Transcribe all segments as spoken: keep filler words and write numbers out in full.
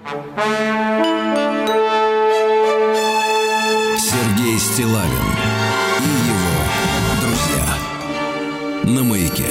Сергей Стиллавин и его друзья на Маяке.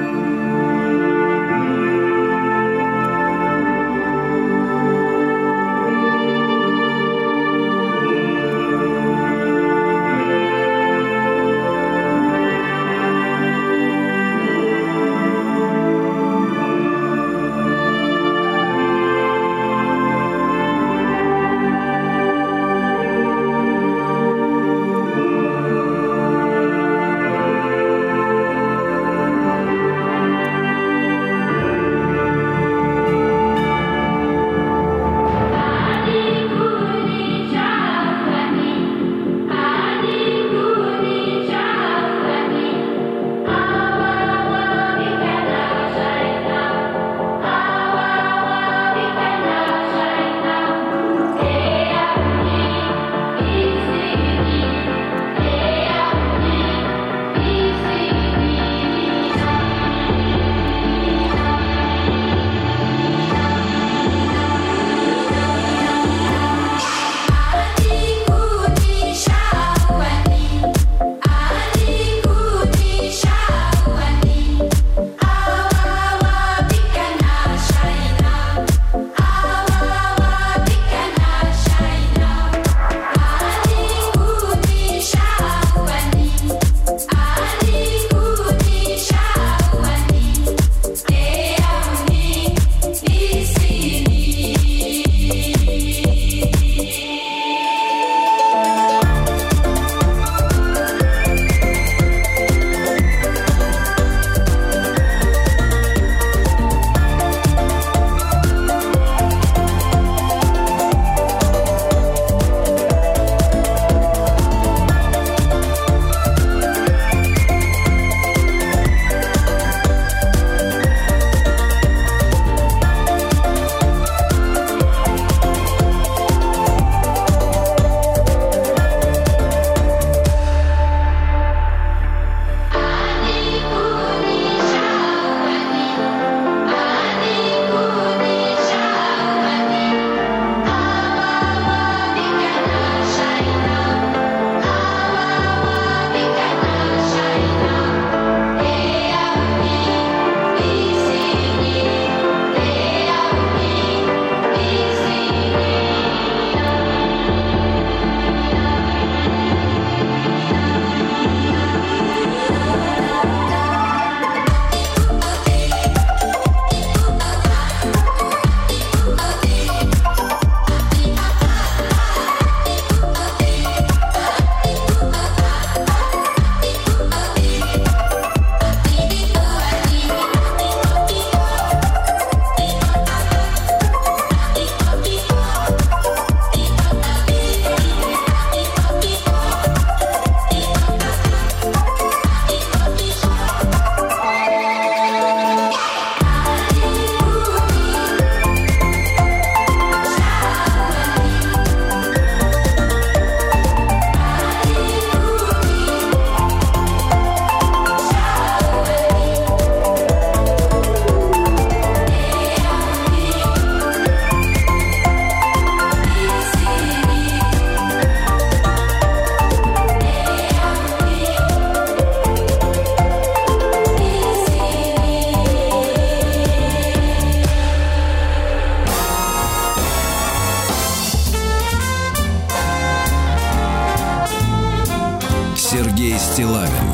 Сергей Стиллавин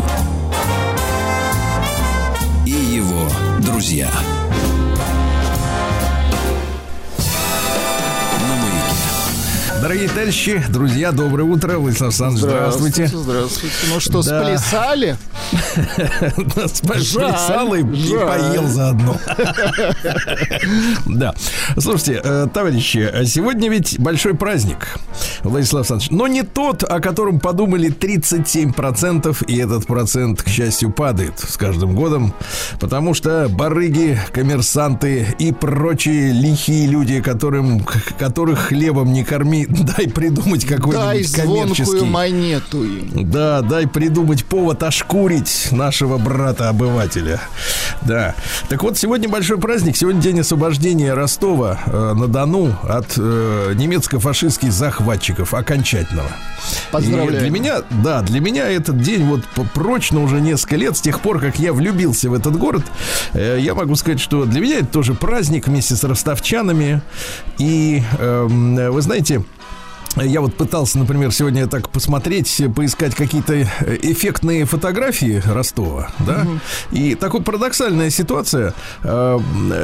и его друзья. Дорогие товарищи, друзья, доброе утро. Владислав Александрович, здравствуйте. Здравствуйте. Ну что, да. Сплясали? Сплясал и поел заодно. Да. Слушайте, товарищи, сегодня ведь большой праздник. Владислав Александрович. Но не тот, о котором подумали тридцать семь процентов, и этот процент, к счастью, падает с каждым годом, потому что барыги, коммерсанты и прочие лихие люди, которым, которых хлебом не корми, дай придумать какой-нибудь коммерческий... Дай звонкую монету им. Да, дай придумать повод ошкурить нашего брата-обывателя. Да. Так вот, сегодня большой праздник. Сегодня день освобождения Ростова э, на Дону от э, немецко-фашистских захватчиков окончательного. Поздравляю. И для меня, да, для меня этот день вот прочно уже несколько лет, с тех пор, как я влюбился в этот город. Э, я могу сказать, что для меня это тоже праздник вместе с ростовчанами. И э, вы знаете... Я вот пытался, например, сегодня так посмотреть, поискать какие-то эффектные фотографии Ростова, да, угу. И такая парадоксальная ситуация. В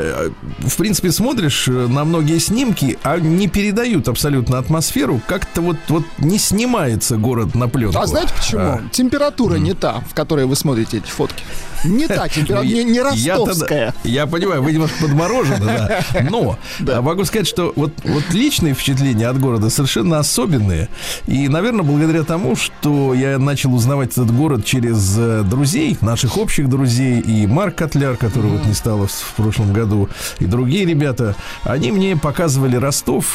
принципе, смотришь на многие снимки, а не передают абсолютно атмосферу. Как-то вот, вот не снимается город на пленку. А знаете почему? А. Температура не та, в которой вы смотрите эти фотки. Не та температура, не, не ростовская. Я, я понимаю, вы немножко подморожены, да. Но да. Могу сказать, что вот, вот личные впечатления от города совершенно особенные. И, наверное, благодаря тому, что я начал узнавать этот город через друзей, наших общих друзей, и Марк Котляр, которого mm-hmm. вот не стало в прошлом году, и другие ребята, они мне показывали Ростов,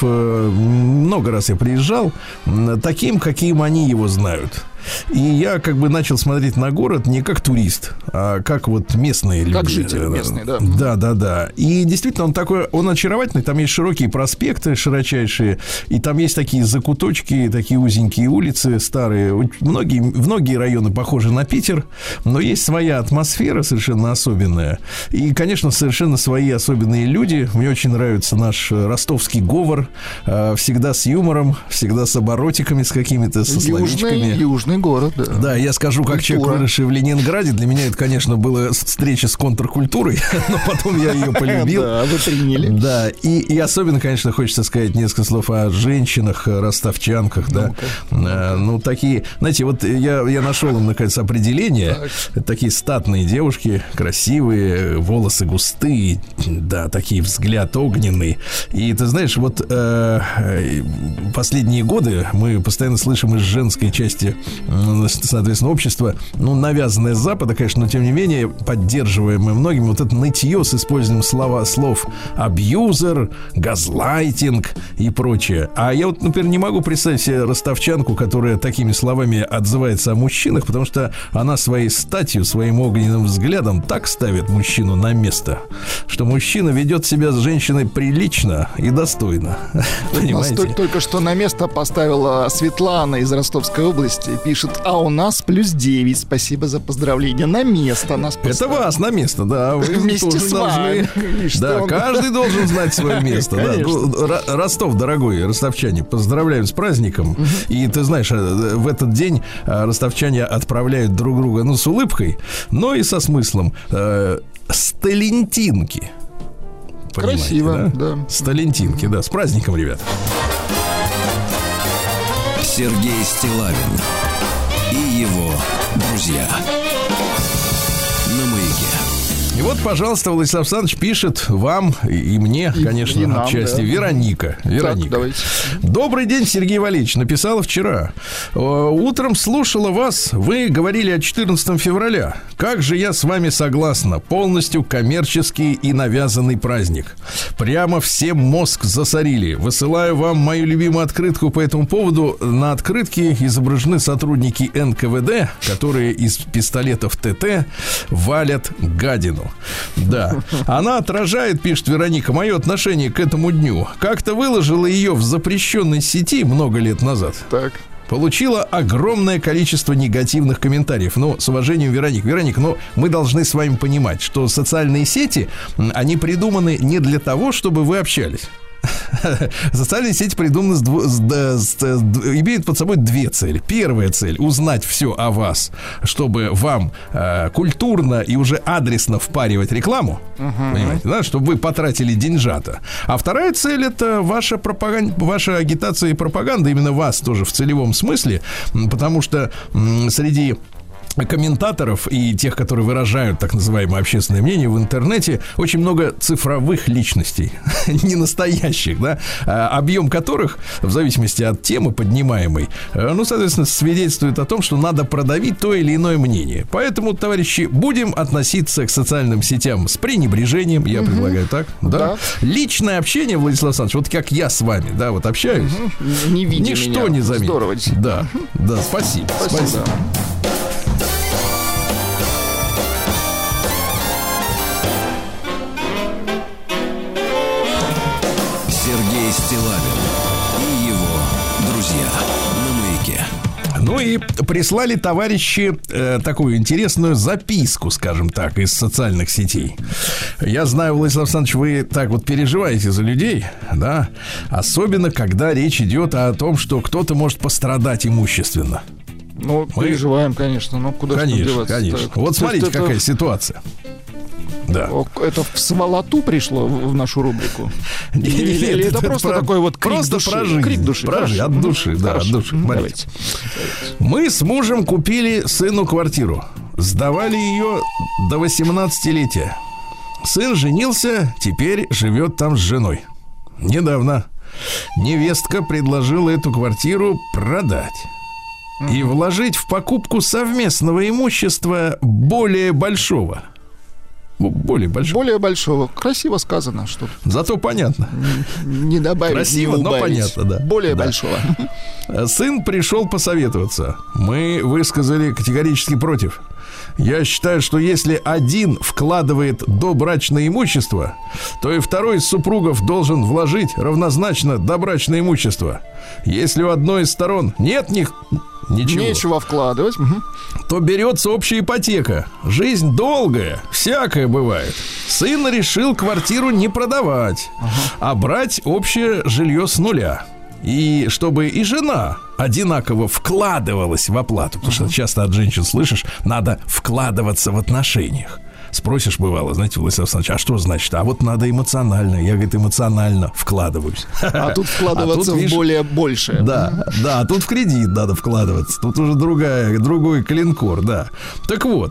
много раз я приезжал, таким, каким они его знают. И я как бы начал смотреть на город не как турист, а как вот местные люди. Как жители местные, да. Да, да, да. И действительно он такой, он очаровательный. Там есть широкие проспекты, широчайшие, и там есть такие закуточки, такие узенькие улицы старые. Многие, многие районы похожи на Питер, но есть своя атмосфера совершенно особенная. И, конечно, совершенно свои особенные люди. Мне очень нравится наш ростовский говор, всегда с юмором, всегда с оборотиками, с какими-то, со словечками. Южный город, да. Да, я скажу, как человек, выросший в Ленинграде, для меня это, конечно, была встреча с контркультурой, но потом я ее полюбил. Да, вы приняли. Да, и, и особенно, конечно, хочется сказать несколько слов о женщинах, ростовчанках, да. Ну, ну такие, знаете, вот я, я нашел им, наконец, определение. Так. Такие статные девушки, красивые, волосы густые, да, такие взгляд огненный. И ты знаешь, вот э, последние годы мы постоянно слышим из женской части, соответственно, общество, ну, навязанное с Запада, конечно, но тем не менее поддерживаемое многими, вот это нытье с использованием слова, слов абьюзер, газлайтинг и прочее. А я вот, например, не могу представить себе ростовчанку, которая такими словами отзывается о мужчинах, потому что она своей статью, своим огненным взглядом так ставит мужчину на место, что мужчина ведет себя с женщиной прилично и достойно. Понимаете? Только что на место поставила Светлана из Ростовской области. Пишет, а у нас плюс девять. Спасибо за поздравление. На место нас поставили. Это вас на место, да. Вы вместе с вами. Да, каждый должен знать свое место. Да. Ростов, дорогой, ростовчане, поздравляем с праздником. И ты знаешь, в этот день ростовчане отправляют друг друга, ну, с улыбкой, но и со смыслом. Сталентинки. Красиво, да? да. Сталентинки, да. С праздником, ребят. Сергей Стиллавин и его друзья на Маяке. И вот, пожалуйста, Владислав Александрович пишет вам и мне, и, конечно, и нам, отчасти, да. Вероника. Вероника. Так, добрый день, Сергей Валерьевич. Написала вчера. Утром слушала вас. Вы говорили о четырнадцатого февраля. Как же я с вами согласна. Полностью коммерческий и навязанный праздник. Прямо всем мозг засорили. Высылаю вам мою любимую открытку по этому поводу. На открытке изображены сотрудники эн ка вэ дэ, которые из пистолетов тэ тэ валят гадину. Да. Она отражает, пишет Вероника, мое отношение к этому дню. Как-то выложила ее в запрещенной сети много лет назад. Так. Получила огромное количество негативных комментариев. Ну, с уважением, Вероник. Вероник, но мы должны с вами понимать, что социальные сети, они придуманы не для того, чтобы вы общались. Социальные сети придуманы с дв... с... С... имеют под собой две цели. Первая цель — узнать все о вас, чтобы вам э, культурно и уже адресно впаривать рекламу, uh-huh. понимаете, да, чтобы вы потратили деньжата. А вторая цель — это ваша пропаганда, ваша агитация и пропаганда, именно вас тоже в целевом смысле, потому что м, среди комментаторов и тех, которые выражают так называемое общественное мнение в интернете, очень много цифровых личностей, не настоящих, да, объем которых, в зависимости от темы поднимаемой, ну, соответственно, свидетельствует о том, что надо продавить то или иное мнение. Поэтому, товарищи, будем относиться к социальным сетям с пренебрежением, я угу. предлагаю так, да? Да. Личное общение, Владислав Александрович, вот как я с вами, да, вот общаюсь, угу. не видя ничто меня. Не заметит. Здорово. Да, да, спасибо. Спасибо. спасибо. Сергей Стиллавин и его друзья на Маяке. Ну и прислали товарищи э, такую интересную записку, скажем так, из социальных сетей. Я знаю, Владислав Александрович, вы так вот переживаете за людей, да? Особенно, когда речь идет о том, что кто-то может пострадать имущественно. Ну, мы переживаем, конечно, но куда конечно, же деваться? Конечно, конечно. Вот смотрите, это... какая ситуация. Да. Это в сволоту пришло в нашу рубрику? Или, или, или это, это просто про, такой вот крик просто души? Про жизнь, крик души. Про жизнь, от души, да, Хорошо. от души. Давайте. Мы с мужем купили сыну квартиру. Сдавали ее до восемнадцатилетия. Сын женился, теперь живет там с женой. Недавно невестка предложила эту квартиру продать и вложить в покупку совместного имущества более большого. Более большого. Более большого. Красиво сказано. Что зато понятно. Не добавить, красиво, не но понятно, да. Более да. большого. Сын пришел посоветоваться. Мы высказали категорически против. Я считаю, что если один вкладывает добрачное имущество, то и второй из супругов должен вложить равнозначно добрачное имущество. Если у одной из сторон нет них ничего, нечего вкладывать, угу. то берется общая ипотека. Жизнь долгая, всякое бывает. Сын решил квартиру не продавать, ага. а брать общее жилье с нуля. И чтобы и жена одинаково вкладывалась в оплату. Потому что часто от женщин слышишь, надо вкладываться в отношениях. Спросишь, бывало, знаете, Владислав Александрович, а что значит? А вот надо эмоционально. Я, говорит, эмоционально вкладываюсь. А тут вкладываться а тут, в видишь, более большее. Да, да, тут в кредит надо вкладываться. Тут уже другая, другой коленкор, да. Так вот,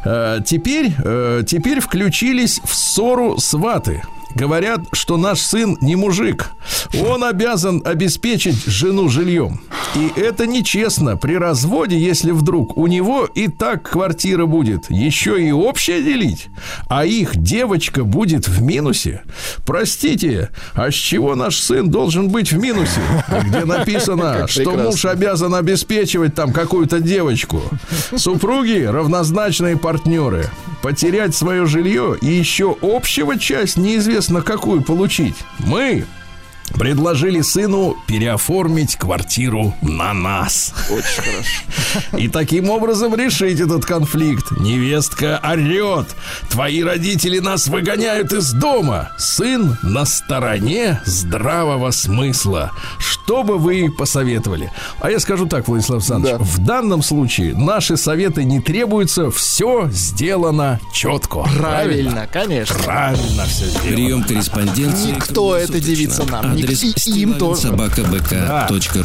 теперь, теперь включились в ссору сваты. Говорят, что наш сын не мужик. Он обязан обеспечить жену жильем. И это нечестно при разводе, если вдруг у него и так квартира будет еще и общая делить, а их девочка будет в минусе. Простите, а с чего наш сын должен быть в минусе? Где написано, что муж обязан обеспечивать там какую-то девочку. Супруги равнозначные партнеры. Потерять свое жилье и еще общего часть неизвестно какую получить. Мы предложили сыну переоформить квартиру на нас. Очень хорошо. И таким образом решить этот конфликт. Невестка орет: твои родители нас выгоняют из дома. Сын на стороне здравого смысла. Что бы вы посоветовали? А я скажу так, Владислав Александрович, да. в данном случае наши советы не требуются. Все сделано четко. Правильно, Правильно. конечно. Правильно все сделано. Прием корреспонденции. Никто это девица нам. Адрес им тоже. собака бэ ка точка ру.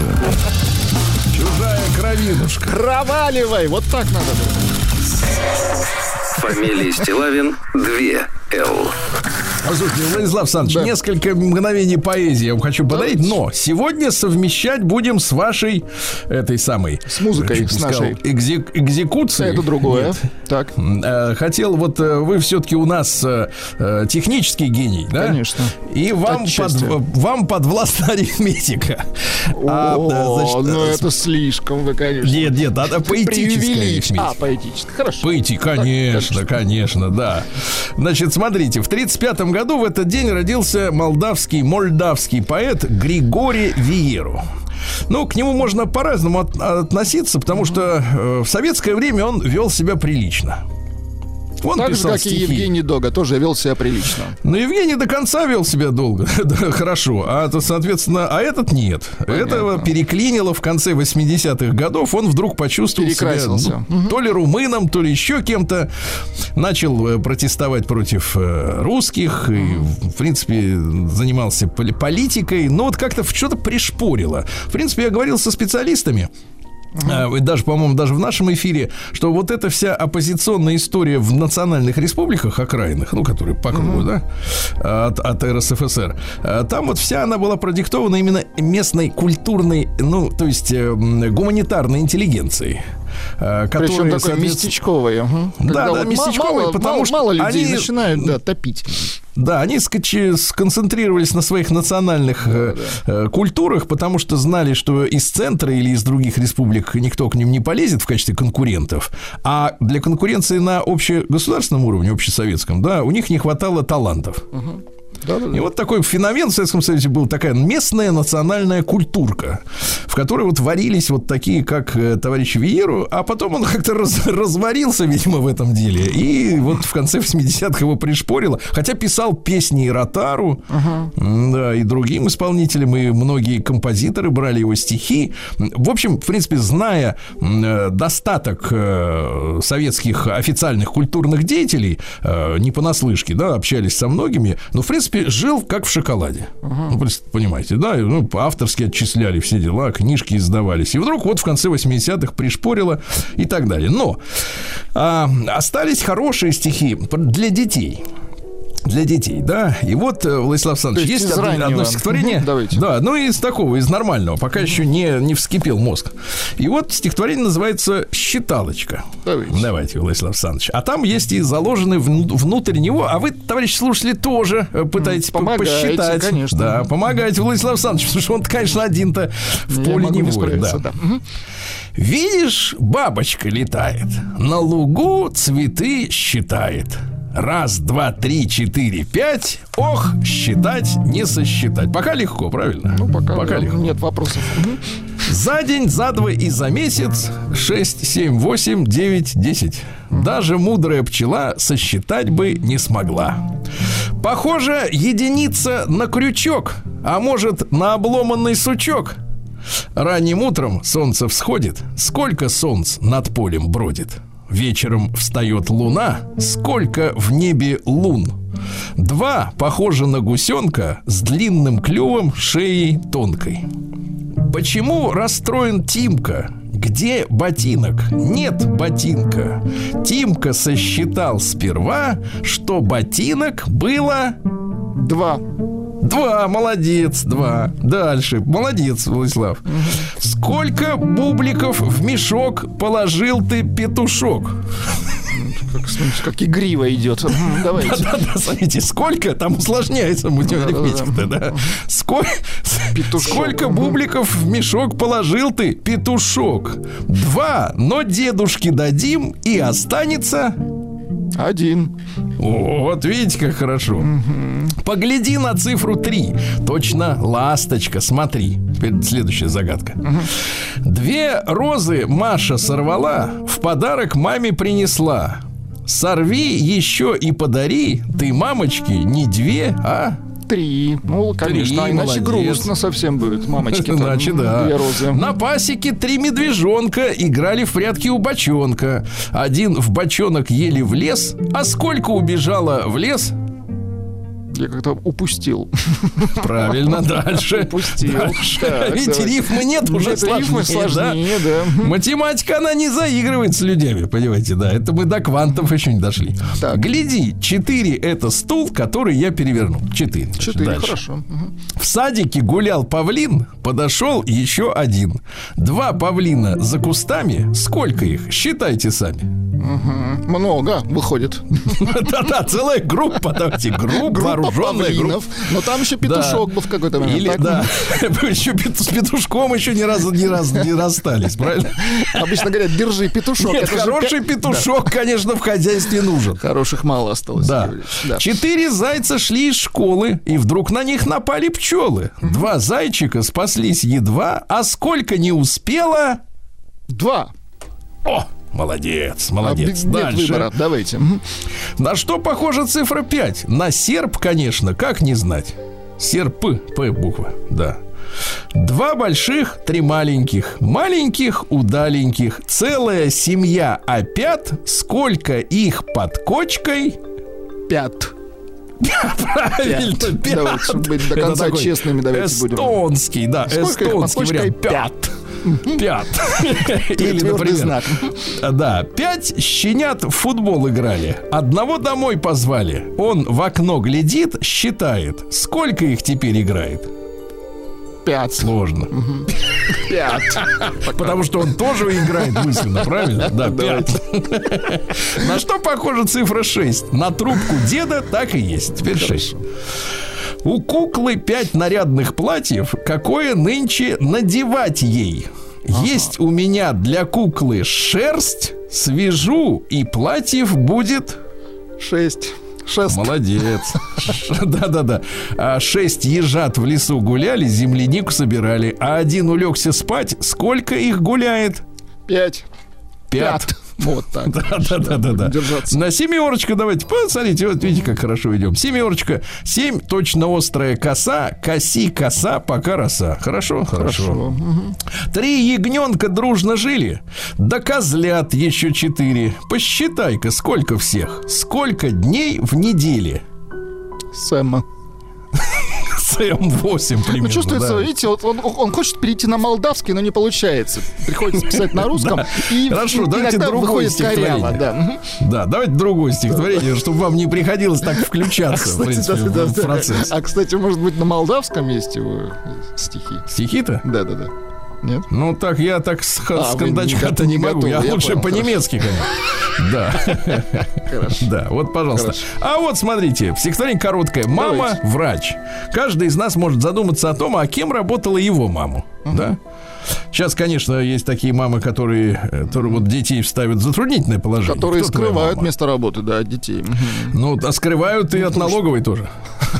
Чужая кровинушка. Проваливай. Вот так надо было. Фамилия Стиллавин два эл. Послушайте, Владислав Александрович, да. несколько мгновений поэзии я вам хочу подарить, но сегодня совмещать будем с вашей этой самой... С музыкой, с нашей. Экзек, экзекуцией. Это другое. Нет. Так. Хотел, вот вы все-таки у нас технический гений, да? Конечно. И вам, под, вам подвластна арифметика. О, а, значит, ну это слишком вы, конечно. Нет, нет, это поэтическая арифметика. А, поэтическая, хорошо. Поэти, конечно, так, конечно, да. Значит, смотрите, в тридцать пятом году в этот день родился молдавский, мольдавский поэт Григорий Виеру. Ну, к нему можно по-разному от, относиться, потому что э, в советское время он вел себя прилично. Он так же, как стихи. И Евгений Дога, тоже вел себя прилично. Но Евгений до конца вел себя долго, да, хорошо. А, то, соответственно, а этот нет. Понятно. Этого переклинило в конце восьмидесятых годов. Он вдруг почувствовал себя ну, угу. то ли румыном, то ли еще кем-то. Начал протестовать против русских. Угу. И, в принципе, занимался политикой. Но вот как-то что-то пришпорило. В принципе, я говорил со специалистами. Uh-huh. Даже, по-моему, даже в нашем эфире, что вот эта вся оппозиционная история в национальных республиках окраинных, ну, которые по кругу, uh-huh. да, от, от эр эс эф эс эр, там вот вся она была продиктована именно местной культурной, ну, то есть э, гуманитарной интеллигенцией. Которые, причем такой местечковый. Угу. Да, да, местечковый, мало, потому мало, что мало людей они начинают, да, топить. Да, они сконцентрировались на своих национальных да, да. культурах, потому что знали, что из центра или из других республик никто к ним не полезет в качестве конкурентов. А для конкуренции на общегосударственном уровне, общесоветском, да, у них не хватало талантов. Угу. Да, да, да. И вот такой феномен в Советском Союзе был, такая местная национальная культурка, в которой вот варились вот такие, как э, товарищ Виеру, а потом он как-то раз, разварился, видимо, в этом деле, и вот в конце восьмидесятых его пришпорило, хотя писал песни и Ротару, uh-huh. да, и другим исполнителям, и многие композиторы брали его стихи. В общем, в принципе, зная э, достаток э, советских официальных культурных деятелей, э, не понаслышке, да, общались со многими, но, в принципе, жил как в шоколаде. Uh-huh. Ну, понимаете, да? Ну, авторски отчисляли все дела, книжки издавались. И вдруг вот в конце восьмидесятых пришпорило и так далее. Но а, остались хорошие стихи для детей. Для детей, да. И вот, Владислав Александрович, есть, есть одно, одно стихотворение. Давайте. Да, ну из такого, из нормального, пока еще не, не вскипел мозг. И вот стихотворение называется «Считалочка». Давайте. Давайте, Владислав Александрович. А там есть и заложенный внутрь него, а вы, товарищи слушатели, тоже пытаетесь посчитать. Конечно. Да, помогайте, Владислав Александрович, потому что он, конечно, один-то в я поле не воин. Да. Да. Видишь, бабочка летает, на лугу цветы считает. Раз, два, три, четыре, пять. Ох, считать не сосчитать. Пока легко, правильно? Ну, пока, пока да, легко. Нет вопросов. За день, за два и за месяц. Шесть, семь, восемь, девять, десять. Даже мудрая пчела сосчитать бы не смогла. Похоже, единица на крючок, а может, на обломанный сучок. Ранним утром солнце всходит. Сколько солнц над полем бродит? Вечером встает луна, сколько в небе лун. Два похожи на гусенка с длинным клювом, шеей тонкой. Почему расстроен Тимка? Где ботинок? Нет ботинка. Тимка сосчитал сперва, что ботинок было... Два. Два, молодец, два. Дальше, молодец, Владислав. Угу. Сколько бубликов в мешок положил ты, петушок? Как, смотрите, как игриво идет. Давайте. Да-да-да, смотрите, сколько, там усложняется арифметика-то, да. Сколько, сколько бубликов в мешок положил ты, петушок? Два, но дедушке дадим, и останется... Один. Вот, видите, как хорошо. Угу. Погляди на цифру три. Точно ласточка, смотри. Теперь следующая загадка. Угу. Две розы Маша сорвала, в подарок маме принесла. Сорви еще и подари. Ты, мамочки, не две, а... Три. Ну, конечно, три, иначе молодец. Грустно совсем будет, мамочки. Иначе, да. Две розы. На пасеке три медвежонка играли в прятки у бочонка. Один в бочонок еле влез, а сколько убежало в лес? Я как-то упустил. Правильно, дальше. Упустил. Дальше. Так, видите, давай. Рифмы нет, уже нет, сложнее. Рифмы сложнее, да? да. Математика, она не заигрывает с людьми, понимаете, да. Это мы до квантов еще не дошли. Так. Гляди, четыре это стул, который я переверну. Четыре. Четыре, дальше. Хорошо. Угу. В садике гулял павлин, подошел еще один. Два павлина за кустами. Сколько их? Считайте сами. Угу. Много выходит. Да-да, целая группа, давайте, группа. Павлинов, но там еще петушок да. был в какой-то момент. Или, да, еще с петушком еще ни разу не, раз, не расстались, правильно? Обычно говорят, держи петушок. Нет, это хороший же... петушок, да. конечно, в хозяйстве нужен. Хороших мало осталось. Да. Да. Четыре зайца шли из школы, и вдруг на них напали пчелы. Mm-hmm. Два зайчика спаслись едва, а сколько не успело? Два. О! Молодец, молодец. А, дальше. Выбора. Давайте. На что похожа цифра пять? На серп, конечно, как не знать. Серп, П буква, да. Два больших, три маленьких. Маленьких, удаленьких. Целая семья опят. Сколько их под кочкой? Пять. Правильно, Пят. пят. Давайте, чтобы быть до Это конца такой честными, давайте будем. Эстонский, да, Сколько их? эстонский Пошли, вариант. пят. Пят. Или, Твердый например, знак. да, пять щенят в футбол играли. Одного домой позвали. Он в окно глядит, считает. Сколько их теперь играет? Пять. Сложно. Пять. Потому что он тоже играет мысленно, правильно? Да, пять. На что похожа цифра шесть? На трубку деда так и есть. Теперь шесть. У куклы пять нарядных платьев. Какое нынче надевать ей? Ага. Есть у меня для куклы шерсть, свяжу, и платьев будет... Шесть. Шест. Молодец. Да-да-да. А шесть ежат в лесу гуляли, землянику собирали, а один улегся спать. Сколько их гуляет? Пять. Пять. Вот так. Да-да-да-да. На семерочку давайте. Посмотрите, вот видите, как хорошо идем. Семерочка. Семь, точно острая коса. Коси, коса, пока роса. Хорошо? Хорошо. Три ягненка дружно жили. Да козлят еще четыре. Посчитай-ка, сколько всех. Сколько дней в неделе? Сэма. Сэм восемь примерно. Ну, чувствуется, да. Видите, вот он, он хочет перейти на молдавский, но не получается. Приходится писать на русском. И, Хорошо, и давайте другое стихотворение. Да. да, давайте другое стихотворение, чтобы вам не приходилось так включаться, в принципе, в процесс. А, кстати, может быть, на молдавском есть его стихи? Стихи-то? Да-да-да. Нет? Ну, так я так с, а, с кондачка-то не могу. Я, я лучше по-немецки, конечно. Да. Хорошо. Да, вот, пожалуйста. Хорошо. А вот, смотрите, стихотворение короткое. Мама – врач. Каждый из нас может задуматься о том, а кем работала его мама. Uh-huh. Да? Сейчас, конечно, есть такие мамы, которые, которые вот детей ставят в затруднительное положение. Которые Кто скрывают место работы, да, от детей. Ну, а скрывают и от налоговой тоже.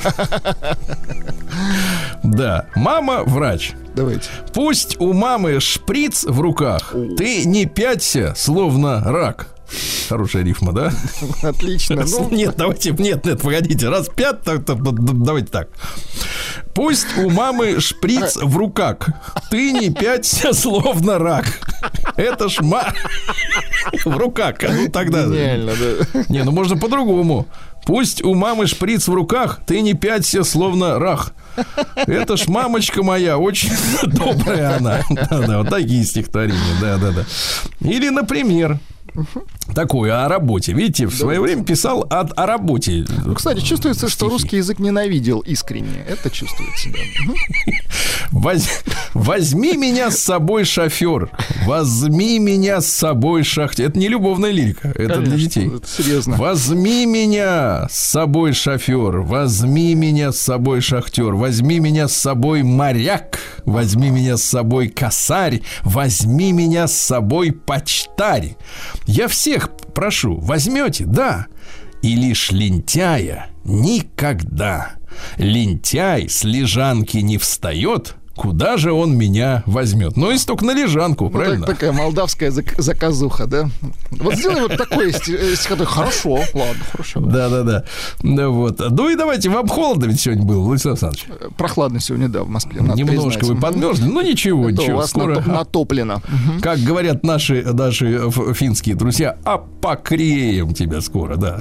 Да, мама врач. Давайте. Пусть у мамы шприц в руках, ты не пяться, словно рак. Хорошая рифма, да? Отлично. Ну... Нет, давайте, нет, нет, погодите. Раз пять, так, так, давайте так. Пусть у мамы шприц в руках, ты не пяться, словно рак. Это ж ма... в руках. Ну тогда... Гениально, да. Не, ну можно по-другому. Пусть у мамы шприц в руках, ты не пяться, словно рак. Это ж мамочка моя, очень добрая она. Да-да, вот такие стихотворения, да-да-да. Или, например... Такое о работе. Видите, в да, свое время писал о, о работе. Кстати, чувствуется, стихи. Что русский язык ненавидел искренне. Это чувствуется, да. Воз, возьми меня с собой, шофер. Возьми меня с собой, шахтер. Это не любовная лирика. Это Конечно, для детей. Это серьезно. Возьми меня с собой, шофер. Возьми меня с собой, шахтер. Возьми меня с собой, моряк. Возьми меня с собой, косарь. Возьми меня с собой, почтарь. Я всех прошу, возьмете? Да. И лишь лентяя никогда. Лентяй с лежанки не встает. Куда же он меня возьмет? Ну, и столько на лежанку, ну, правильно? Так, такая молдавская зак- заказуха, да? Вот сделай вот такое стихотворение. Хорошо, ладно, хорошо. Да-да-да. Да, вот. Ну и давайте, вам холодно ведь сегодня было, Владислав Александрович? Прохладно сегодня, да, в Москве. Немножко вы подмерзли, но ничего, Это ничего. У вас скоро... натоплено. Как говорят наши, наши финские друзья, а покреем тебя скоро, да.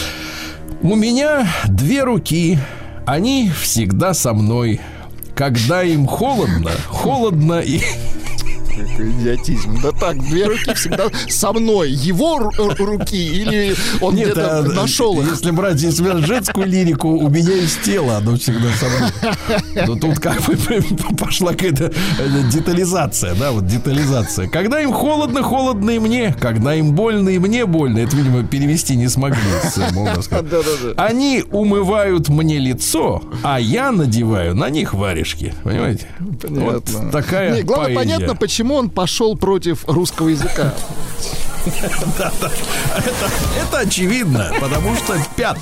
У меня две руки, они всегда со мной. Когда им холодно, холодно и... Какой идиотизм. Да так, две руки всегда со мной. Его ру- руки или он Нет, где-то а, нашел их? Если брать, если брать женскую лирику, у меня из тела оно всегда со мной. Но тут как бы пошла какая-то детализация, да, вот детализация. Когда им холодно, холодно и мне. Когда им больно и мне больно. Это, видимо, перевести не смогли с молдавского. Они умывают мне лицо, а я надеваю на них варежки. Понимаете? Понятно. Вот такая Не, главное, поэзия. Понятно, почему он пошел против русского языка. Это очевидно, потому что пят.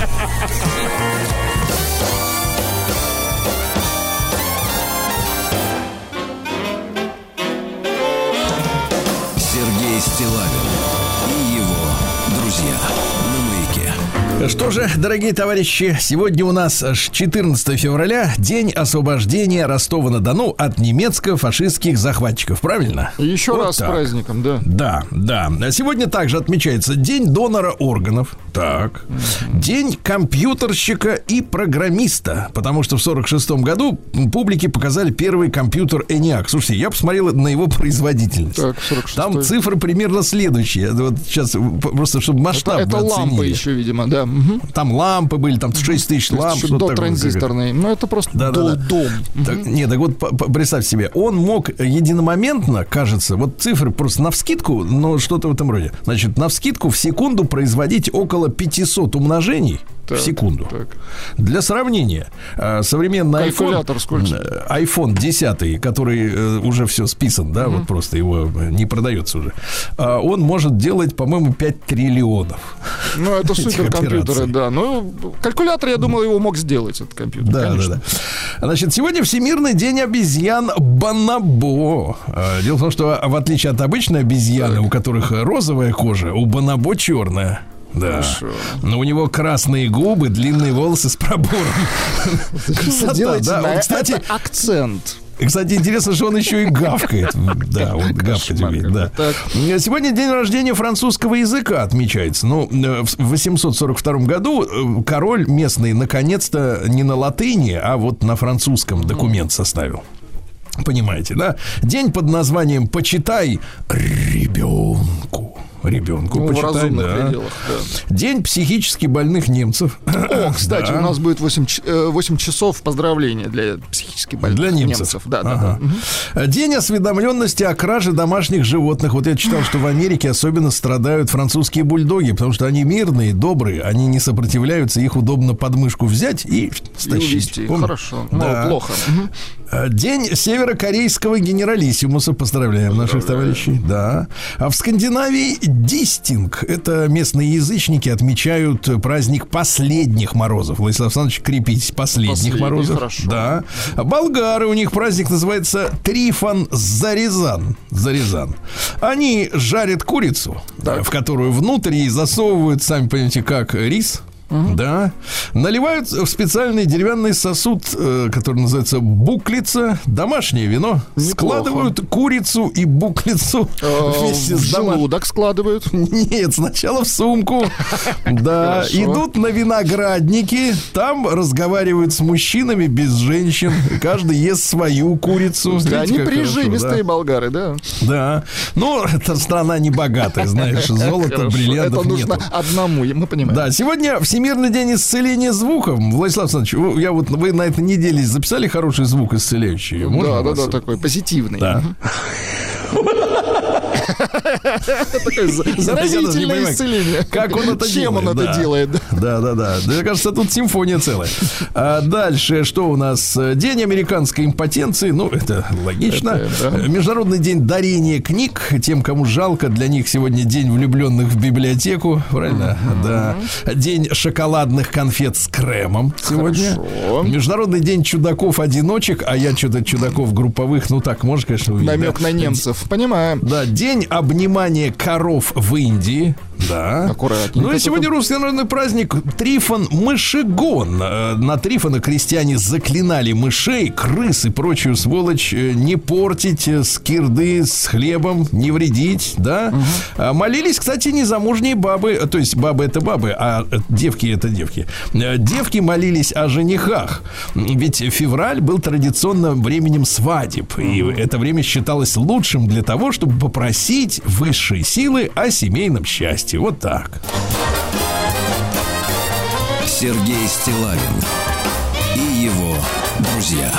Сергей Стиллавин и его друзья на Маяке. Что же, дорогие товарищи, сегодня у нас четырнадцатое февраля, день освобождения Ростова-на-Дону от немецко-фашистских захватчиков, правильно? Еще вот раз так. С праздником, да. Да, да. Сегодня также отмечается День донора органов. Так. Mm-hmm. День компьютерщика и программиста, потому что в сорок шестом году публике показали первый компьютер ENIAC. Слушайте, я посмотрел на его производительность. Так, там цифры примерно следующие. Вот сейчас просто, чтобы масштаб это, это лампы еще, видимо, да. Угу. Там лампы были, там шесть тысяч ламп. До транзисторные. Ну, это просто да, до, да, да. дом. Так, угу. Нет, так вот, представь себе, он мог единомоментно, кажется, вот цифры просто навскидку, но что-то в этом роде. Значит, навскидку в секунду производить около пятьсот умножений так, в секунду. Так. Для сравнения, современный калькулятор сколько? айфон десять, который уже все списан, да, угу. вот просто его не продается уже, он может делать, по-моему, пять триллионов. Ну, это суперкомпьютеры, да. Ну, калькулятор, я думал, его мог сделать, этот компьютер. Да, конечно. да, да. Значит, сегодня Всемирный день обезьян Бонобо. Дело в том, что в отличие от обычной обезьяны, так. у которых розовая кожа, у Бонобо черная. Да. Хорошо. Но у него красные губы, длинные волосы с пробором. Делайте на это акцент. И, кстати, интересно, что он еще и гавкает. Да, он гавкать умеет, да. Сегодня день рождения французского языка отмечается. Ну, в восемьсот сорок втором году король местный наконец-то не на латыни, а вот на французском документ составил. Понимаете, да? День под названием «Почитай ребенку». Ребенку ну, почитай, да. Пределах, да. День психически больных немцев. О, кстати, да. у нас будет восемь, восемь часов поздравления для психически больных для немцев. немцев. Да, ага. да, да. День осведомленности о краже домашних животных. Вот я читал, что в Америке особенно страдают французские бульдоги, потому что они мирные, добрые, они не сопротивляются, их удобно под мышку взять и стащить. И хорошо, да. ну, плохо. День северокорейского генералиссимуса. Поздравляем наших товарищей. Да. А в Скандинавии Дистинг. Это местные язычники отмечают праздник последних морозов. Владислав Александрович, крепитесь. Последних Последний, морозов. Хорошо. Да. А болгары, у них праздник называется Трифон Зарезан. Зарезан. Они жарят курицу, так. в которую внутрь засовывают, сами понимаете, как рис. Uh-huh. Да. Наливают в специальный деревянный сосуд, э, который называется буклица, домашнее вино. Неплохо. Складывают курицу и буклицу uh, вместе с домашним. В желудок складывают? Нет, сначала в сумку. Да. Идут на виноградники. Там разговаривают с мужчинами без женщин. Каждый ест свою курицу. Они прижимистые болгары, да? Да. Но эта страна не богатая, знаешь, золото, бриллиантов нет. Это нужно одному, мы понимаем. Да, сегодня все Всемирный день исцеления звуком. Владислав Александрович, я вот, вы на этой неделе записали хороший звук исцеляющий? Можно да, да, да, такой позитивный. Да. Такое заразительное исцеление. Как он это Чем делает? он это делает? Да, да, да. Мне кажется, тут симфония целая. А дальше, что у нас? День американской импотенции. Ну, это логично. Это, да. Международный день дарения книг. Тем, кому жалко, для них сегодня день влюбленных в библиотеку. Правильно? Uh-huh. Да. День шоколадных конфет с кремом сегодня. Хорошо. Международный день чудаков-одиночек. А я что-то чудаков групповых, ну так, можно, конечно, увидеть. Намек да? на немцев. Понимаем. Да, день обнимания коров в Индии. Да. Аккуратненько. Ну и сегодня русский народный праздник Трифон Мышегон. На Трифона крестьяне заклинали мышей, крыс и прочую сволочь не портить, скирды с хлебом не вредить, да. Угу. Молились, кстати, незамужние бабы, то есть бабы это бабы, а девки это девки. Девки молились о женихах. Ведь февраль был традиционным временем свадеб. И это время считалось лучшим для того, чтобы попросить высшие силы о семейном счастье. Вот так. Сергей Стиллавин и его друзья.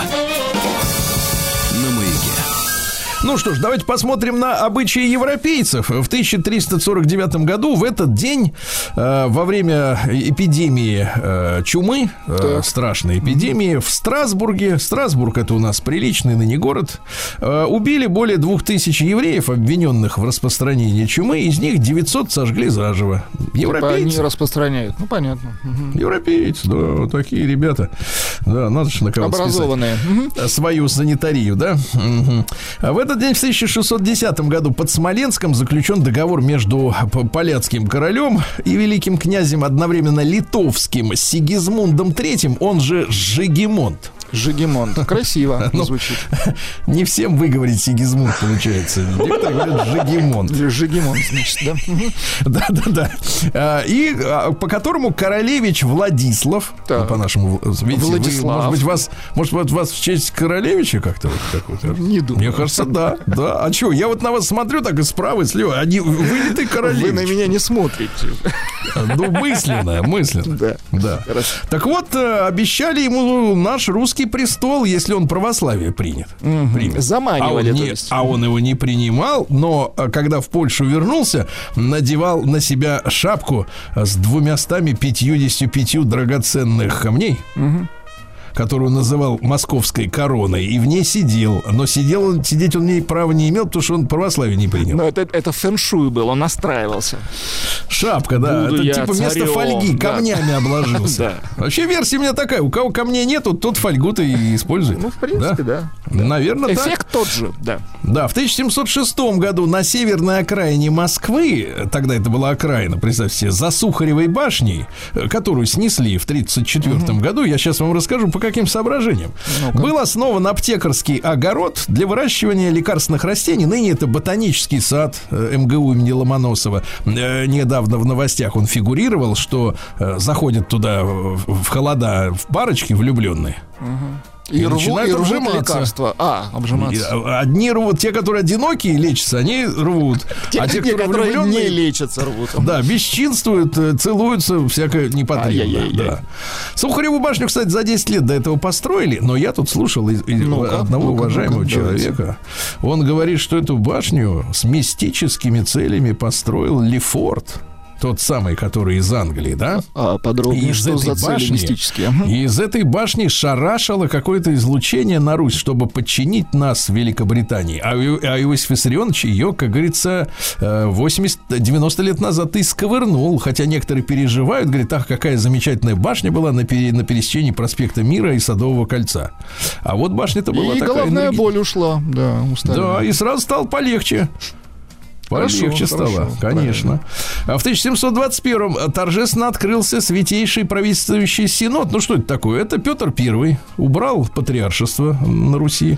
На маяке. Ну что ж, давайте посмотрим на обычаи европейцев. В тысяча триста сорок девятом году в этот день э, во время эпидемии э, чумы, э, страшной эпидемии, в Страсбурге, Страсбург это у нас приличный ныне город, э, убили более двух тысяч евреев, обвиненных в распространении чумы. Из них девятьсот сожгли заживо. Европейцы. Они распространяют, ну понятно. Угу. Европейцы, да, вот такие ребята. Да, надо же на кого-то образованные. Угу. Свою санитарию, да. Угу. А в этот день в тысяча шестьсот десятом году под Смоленском заключен договор между поляцким королем и великим князем одновременно литовским Сигизмундом третьим, он же Жигемонт. Жигемонт. Красиво Ну, звучит. Не всем выговорить Сигизмунд получается. Некоторые говорят Жигемонт. Жигемонт, значит, да. Да-да-да. И а, по которому королевич Владислав, Так. ну, по-нашему, видите, вы, Владислав. может быть, вас, может быть, вас в честь королевича как-то вот так вот? Не думаю. Мне кажется, да, да. А что, я вот на вас смотрю так и справа, и слева, они вылитый королевич. Вы на меня не смотрите. Ну, мысленно, мысленно. Да. Да. Хорошо. Так вот, э, обещали ему наш русский престол, если он православие принят. Примет. Заманивали, а он, то не, есть. а он его не принимал, но э, когда в Польшу вернулся, надевал на себя шапку с двумястами пятьюдесятью пятью драгоценных камней. Которую он называл московской короной, и в ней сидел. Но сидел он, сидеть он в ней права не имел, потому что он православие не принял. Но это, это фэн-шуй был, он настраивался. Шапка, да. Буду это я типа вместо царем, фольги да. камнями обложился. Да. Вообще версия у меня такая. У кого камней нету, тот фольгу-то и использует. Ну, в принципе, да. Наверное, так. Эффект тот же, да. Да, в тысяча семьсот шестом году на северной окраине Москвы, тогда это была окраина, представьте себе, за Сухаревой башней, которую снесли в тридцать четвёртом году, я сейчас вам расскажу, по каким соображениям. Ну-ка. Был основан аптекарский огород для выращивания лекарственных растений. Ныне это ботанический сад э, МГУ имени Ломоносова. Э, недавно в новостях он фигурировал, что э, заходят туда в, в холода в парочки влюбленные. И, И рву, начинают и рвут обжиматься. лекарства. А, обжиматься. И одни рвут, те, которые одинокие лечатся, они рвут. Те, а те, те, которые которые влюбленные, не лечатся, рвут. да, бесчинствуют, э, целуются, всякое непотребное. Ай-яй-яй-яй. Да. Сухареву башню, кстати, за десять лет до этого построили, но я тут слушал из, из Ну-ка, одного ну-ка, уважаемого ну-ка, человека. Он говорит, что эту башню с мистическими целями построил Лефорт. Тот самый, который из Англии, да? А подробнее, из что этой за цели башни- мистические? Ага. И из этой башни шарашило какое-то излучение на Русь, чтобы подчинить нас Великобритании. А, Ю- а Иосиф Виссарионович ее, как говорится, восемьдесят-девяносто лет назад и сковырнул. Хотя некоторые переживают, говорят, ах, какая замечательная башня была на, пере- на пересечении проспекта Мира и Садового кольца. А вот башня-то была И такая головная энергичная. боль ушла, да, у Сталина. Да, и сразу стало полегче. Полегче Хорошо, стало, хорошо, конечно. А в тысяча семьсот двадцать первом торжественно открылся Святейший правительствующий синод. Ну, что это такое? Это Петр Первый убрал патриаршество на Руси,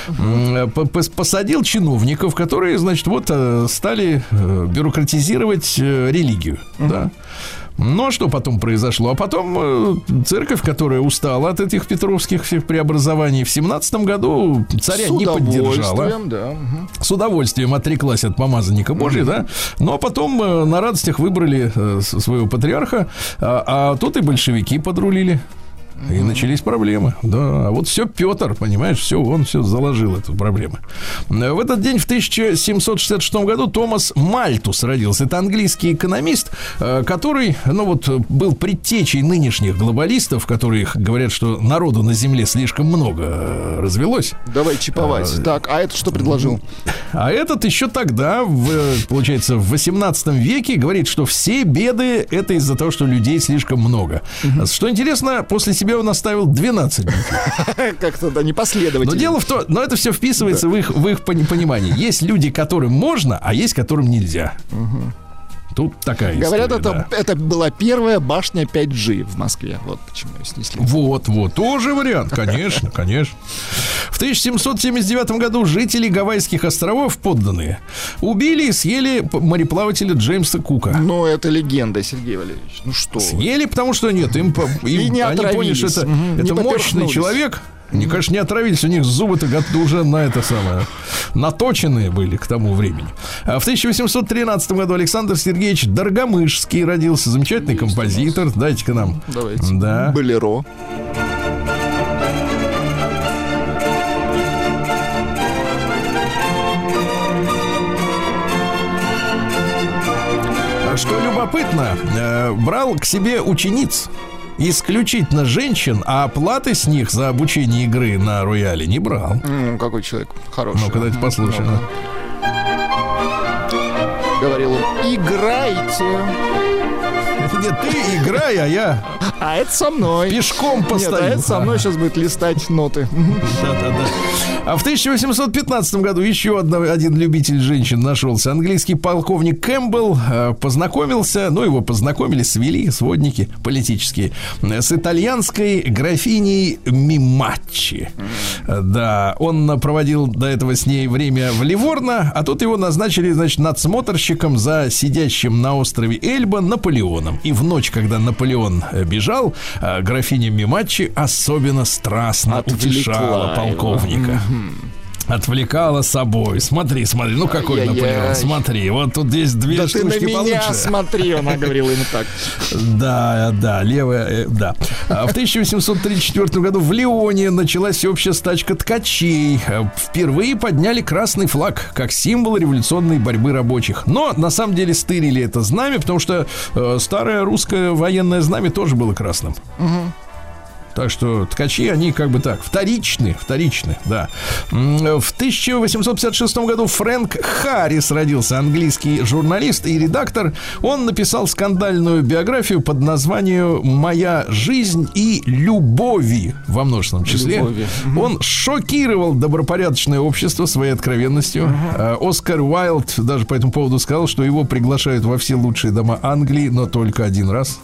м, по- пос- посадил чиновников, которые, значит, вот э, стали э, бюрократизировать э, религию. Да. Ну, а что потом произошло? А потом э, церковь, которая устала от этих петровских всех преобразований, в семнадцатом году царя С не поддержала. удовольствием, да. мгм. С удовольствием отреклась от помазанника Божия, да? Но потом э, на радостях выбрали э, с- своего патриарха, а, а тут и большевики подрулили. И начались проблемы. Да, а вот все Петр, понимаешь, все, он все заложил эту проблему. Э, В этот день, в тысяча семьсот шестьдесят шестом году, Томас Мальтус родился. Это английский экономист, э, который, ну вот, был предтечей нынешних глобалистов, которые говорят, что народу на земле слишком много э, развелось. Давай чиповать. Так, а это что предложил? А этот еще тогда, в, получается, в восемнадцатом веке говорит, что все беды это из-за того, что людей слишком много. Что интересно, после себя он оставил двенадцать детей. Как-то, да, непоследовательно. Но дело в том, но это все вписывается в их, в их пони- понимание. Есть люди, которым можно, а есть, которым нельзя. Тут такая Говорят, история, это, да. это была первая башня пять джи в Москве. Вот почему ее снесли. Вот, вот, тоже вариант, конечно, конечно. В тысяча семьсот семьдесят девятом году жители Гавайских островов, подданные, убили и съели п- мореплавателя Джеймса Кука. Ну, это легенда, Сергей Валерьевич. Ну что вы. Съели, потому что нет, им, по- им- И не они поняли, что отравились. это, Мгм, это не мощный поперхнулись. человек. Они, конечно, не отравились, у них зубы-то гот- уже на это самое наточенные были к тому времени. А в тысяча восемьсот тринадцатом году Александр Сергеевич Доргомышский родился, замечательный композитор. Дайте-ка нам. Давайте. Да. Болеро. Что любопытно, э, брал к себе учениц. Исключительно женщин, а оплаты с них за обучение игры на рояле не брал. М, какой человек хороший. Ну-ка, давайте Мгм, послушаем. ну-ка. Говорил он, играйте. Нет, ты играй, а я А это со мной. пешком постою. Нет, а это со мной сейчас будет листать ноты. Да-да-да. А в тысяча восемьсот пятнадцатом году еще одно, один любитель женщин нашелся. Английский полковник Кэмпбелл э, познакомился, ну, его познакомили, свели сводники политические, э, с итальянской графиней Мимаччи. Э, да, он проводил до этого с ней время в Ливорно, а тут его назначили, значит, надсмотрщиком за сидящим на острове Эльба Наполеоном. И в ночь, когда Наполеон бежал, э, графиня Мимаччи особенно страстно утешала полковника. Отвлекала собой. Смотри, смотри, ну какой Ай-яй-яй. Наполеон, смотри, вот тут здесь две Да штучки ты на меня получше. смотри, она говорила ему так. Да, да, левая, э, да. А в тысяча восемьсот тридцать четвёртом году в Лионе началась всеобщая стачка ткачей. Впервые подняли красный флаг как символ революционной борьбы рабочих. Но на самом деле стырили это знамя, потому что э, старое русское военное знамя тоже было красным. Угу. Так что ткачи, они как бы так, вторичны, вторичны, да. В тысяча восемьсот пятьдесят шестом году Фрэнк Харрис родился, английский журналист и редактор. Он написал скандальную биографию под названием «Моя жизнь и любови» во множественном числе. Любови. Он шокировал добропорядочное общество своей откровенностью. Uh-huh. Оскар Уайлд даже по этому поводу сказал, что его приглашают во все лучшие дома Англии, но только один раз.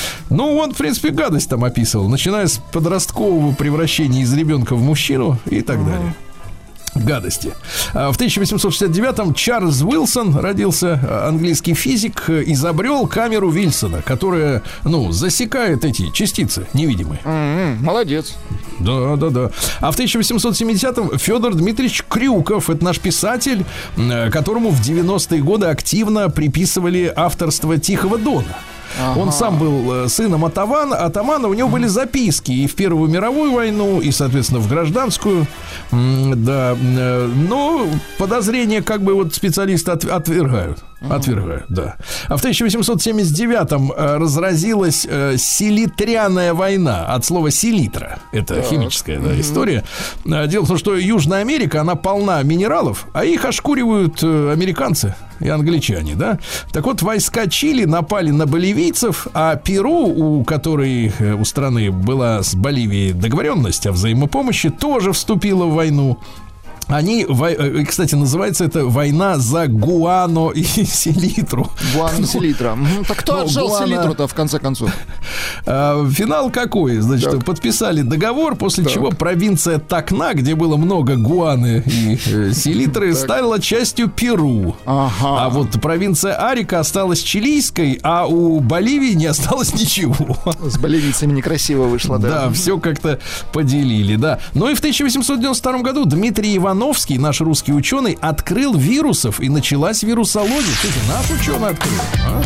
Ну, он, в принципе, гадость там описывал, начиная с подросткового превращения из ребенка в мужчину и так uh-huh. далее. Гадости. В тысяча восемьсот шестьдесят девятом Чарльз Уилсон родился, английский физик, изобрел камеру Вильсона, которая, ну, засекает эти частицы невидимые. Mm-hmm. Молодец. Да, да, да. А в тысяча восемьсот семидесятом Федор Дмитриевич Крюков, это наш писатель, которому в девяностые годы активно приписывали авторство «Тихого Дона». Ага. Он сам был сыном атамана, атамана, у него были записки и в Первую мировую войну, и, соответственно, в гражданскую. Да, но подозрения как бы вот специалисты от, отвергают. Uh-huh. Отвергают, да. А в тысяча восемьсот семьдесят девятом разразилась э, селитряная война от слова селитра. Это uh-huh. химическая да, uh-huh. история. Дело в том, что Южная Америка, она полна минералов, а их ошкуривают э, американцы и англичане, да. Так вот, войска Чили напали на боливийцев, а Перу, у которой э, у страны была с Боливией договоренность о взаимопомощи, тоже вступила в войну. Они, кстати, называется это война за гуано и селитру. Гуано и селитра. Так кто отжал гуано... селитру-то в конце концов? Финал какой? Значит, так. подписали договор, после так. чего провинция Такна, где было много гуаны и селитры, так. стала частью Перу. Ага. А вот провинция Арика осталась чилийской, а у Боливии не осталось ничего. С боливийцами некрасиво вышло, да. Да, все как-то поделили, да. Ну и в тысяча восемьсот девяносто втором году Дмитрий Ивановский, наш русский ученый, открыл вирусов, и началась вирусология. Слушайте, наш ученый открыл. А?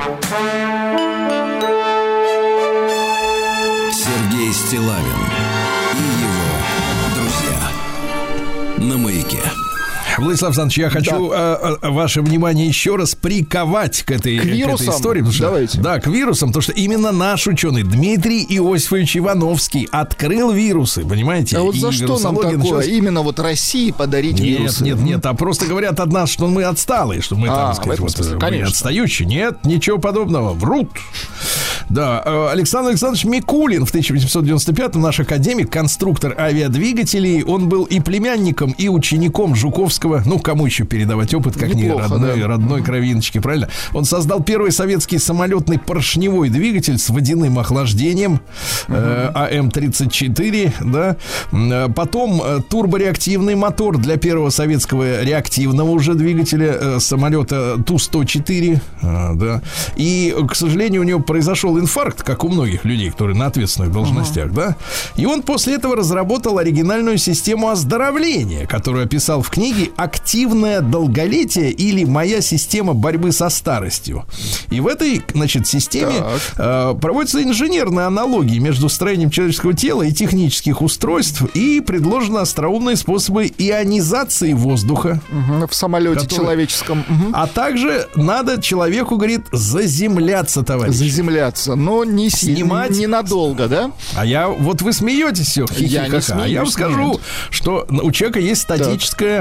Сергей Стиллавин и его друзья на Маяке. Владислав Александрович, я хочу да. а, ваше внимание еще раз приковать к этой, к вирусам. К этой истории. Что, Давайте. Да, к вирусам, потому что именно наш ученый Дмитрий Иосифович Ивановский открыл вирусы, понимаете? А вот за и что нам такое? Началась... Именно вот России подарить нет, вирусы? Нет, нет, нет, а просто говорят от нас, что мы отсталые, что мы, а, там, сказать, вот, смысле, мы отстающие. Нет, ничего подобного, врут. Да, Александр Александрович Микулин в тысяча восемьсот девяносто пятом, наш академик, конструктор авиадвигателей, он был и племянником, и учеником Жуковского. Ну, кому еще передавать опыт, как Неплохо, не родной, да. родной кровиночки, правильно? Он создал первый советский самолетный поршневой двигатель с водяным охлаждением, uh-huh. э, А М тридцать четыре, да. Потом э, турбореактивный мотор для первого советского реактивного уже двигателя э, самолета Ту сто четыре, э, да. И, к сожалению, у него произошел инфаркт, как у многих людей, которые на ответственных должностях, uh-huh. да. И он после этого разработал оригинальную систему оздоровления, которую описал в книге «Активное долголетие» или «Моя система борьбы со старостью». И в этой, значит, системе э, проводятся инженерные аналогии между строением человеческого тела и технических устройств, и предложены остроумные способы ионизации воздуха. Угу, в самолете который... человеческом. Угу. А также надо человеку, говорит, заземляться, товарищ. Заземляться, но не снимать ненадолго, да? А я, вот вы смеетесь все, я не смеюсь, а я вам скажу, нет. что у человека есть статическое напряжение.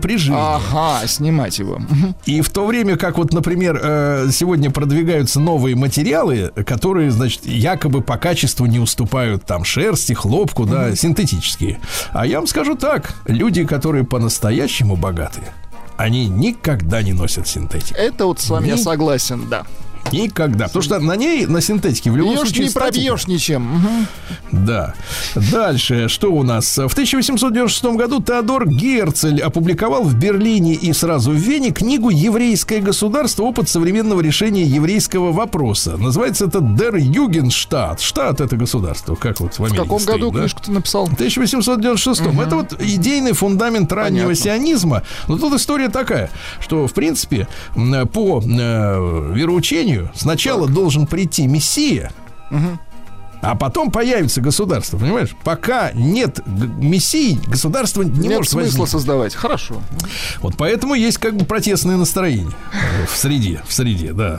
при жизни. Ага, снимать его. И в то время, как вот, например, э, сегодня продвигаются новые материалы, которые, значит, якобы по качеству не уступают там шерсти, хлопку, да, mm-hmm. синтетические. А я вам скажу так, люди, которые по-настоящему богатые, они никогда не носят синтетику. Это вот с вами Ни... я согласен, да. Никогда. Потому что на ней, на синтетике, в любом Её случае... не пробьешь статика. Ничем. Угу. Да. Дальше, что у нас? В тысяча восемьсот девяносто шестом году Теодор Герцель опубликовал в Берлине и сразу в Вене книгу «Еврейское государство. Опыт современного решения еврейского вопроса». Называется это «Der Jugendstaat». Штат — это государство. Как вот в Америке В каком стоит, году да? книжку ты написал? В тысяча восемьсот девяносто шестом. Угу. Это вот идейный фундамент раннего Понятно. Сионизма. Но тут история такая, что, в принципе, по э, вероучению сначала должен прийти Мессия, угу. а потом появится государство, понимаешь? Пока нет Мессии, государство не нет может смысла возникнуть. Создавать. Хорошо. Вот поэтому есть как бы протестное настроение в среде, в среде, да.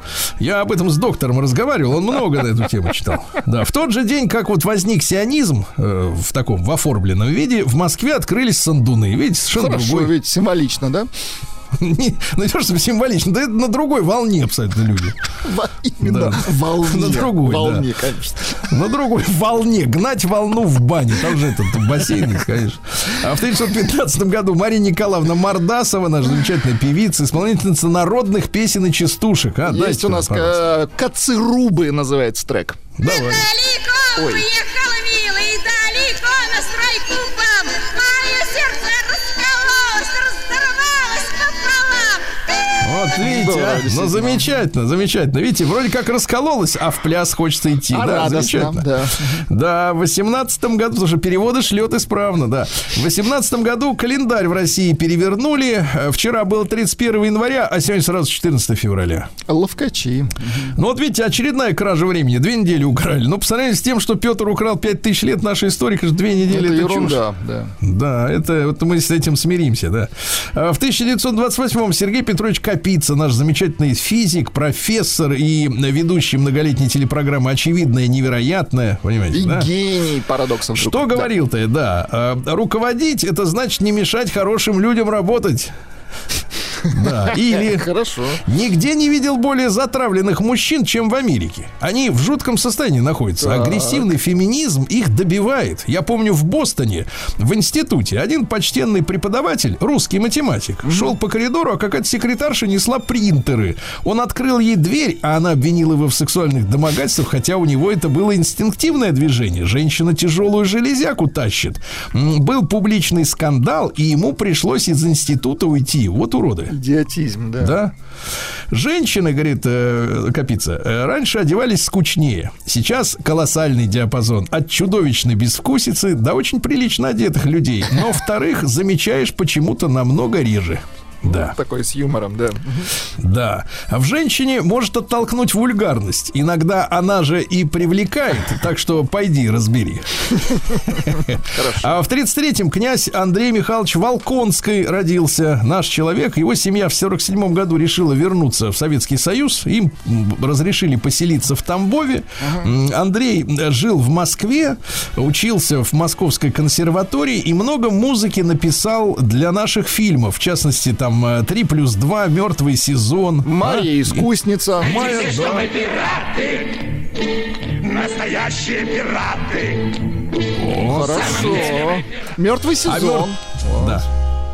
Я об этом с доктором разговаривал, он много на эту тему читал. Да, в тот же день, как вот возник сионизм э, в таком, в оформленном виде, в Москве открылись сандуны. Видите, совершенно Хорошо, другой. ведь символично, да? Не, ну не то, чтобы символично, да это на другой волне абсолютно люди. Именно да. волне. На другой, волне, да. конечно. На другой волне. Гнать волну в бане. Там же этот бассейн, конечно. А в тысяча девятьсот пятнадцатом году Мария Николаевна Мордасова, наша замечательная певица, исполнительница народных песен и частушек. А, есть у нас к- «Коцерубы» называется трек. Давай. Далеко уехал, милый, далеко на стройку вам. Мое сердце раскололось, раздорвалось пополам. Вот видите, Здорово, а? Ну замечательно, замечательно. Видите, вроде как раскололось, а в пляс хочется идти. А да, радостно, замечательно. да. Да, в восемнадцатом году, потому что переводы шлет исправно, да. В восемнадцатом году календарь в России перевернули. Вчера было тридцать первого января, а сегодня сразу четырнадцатого февраля. Ловкачи. Ну вот видите, очередная кража времени. Две недели украли. Ну, по сравнению с тем, что Петр украл пять тысяч лет, нашей истории, конечно, две недели это, это ерунда, чушь. да. Да, это вот мы с этим смиримся, да. В тысяча девятьсот двадцать восьмом Сергей Петрович Капица, наш замечательный физик, профессор и ведущий многолетней телепрограммы «Очевидное, невероятное», понимаете, и да? гений парадоксов. Что да. говорил-то, да. Руководить — это значит не мешать хорошим людям работать. Да, или Хорошо. Нигде не видел более затравленных мужчин, чем в Америке. Они в жутком состоянии находятся. Так. Агрессивный феминизм их добивает. Я помню, в Бостоне, в институте, один почтенный преподаватель, русский математик, mm-hmm. шел по коридору, а какая-то секретарша несла принтеры. Он открыл ей дверь, а она обвинила его в сексуальных домогательствах, хотя у него это было инстинктивное движение. Женщина тяжелую железяку тащит. Был публичный скандал, и ему пришлось из института уйти. Вот уроды. Идиотизм, да. Да. Женщины, говорит э, Капица, э, раньше одевались скучнее. Сейчас колоссальный диапазон от чудовищной безвкусицы до очень прилично одетых людей. Но вторых замечаешь почему-то намного реже. Да. Такой с юмором, да. Да. А в женщине может оттолкнуть вульгарность. Иногда она же и привлекает. Так что пойди, разбери. А в тридцать третьем князь Андрей Михайлович Волконский родился. Наш человек. Его семья в сорок седьмом году решила вернуться в Советский Союз. Им разрешили поселиться в Тамбове. Ага. Андрей жил в Москве, учился в Московской консерватории и много музыки написал для наших фильмов. В частности, там «Три плюс два», «Мертвый сезон». Мария а? искусница. Мария, да. Что мы пираты, настоящие пираты. О, хорошо. «Мертвый сезон». А мер... Да.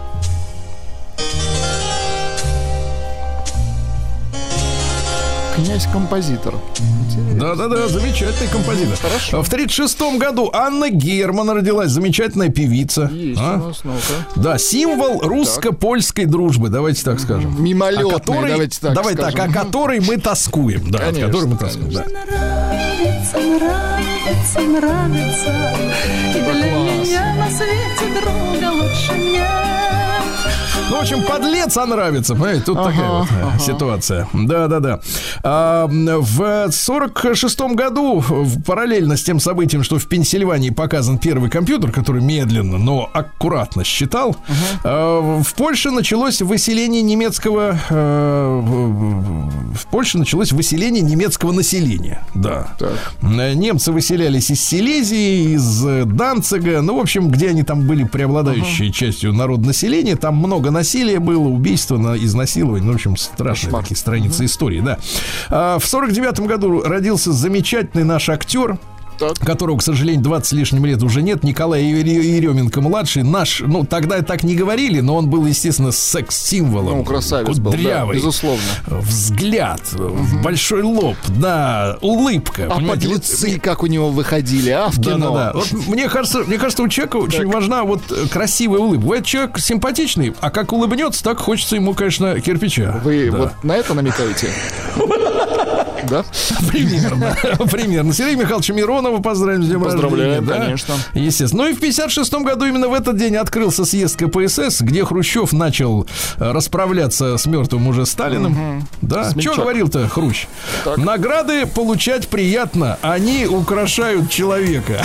Князь-композитор. Да-да-да, замечательный композитор. Хорошо. В тридцать шестом году Анна Герман родилась, замечательная певица. Есть а? у нас, ну-ка. Да, символ русско-польской дружбы, давайте так скажем. Мимолетный, которой, давайте так давай скажем. так, о которой мы тоскуем. Да, конечно, о которой мы тоскуем, да. Нравится, нравится, нравится. И для меня на свете друга лучше нет. Ну Ну, в общем, подлец, а нравится, понимаете? Тут Ага, такая вот ага. ситуация. Да-да-да. А, в сорок шестом году, в- параллельно с тем событием, что в Пенсильвании показан первый компьютер, который медленно, но аккуратно считал, а, в Польше началось выселение немецкого... э, в Польше началось выселение немецкого населения. Да. Так. Э, Немцы выселялись из Силезии, из э, Данцига, ну, в общем, где они там были преобладающей частью народонаселения, там много насилия было, убийства, на- изнасилования, ну, в общем, страшные Кошмар. такие страницы истории, да. А, в сорок девятом году родился замечательный наш актер, Так. которого, к сожалению, двадцать с лишним лет уже нет, Николай Еременко-младший, наш, ну, тогда так не говорили, но он был, естественно, секс-символом. Ну, красавец был, да, Кудрявый, безусловно. взгляд, большой лоб, да, улыбка. А понимаете, вот- подлецы, как у него выходили, а, в кино? да, да, да. Вот мне кажется, мне кажется, у человека очень важна вот э, красивая улыбка. Бывает, человек симпатичный, а как улыбнется, так хочется ему, конечно, кирпича. Вы Да. вот на это намекаете? Да? Примерно, примерно. Сергея Михайловича Миронова поздравим с днем Поздравляем, рождения. да. конечно. Естественно. Ну и в пятьдесят шестом году именно в этот день открылся съезд ка пэ эс эс, где Хрущев начал э, расправляться с мертвым уже Сталиным. Да. Смельчак. Что говорил-то Хрущ? Так. Награды получать приятно, они украшают человека.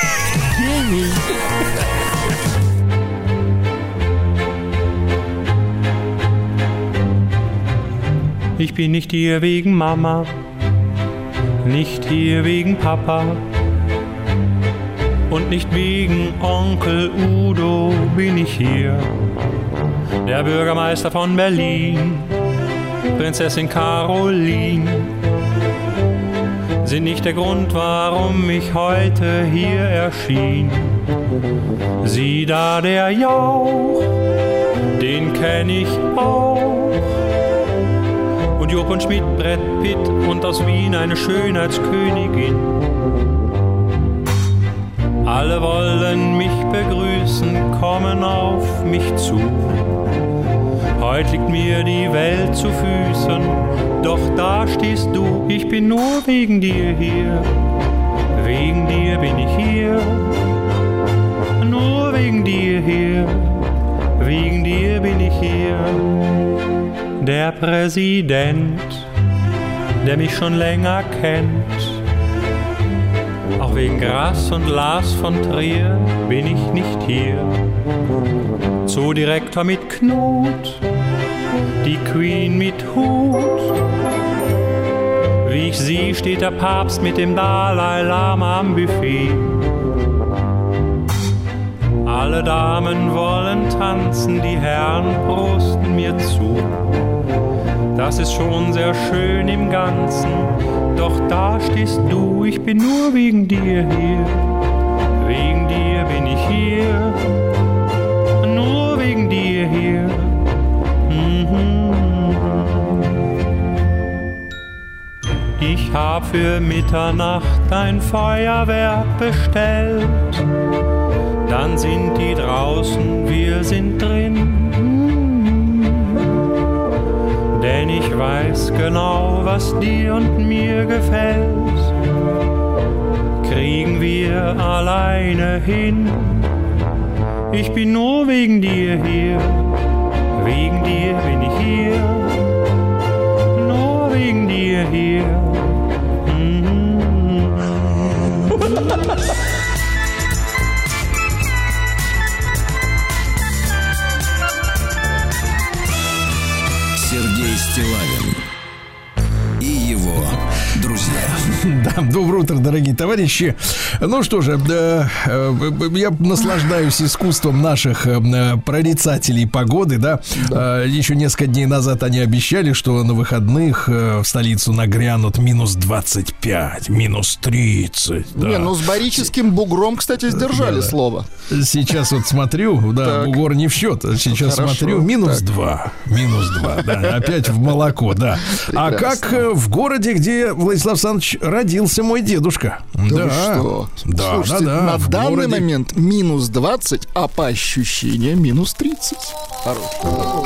Ich bin nicht hier wegen Mama, nicht hier wegen Papa und nicht wegen Onkel Udo bin ich hier. Der Bürgermeister von Berlin, Prinzessin Caroline sind nicht der Grund, warum ich heute hier erschien. Sieh da der Jauch, den kenn ich auch. Und Job und Schmidt, Brett Pitt und aus Wien eine Schönheitskönigin. Alle wollen mich begrüßen, kommen auf mich zu. Heute liegt mir die Welt zu Füßen, doch da stehst du. Ich bin nur wegen dir hier, wegen dir bin ich hier. Nur wegen dir hier, wegen dir bin ich hier. Der Präsident, der mich schon länger kennt. Auch wegen Grass und Lars von Trier bin ich nicht hier. Zoodirektor mit Knut, die Queen mit Hut. Wie ich sieh, steht der Papst mit dem Dalai Lama am Buffet. Alle Damen wollen tanzen, die Herren prosten mir zu. Das ist schon sehr schön im Ganzen, doch da stehst du, ich bin nur wegen dir hier. Wegen dir bin ich hier, nur wegen dir hier. Mhm. Ich hab für Mitternacht ein Feuerwerk bestellt. Dann sind die draußen, wir sind drin. Denn ich weiß genau, was dir und mir gefällt. Kriegen wir alleine hin. Ich bin nur wegen dir hier. Wegen dir bin ich hier. Nur wegen dir hier. Mhm. Сергей Стиллавин и его друзья. Да, доброе утро, дорогие товарищи. Ну что же, да, э, я наслаждаюсь искусством наших э, прорицателей погоды, да. Э, еще несколько дней назад они обещали, что на выходных э, в столицу нагрянут минус двадцать пять, минус тридцать. Да. Не, ну с барическим бугром, кстати, сдержали Да, да. слово. Сейчас вот смотрю, да, Так. бугор не в счет. Сейчас Хорошо. смотрю, минус Так. два. Минус два, да, опять в молоко, да. А Прекрасно. как э, в городе, где Владислав Александрович родился мой дедушка. Да вы что? Да, Слушайте, да, да. на в данный городе. момент минус двадцать, а по ощущениям минус тридцать. Хорошо.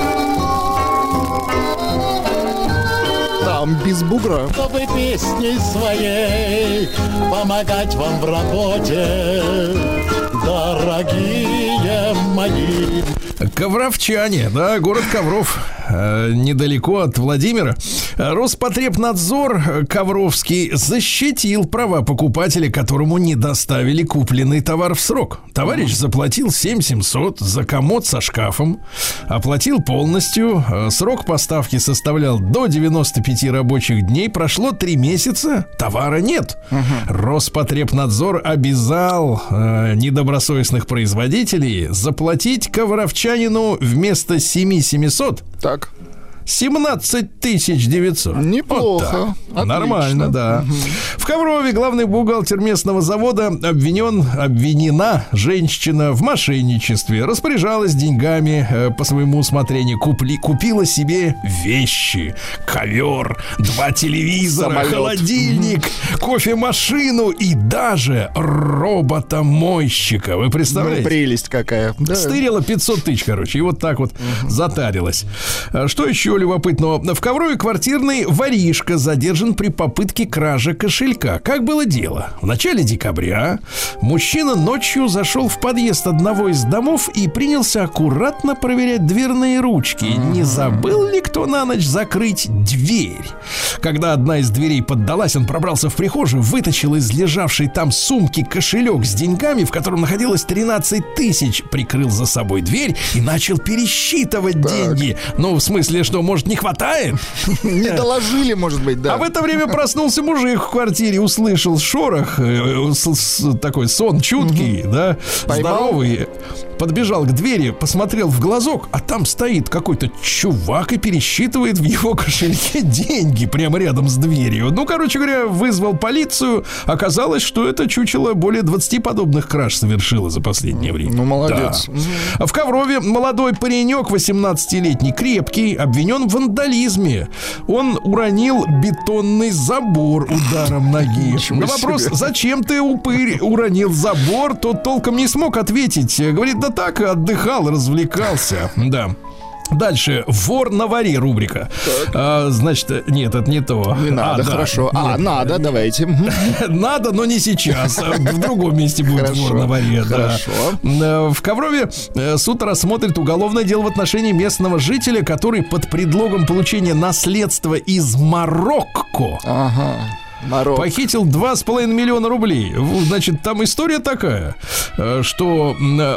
Там без бугра. Чтобы песней своей помогать вам в работе, дорогие мои. Ковровчане, да, город Ковров, э, недалеко от Владимира. Роспотребнадзор Ковровский защитил права покупателя, которому не доставили купленный товар в срок. Товарищ заплатил семь тысяч семьсот за комод со шкафом, оплатил полностью. Срок поставки составлял до девяноста пяти рабочих дней. Прошло три месяца, товара нет. Угу. Роспотребнадзор обязал э, недобросовестных производителей заплатить ковровчанину вместо семь тысяч семисот так. семнадцать тысяч девятьсот. Неплохо. Вот нормально, да. Угу. В Коврове главный бухгалтер местного завода обвинен, обвинена женщина в мошенничестве. Распоряжалась деньгами э, по своему усмотрению. Купли, купила себе вещи. Ковер, два телевизора, самолет, холодильник, угу. кофемашину и даже робота-мойщика. Вы представляете? Ну, прелесть какая. Да. Стырила пятьсот тысяч, короче. И вот так вот угу. затарилась. Что еще любопытного? В Коврове квартирный воришка задержан при попытке кражи кошелька. Как было дело? В начале декабря мужчина ночью зашел в подъезд одного из домов и принялся аккуратно проверять дверные ручки. Не забыл ли кто на ночь закрыть дверь? Когда одна из дверей поддалась, он пробрался в прихожую, вытащил из лежавшей там сумки кошелек с деньгами, в котором находилось тринадцать тысяч, прикрыл за собой дверь и начал пересчитывать так. деньги. Ну, в смысле, что, может, не хватает? Не доложили, может быть, да. А в это время проснулся мужик в квартире, услышал шорох, такой сон чуткий, да, здоровый. Подбежал к двери, посмотрел в глазок, а там стоит какой-то чувак и пересчитывает в его кошельке деньги прямо рядом с дверью. Ну, короче говоря, вызвал полицию. Оказалось, что это чучело более двадцати подобных краж совершило за последнее время. Ну, молодец. Да. В Коврове молодой паренек, восемнадцатилетний, крепкий, обвинен в вандализме. Он уронил бетонный забор ударом ноги. На вопрос, зачем ты, упырь, уронил забор, тот толком не смог ответить. Говорит, да так, отдыхал, развлекался. Да. Дальше. Вор на воре рубрика. А, значит, нет, это не то. Не надо, а, хорошо. Да, а, надо, давайте. Надо, но не сейчас. В другом месте будет хорошо, вор на воре. Хорошо. Да. В Коврове суд рассмотрит уголовное дело в отношении местного жителя, который под предлогом получения наследства из Марокко ага. Марок. похитил два с половиной миллиона рублей. Значит, там история такая, что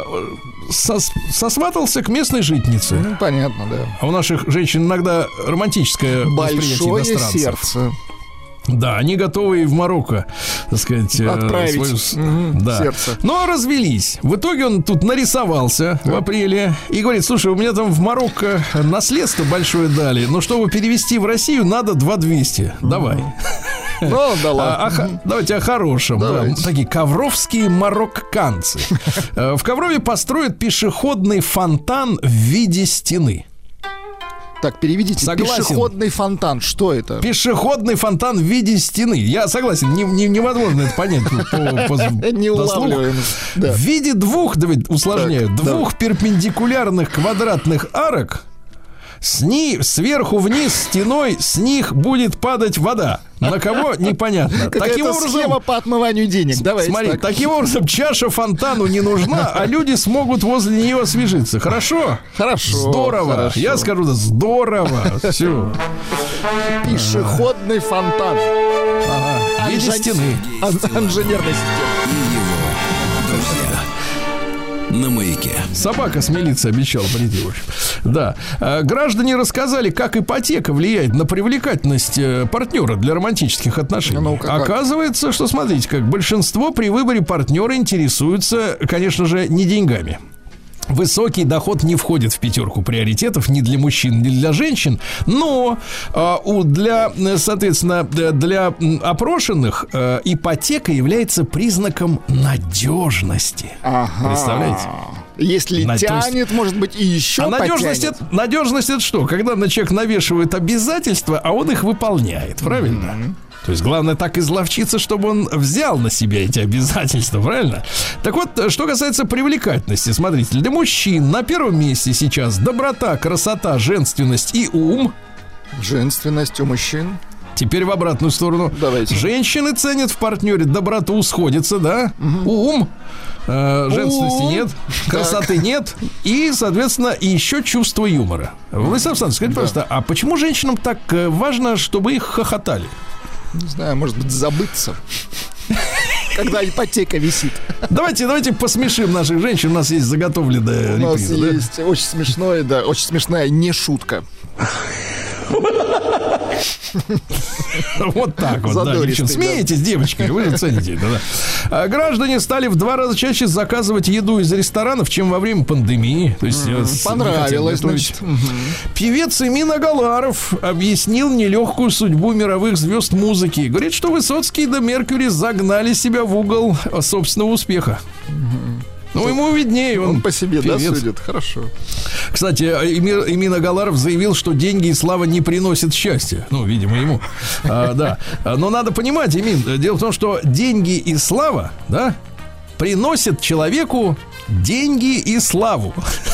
сос, сосватался к местной житнице. Ну, понятно, да. А у наших женщин иногда романтическое большое сердце. Да, они готовы и в Марокко, так сказать, отправить свою, угу, да. сердце. Но развелись. В итоге он тут нарисовался да. в апреле и говорит: слушай, у меня там в Марокко наследство большое дали, но чтобы перевести в Россию, надо два двести. Угу. Давай. Ну, да ладно. А, а, давайте о хорошем. Да, такие ковровские марокканцы. В Коврове построят пешеходный фонтан в виде стены. Так, переведите. Согласен. Пешеходный фонтан. Что это? Пешеходный фонтан в виде стены. Я согласен, не, не, невозможно это понять по, по, не улавливаем. Да. В виде двух, давайте усложняю, так, двух да. перпендикулярных квадратных арок. С них, сверху вниз стеной с них будет падать вода. На кого? Непонятно. Таким образом, схема по отмыванию денег. Давайте смотри, так. таким образом чаша фонтану не нужна, а люди смогут возле нее освежиться. Хорошо? Хорошо. Здорово. Хорошо. Я скажу, да, здорово. Все. Пешеходный фонтан. Ага. В виде стены. Инженерной системы. На Маяке. Собака с милицией обещала прийти, в общем. Да. Граждане рассказали, как ипотека влияет на привлекательность партнера для романтических отношений. Ну, оказывается, что, смотрите, как большинство при выборе партнера интересуются, конечно же, не деньгами. Высокий доход не входит в пятерку приоритетов ни для мужчин, ни для женщин, но э, у, для, соответственно, для опрошенных э, ипотека является признаком надежности. Ага. Представляете? Если на, тянет, есть, может быть, и еще а надежность это, надежность это что? Когда на человек навешивают обязательства, а он их выполняет, правильно? Mm-hmm. То есть главное так изловчиться, чтобы он взял на себя эти обязательства, правильно? Так вот, что касается привлекательности, смотрите, для мужчин на первом месте сейчас доброта, красота, женственность и ум. Женственность у мужчин? Теперь в обратную сторону. Давайте. Женщины ценят в партнере доброту, сходится, да? Угу. Ум. Э, женственности Ум. нет, красоты так. нет. И, соответственно, еще чувство юмора. Владислав Александрович, скажите, да. пожалуйста, а почему женщинам так важно, чтобы их хохотали? Не знаю, может быть, забыться. Когда ипотека висит. Давайте, давайте посмешим наших женщин. У нас есть заготовленная реприза. У нас да? есть очень смешное, да, очень смешная не шутка. Вот так вот, да, девчонки. Смеетесь, девочки, вы же цените это, да. Граждане стали в два раза чаще заказывать еду из ресторанов, чем во время пандемии. То есть mm, понравилось, значит. Певец Эмин Агаларов объяснил нелегкую судьбу мировых звезд музыки. Говорит, что Высоцкий да Меркьюри загнали себя в угол собственного успеха. Ну, ему виднее, он, он по себе, певец. Да, судит, хорошо. Кстати, Эмин Агаларов заявил, что деньги и слава не приносят счастья. Ну, видимо, ему. а, Да. Но надо понимать, Эмин, дело в том, что деньги и слава, да, приносят человеку деньги и славу.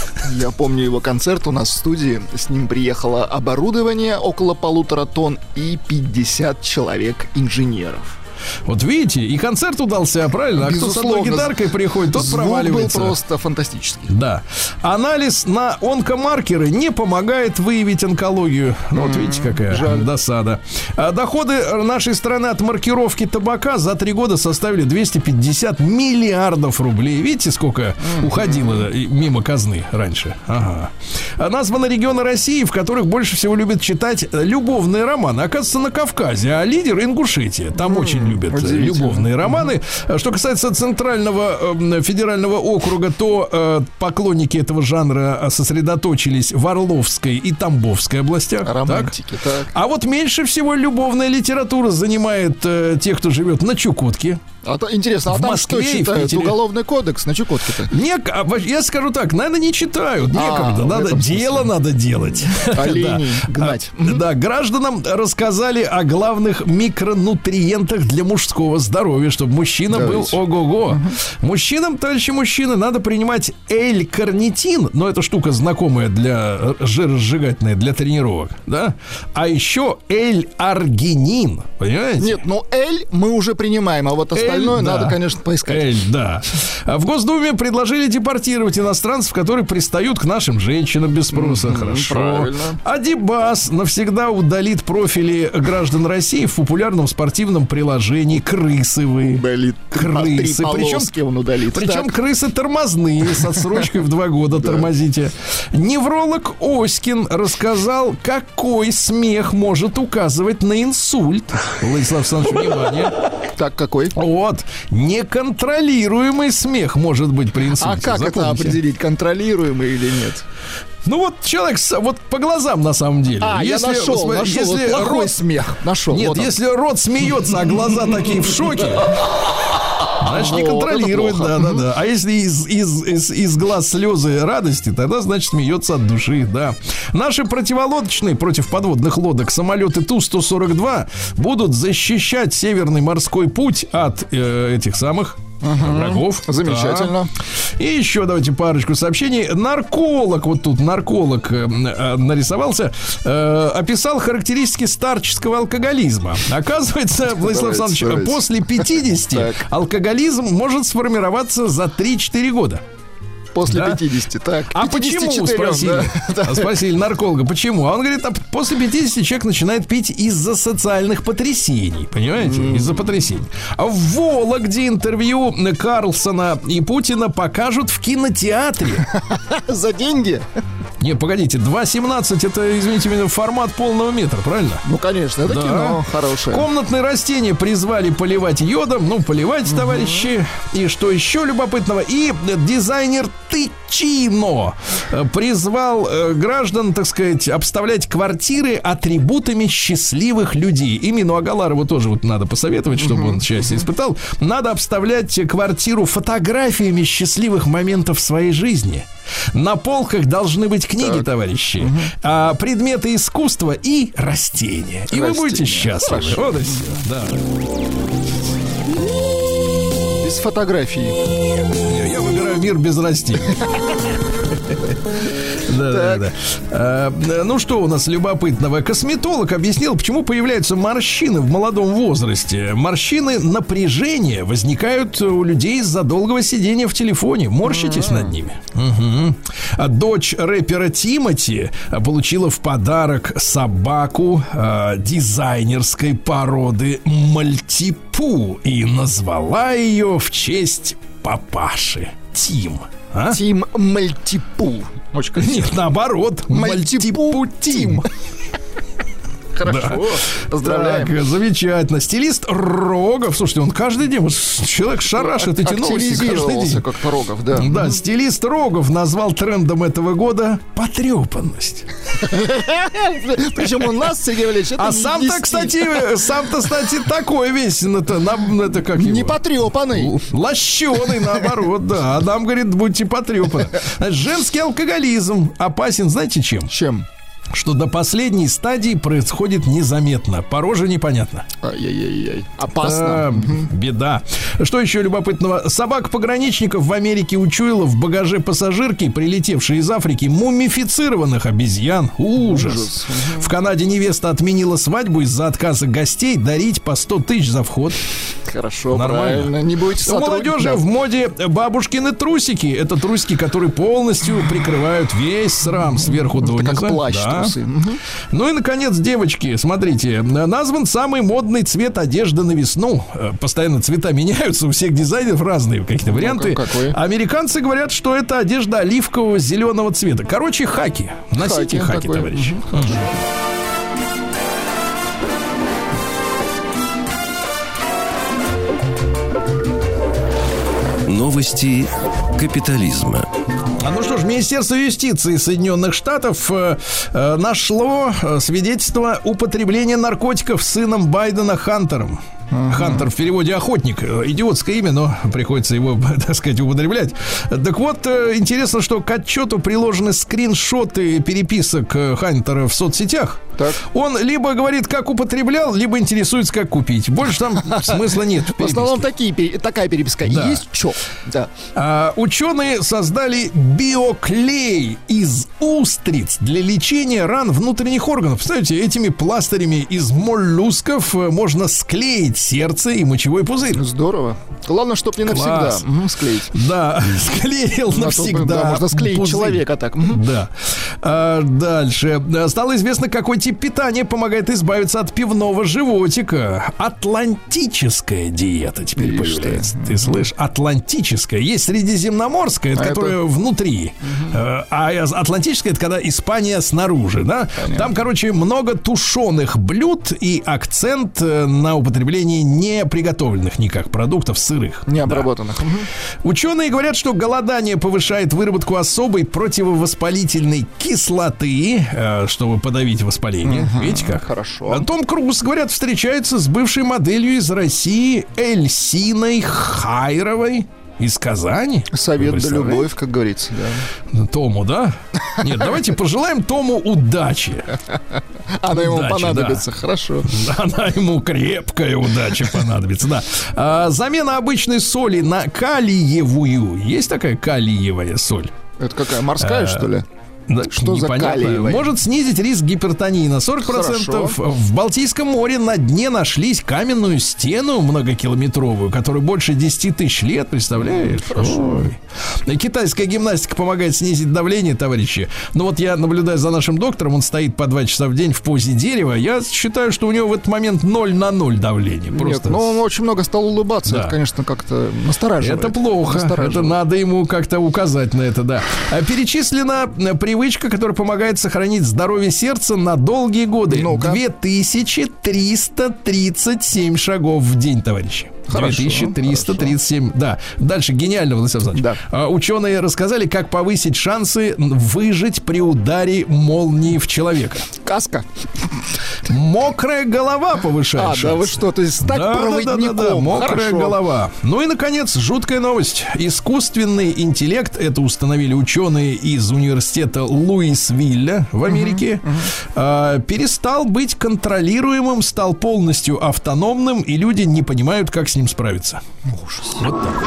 Я помню его концерт у нас в студии. С ним приехало оборудование около полутора тонн и пятьдесят человек инженеров. Вот видите, и концерт удался, правильно? А кто с одной гитаркой приходит, тот звук проваливается. Был просто фантастический. Да. Анализ на онкомаркеры не помогает выявить онкологию. Ну, вот видите, какая Жаль. досада. А доходы нашей страны от маркировки табака за три года составили двести пятьдесят миллиардов рублей. Видите, сколько mm-hmm. уходило мимо казны раньше? Ага. Названы регионы России, в которых больше всего любят читать любовные романы. Оказывается, на Кавказе, а лидер Ингушетия. Там mm-hmm. очень любят любовные романы. Что касается Центрального э, федерального округа, то э, поклонники этого жанра сосредоточились в Орловской и Тамбовской областях. Романтики, так. так. А вот меньше всего любовная литература занимает э, тех, кто живет на Чукотке. А то, интересно, а в там Москве что читают? Уголовный кодекс на Чукотке-то? Не, я скажу так, наверное, не читают. Некогда. А, надо, дело надо делать. Оленей гнать. Да, гражданам рассказали о главных микронутриентах для мужского здоровья, чтобы мужчина был ого-го. Мужчинам, товарищи мужчины, надо принимать L-карнитин, но эта штука знакомая для жиросжигательная, для тренировок, да? А еще L-аргинин, понимаете? Нет, ну L мы уже принимаем, а вот остальное Остальное да. надо, конечно, поискать. Эль, да. В Госдуме предложили депортировать иностранцев, которые пристают к нашим женщинам без спроса. Mm-hmm, Хорошо. Правильно. Адибас навсегда удалит профили граждан России в популярном спортивном приложении «Крысовые». Удалит. Крысы. Причем, он удалит. Причем крысы тормозные, с отсрочкой в два года тормозите. Невролог Оськин рассказал, какой смех может указывать на инсульт. Владислав Александрович, внимание. Так, какой? Вот. Неконтролируемый смех может быть при инсульте. А как Запомните. Это определить, контролируемый или нет? Ну вот человек, вот по глазам на самом деле. А, если, я нашел, смотри, нашел если вот плохой рот, смех. Нашел. Нет, вот если рот смеется, а глаза такие в шоке, значит, не контролирует, да, да, да. А если из, из, из, из глаз слезы радости, тогда, значит, смеется от души, да. Наши противолодочные против подводных лодок самолеты Ту сто сорок два будут защищать Северный морской путь от э, этих самых Угу. врагов. Замечательно. Да. И еще давайте парочку сообщений. Нарколог, вот тут нарколог э, э, нарисовался, э, описал характеристики старческого алкоголизма. Оказывается, Владислав Александрович, после пятидесяти алкоголизм может сформироваться за три-четыре года. После да? пятидесяти, так. А почему, спросили, да? спросили нарколога, почему? А он говорит, а после пятидесяти человек начинает пить из-за социальных потрясений, понимаете? Mm. Из-за потрясений. А в Вологде интервью Карлсона и Путина покажут в кинотеатре. За деньги? Не, погодите, два семнадцать это, извините меня, формат полного метра, правильно? Ну, конечно, это да. кино хорошее. Комнатные растения призвали поливать йодом. Ну, поливайте, угу. товарищи. И что еще любопытного? И дизайнер Тычино призвал э, граждан, так сказать, обставлять квартиры атрибутами счастливых людей. Именно Агаларову тоже вот надо посоветовать, чтобы uh-huh. он счастье испытал. Надо обставлять квартиру фотографиями счастливых моментов в своей жизни. На полках должны быть книги, так. товарищи, uh-huh. а, предметы искусства и растения. И растения. Вы будете счастливы. Хорошо. Вот и все. Да. Без фотографий. Я выбираю мир без растений. Да, да, да. Ну что у нас любопытного? Косметолог объяснил, почему появляются морщины в молодом возрасте. Морщины напряжения возникают у людей из-за долгого сидения в телефоне. Морщитесь над ними. Угу. Дочь рэпера Тимати получила в подарок собаку э, дизайнерской породы Мальтипу и назвала ее в честь папаши Тим. А? Тим Мальтипу. Очень красиво. Нет, наоборот. Мальтипу Тим. Хорошо, да. Поздравляем. Так, замечательно. Стилист Рогов. Слушайте, он каждый день, вот человек шарашит эти новости каждый день. Как-то Рогов, да. Да, стилист Рогов назвал трендом этого года потрепанность. Причем он нас, Сергей Валерьевич, это А сам-то, кстати, сам-то, кстати, такой весь, это, это как его? Не потрепанный. Лощеный, наоборот, да. А нам, говорит, будьте потрепаны. Женский алкоголизм опасен, знаете, чем? Чем? Что до последней стадии происходит незаметно. По роже непонятно. Ай-яй-яй-яй. Опасно. А, беда. Что еще любопытного? Собак-пограничников в Америке учуяла в багаже пассажирки, прилетевшей из Африки, мумифицированных обезьян. Ужас. Ужас. В Канаде невеста отменила свадьбу из-за отказа гостей дарить по сто тысяч за вход. Хорошо, нормально. Правильно. Не будете У молодежи да. в моде бабушкины трусики. Это трусики, которые полностью прикрывают весь срам сверху донизу. Как плащ. Да. Угу. Ну и, наконец, девочки, смотрите, назван самый модный цвет одежды на весну. Постоянно цвета меняются, у всех дизайнеров разные какие-то варианты. Ну, какой? Американцы говорят, что это одежда оливкового зеленого цвета. Короче, хаки. Носите хаки, хаки товарищи. Угу. Новости капитализма. Ну что ж, Министерство юстиции Соединенных Штатов э, э, нашло свидетельство употребления наркотиков сыном Байдена Хантером. Uh-huh. Хантер в переводе охотник. Идиотское имя, но приходится его, так сказать, употреблять. Так вот, интересно, что к отчету приложены скриншоты переписок Хантера в соцсетях. Так. Он либо говорит, как употреблял, либо интересуется, как купить. Больше там смысла нет. В основном такие, такая переписка. Да. Есть что? Да. А, ученые создали биоклей из устриц для лечения ран внутренних органов. Представляете, этими пластырями из моллюсков можно склеить сердце и мочевой пузырь. Здорово. Главное, чтобы не навсегда угу, склеить. Да, склеил на навсегда. Да, можно склеить пузырь. Человека так. Угу. Да. А, дальше. Стало известно, какой тип питания помогает избавиться от пивного животика. Атлантическая диета теперь Ишь появляется. Ты, ты слышишь? Атлантическая. Есть средиземноморская, а которая это... внутри. Угу. А атлантическая — это когда Испания снаружи, да? Понятно. Там, короче, много тушеных блюд и акцент на употребление не приготовленных никак продуктов, сырых. Необработанных. Да. Угу. Ученые говорят, что голодание повышает выработку особой противовоспалительной кислоты, чтобы подавить воспаление. Угу. Видите как? Хорошо. Том Круз, говорят, встречается с бывшей моделью из России Эльсиной Хайровой. Из Казани? Совет да любовь, как говорится, да. Тому, да? Нет, давайте пожелаем Тому удачи. Она ему удачи, понадобится, да. Хорошо. Она ему крепкая удача понадобится, да. А, замена обычной соли на калиевую. Есть такая калиевая соль? Это какая, морская, а, что ли? Да, что за калиевая? Может снизить риск гипертонии на сорок процентов. Хорошо. В Балтийском море на дне нашлись каменную стену многокилометровую, которая больше десять тысяч лет, представляешь? Хорошо. Ой. Китайская гимнастика помогает снизить давление, товарищи. Но вот я наблюдаю за нашим доктором, он стоит по два часа в день в позе дерева. Я считаю, что у него в этот момент ноль на ноль давление. Просто... Нет, но он очень много стал улыбаться. Да. Это, конечно, как-то настораживает. Это плохо. Это надо ему как-то указать на это, да. Перечислено при привычка, которая помогает сохранить здоровье сердца на долгие годы. Ну-ка. две тысячи триста тридцать семь шагов в день, товарищи. Хорошо, две тысячи триста тридцать семь. Хорошо. Да, дальше гениально, Владислав Александрович. Да. А, ученые рассказали, как повысить шансы выжить при ударе молнии в человека. Каска. Мокрая голова повышает а, шансы. Да вы что, то есть стать да, проводником. Да, да, да, мокрая Хорошо. голова. Ну и, наконец, жуткая новость. Искусственный интеллект, это установили ученые из университета Луисвилля в Америке, uh-huh, uh-huh. А, перестал быть контролируемым, стал полностью автономным, и люди не понимают, как с ним справиться. Ужас. Вот так.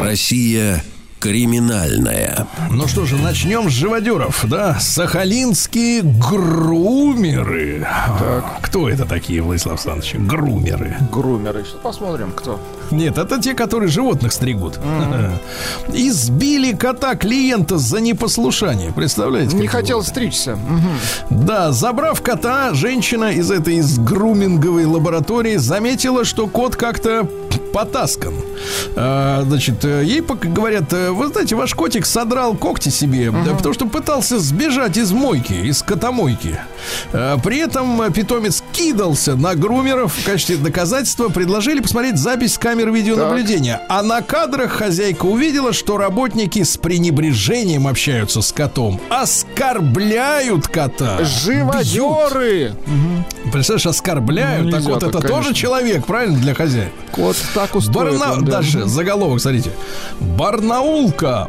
Россия криминальная. Ну что же, начнем с живодеров, да? Сахалинские грумеры. Так. Кто это такие, Владислав Александрович? Грумеры. Грумеры. Сейчас посмотрим, кто. Нет, это те, которые животных стригут. Mm-hmm. Избили кота клиента за непослушание. Представляете? Не хотел стричься. Mm-hmm. Да, забрав кота, женщина из этой из груминговой лаборатории заметила, что кот как-то потаскан. А, значит, ей говорят: вы знаете, ваш котик содрал когти себе, uh-huh. да, потому что пытался сбежать из мойки, из котомойки. А, при этом питомец кидался на грумеров. В качестве доказательства предложили посмотреть запись с камер видеонаблюдения. Так. А на кадрах хозяйка увидела, что работники с пренебрежением общаются с котом, оскорбляют кота. Живодеры! Угу. Представляешь, оскорбляют, ну, так вот это конечно. Тоже человек, правильно, для хозяина. Кот так устроен. Барна... Да. Дальше, заголовок, смотрите. Барнаулка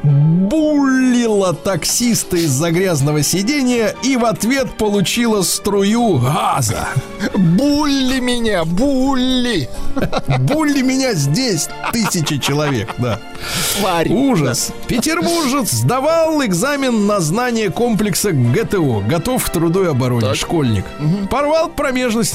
буллила таксиста из-за грязного сидения и в ответ получила струю газа. Булли меня, булли. Булли меня здесь тысячи человек, да. Тварь. Ужас. Петербуржец сдавал экзамен на знание комплекса ГТО. Готов к труду и обороне. Так. Школьник. Угу. Порвал промежность.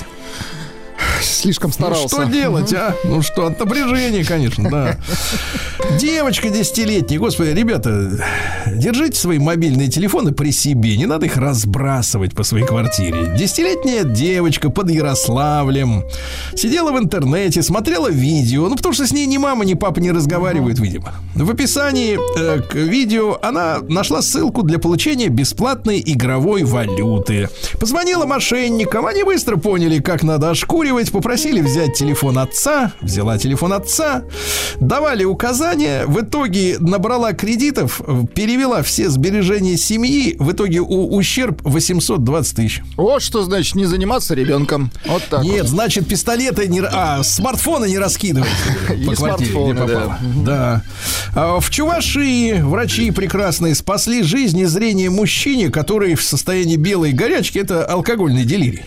Слишком старался. Ну, что делать, а? Ну что, от напряжения, конечно, да. Девочка десятилетняя. Господи, ребята, держите свои мобильные телефоны при себе. Не надо их разбрасывать по своей квартире. Десятилетняя девочка под Ярославлем сидела в интернете, смотрела видео. Ну, потому что с ней ни мама, ни папа не разговаривают, видимо. В описании э, к видео она нашла ссылку для получения бесплатной игровой валюты. Позвонила мошенникам. Они быстро поняли, как надо ошкуривать. Попросили взять телефон отца. Взяла телефон отца. Давали указания. В итоге набрала кредитов. Перевела все сбережения семьи. В итоге у, ущерб восемьсот двадцать тысяч. Вот что значит не заниматься ребенком. Вот так. Нет, вот. Значит, пистолеты не... А, смартфоны не раскидывать по квартире, где попало. Да. А в Чувашии врачи прекрасные спасли жизнь и зрение мужчине, который в состоянии белой горячки. Это алкогольный делирий.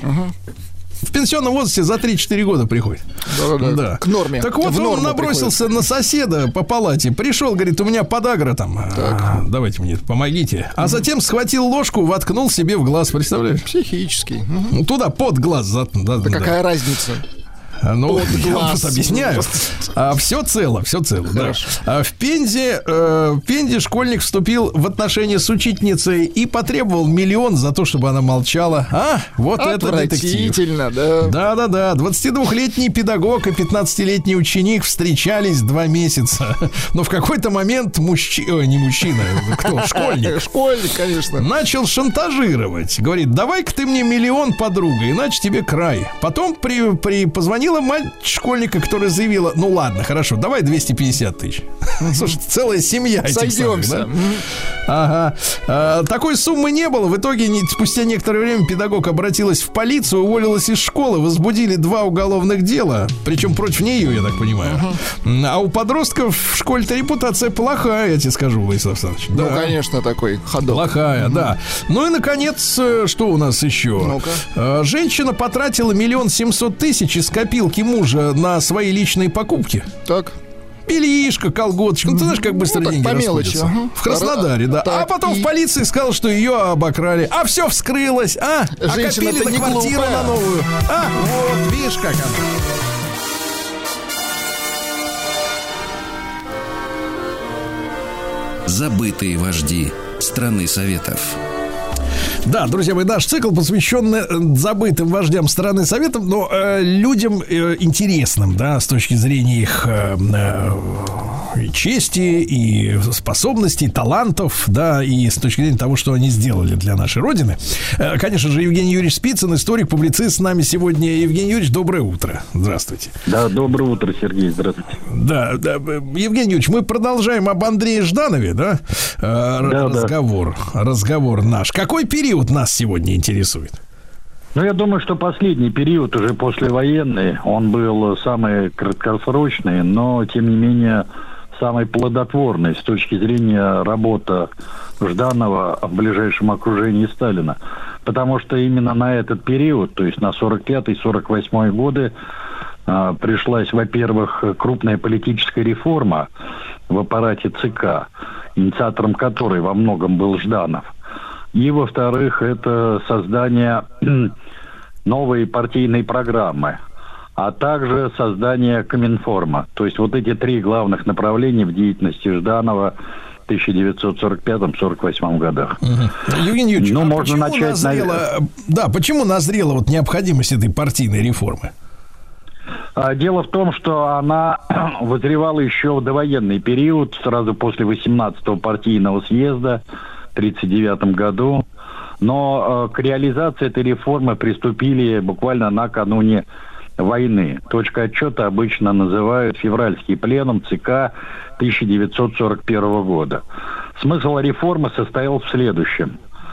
В пенсионном возрасте за три-четыре года приходит. Да-да-да. Да. К норме. Так вот, он набросился приходит. на соседа по палате. Пришел, говорит, у меня подагра там. А, давайте мне, помогите. А затем схватил ложку, воткнул себе в глаз. Представляешь? Психический. Угу. Туда под глаз. Да, да, да какая разница? Ну, я вам просто объясняю. А, все цело, все цело. Да. А в Пензе, э, в Пензе школьник вступил в отношения с учительницей и потребовал миллион за то, чтобы она молчала. А, вот это детектив. Да. Да-да-да. двадцатидвухлетний педагог и пятнадцатилетний ученик встречались два месяца. Но в какой-то момент мужчина, ой, не мужчина, кто? Школьник. Школьник, конечно. Начал шантажировать. Говорит, давай-ка ты мне миллион, подруга, иначе тебе край. Потом при, при позвонил мать школьника, которая заявила: ну ладно, хорошо, давай двести пятьдесят тысяч. Слушай, целая семья этих самых, да? Ага. А, такой суммы не было. В итоге, не, спустя некоторое время педагог обратилась в полицию, уволилась из школы, возбудили два уголовных дела, причем против нее, я так понимаю. Uh-huh. А у подростков в школе-то репутация плохая, я тебе скажу, Владислав Александрович. Ну, да. конечно, такой ходок. Плохая, uh-huh. да. Ну и, наконец, что у нас еще? Ну-ка. Женщина потратила миллион семьсот тысяч из копилки мужа на свои личные покупки. Так. Бельишко, колготочка. Ну, ты знаешь, как быстро ну, деньги расходятся. Ага. В Краснодаре, да. Так, а потом и... в полиции сказал, что ее обокрали. А все вскрылось. А, а копили на квартиру глупая. На новую. А, вот, видишь, как она. Забытые вожди страны Советов. Да, друзья мои, наш цикл посвящен забытым вождям страны Советов, но э, людям э, интересным, да, с точки зрения их э, э, чести и способностей, талантов, да, и с точки зрения того, что они сделали для нашей Родины. Э, конечно же, Евгений Юрьевич Спицын, историк, публицист с нами сегодня. Евгений Юрьевич, доброе утро. Здравствуйте. Да, доброе утро, Сергей, здравствуйте. Да, да, Евгений Юрьевич, мы продолжаем об Андрее Жданове, да, э, да разговор, да. разговор наш. Какой период нас сегодня интересует? Ну, я думаю, что последний период, уже послевоенный, он был самый краткосрочный, но, тем не менее, самый плодотворный с точки зрения работы Жданова в ближайшем окружении Сталина. Потому что именно на этот период, то есть на сорок пятый — сорок восьмой годы, пришлась, во-первых, крупная политическая реформа, в аппарате ЦК, инициатором которой во многом был Жданов. И, во-вторых, это создание новой партийной программы, а также создание Коминформа. То есть вот эти три главных направления в деятельности Жданова в тысяча девятьсот сорок пятом — сорок восьмом годах. Угу. Евгений Юрьевич, ну, а можно начать, назрела, на... да, почему назрела вот необходимость этой партийной реформы? Дело в том, что она вызревала еще в довоенный период, сразу после восемнадцатого партийного съезда в тридцать девятом году. Но к реализации этой реформы приступили буквально накануне войны. Точкой отчета обычно называют февральский пленум ЦК тысяча девятьсот сорок первого года. Смысл реформы состоял в следующем.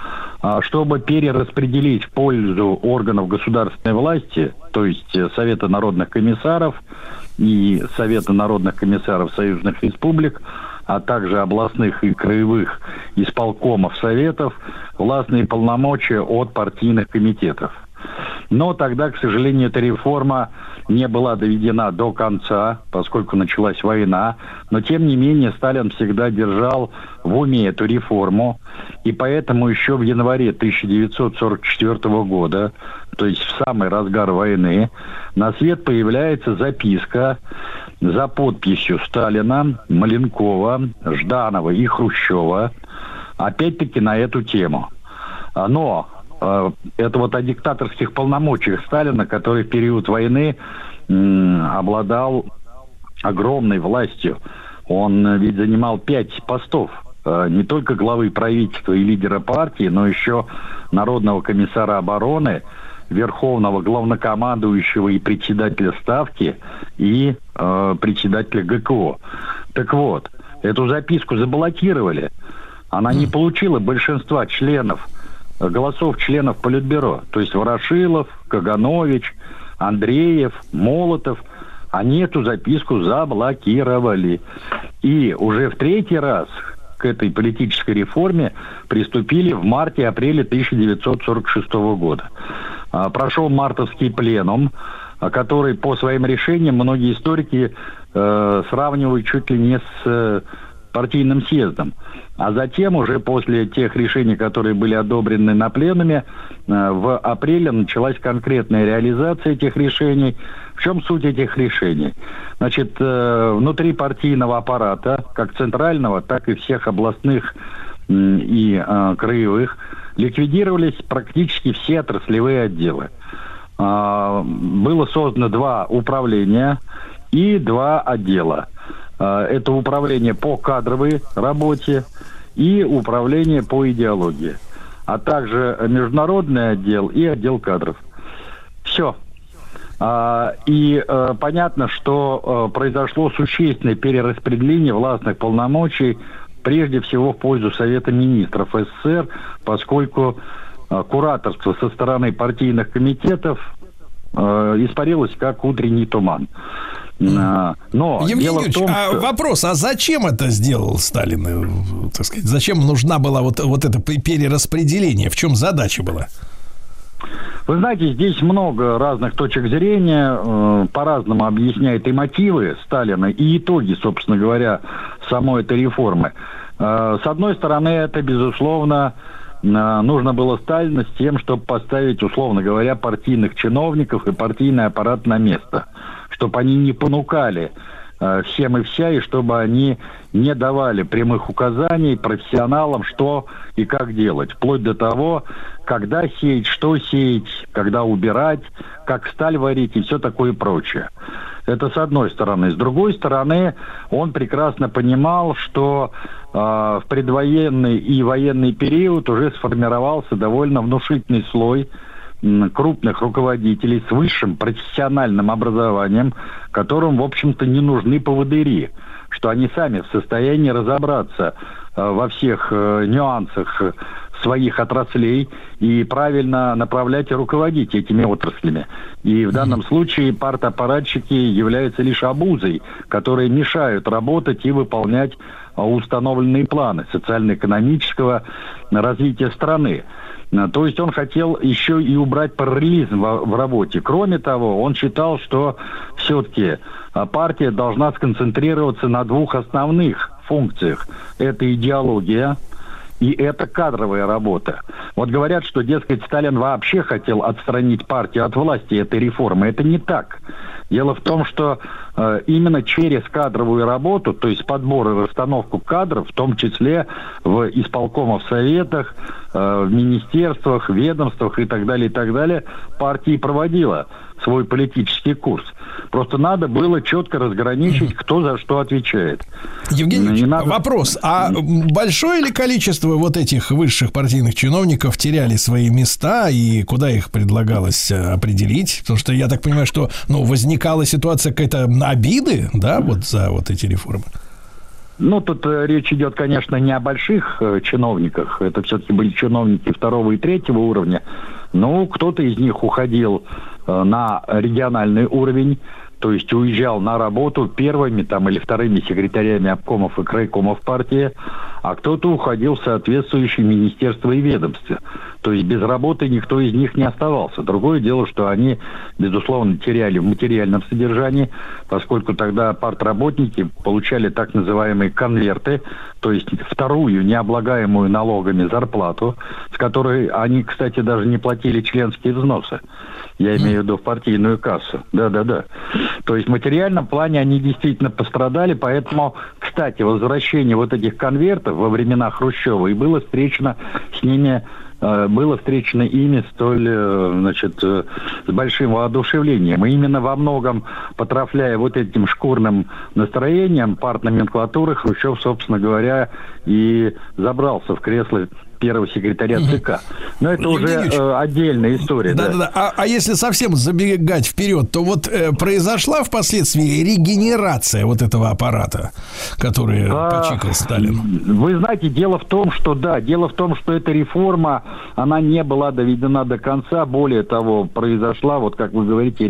Чтобы перераспределить в пользу органов государственной власти, то есть Совета народных комиссаров и Совета народных комиссаров союзных республик, а также областных и краевых исполкомов советов, властные полномочия от партийных комитетов. Но тогда, к сожалению, эта реформа не была доведена до конца, поскольку началась война. Но, тем не менее, Сталин всегда держал в уме эту реформу. И поэтому еще в январе тысяча девятьсот сорок четвёртого года, то есть в самый разгар войны, на свет появляется записка за подписью Сталина, Маленкова, Жданова и Хрущева, опять-таки на эту тему. Но это вот о диктаторских полномочиях Сталина, который в период войны м, обладал огромной властью. Он ведь занимал пять постов. Не только главы правительства и лидера партии, но еще Народного комиссара обороны, Верховного главнокомандующего и председателя Ставки и э, председателя ГКО. Так вот, эту записку заблокировали. Она не получила большинства членов голосов членов Политбюро, то есть Ворошилов, Каганович, Андреев, Молотов, они эту записку заблокировали. И уже в третий раз к этой политической реформе приступили в марте-апреле тысяча девятьсот сорок шестого года. Прошел мартовский пленум, который по своим решениям многие историки э, сравнивают чуть ли не с э, партийным съездом. А затем, уже после тех решений, которые были одобрены на пленуме, в апреле началась конкретная реализация этих решений. В чем суть этих решений? Значит, внутри партийного аппарата, как центрального, так и всех областных и краевых, ликвидировались практически все отраслевые отделы. Было создано два управления и два отдела. Это управление по кадровой работе и управление по идеологии, а также международный отдел и отдел кадров. Все. И понятно, что произошло существенное перераспределение властных полномочий, прежде всего в пользу Совета министров СССР, поскольку кураторство со стороны партийных комитетов испарилось как утренний туман. Но Евгений Юрьевич, том, а что... вопрос, а зачем это сделал Сталин? Так сказать, зачем нужна была вот, вот это перераспределение? В чем задача была? Вы знаете, здесь много разных точек зрения, э, по-разному объясняют и мотивы Сталина, и итоги, собственно говоря, самой этой реформы. Э, с одной стороны, это, безусловно, э, нужно было Сталину с тем, чтобы поставить, условно говоря, партийных чиновников и партийный аппарат на место, чтобы они не понукали э, всем и вся, и чтобы они не давали прямых указаний профессионалам, что и как делать, вплоть до того, когда сеять, что сеять, когда убирать, как сталь варить и все такое прочее. Это с одной стороны. С другой стороны, он прекрасно понимал, что э, в предвоенный и военный период уже сформировался довольно внушительный слой крупных руководителей с высшим профессиональным образованием, которым, в общем-то, не нужны поводыри, что они сами в состоянии разобраться э, во всех э, нюансах своих отраслей и правильно направлять и руководить этими отраслями. И в данном случае партаппаратчики являются лишь обузой, которые мешают работать и выполнять установленные планы социально-экономического развития страны. То есть он хотел еще и убрать параллелизм в, в работе. Кроме того, он считал, что все-таки партия должна сконцентрироваться на двух основных функциях. Это идеология и это кадровая работа. Вот говорят, что, дескать, Сталин вообще хотел отстранить партию от власти этой реформы. Это не так. Дело в том, что э, именно через кадровую работу, то есть подбор и расстановку кадров, в том числе в исполкомах, советах, э, в министерствах, ведомствах и так далее, и так далее, партия проводила свой политический курс. Просто надо было четко разграничить, кто за что отвечает. Евгений Ильич, надо... вопрос. А большое ли количество вот этих высших партийных чиновников теряли свои места и куда их предлагалось определить? Потому что я так понимаю, что ну, возникала ситуация какая-то обиды, да, вот за вот эти реформы? Ну, тут э, речь идет, конечно, не о больших э, чиновниках. Это все-таки были чиновники второго и третьего уровня. Но кто-то из них уходил э, на региональный уровень, то есть уезжал на работу первыми там, или вторыми секретарями обкомов и крайкомов партии, а кто-то уходил в соответствующие министерства и ведомства. То есть без работы никто из них не оставался. Другое дело, что они, безусловно, теряли в материальном содержании, поскольку тогда партработники получали так называемые конверты, то есть вторую необлагаемую налогами зарплату, с которой они, кстати, даже не платили членские взносы. Я имею в виду в партийную кассу. Да-да-да. То есть в материальном плане они действительно пострадали, поэтому, кстати, возвращение вот этих конвертов во времена Хрущева и было встречено с ними, было встречено ими столь, значит, с большим воодушевлением. И именно во многом, потрафляя вот этим шкурным настроением партноменклатуры, Хрущев, собственно говоря, и забрался в кресло первого секретаря ЦК. Но это уже э, отдельная история. Да, да, да. А, а если совсем забегать вперед, то вот э, произошла впоследствии регенерация вот этого аппарата, который а, почикал Сталин? Вы знаете, дело в том, что да, дело в том, что эта реформа, она не была доведена до конца. Более того, произошла, вот как вы говорите,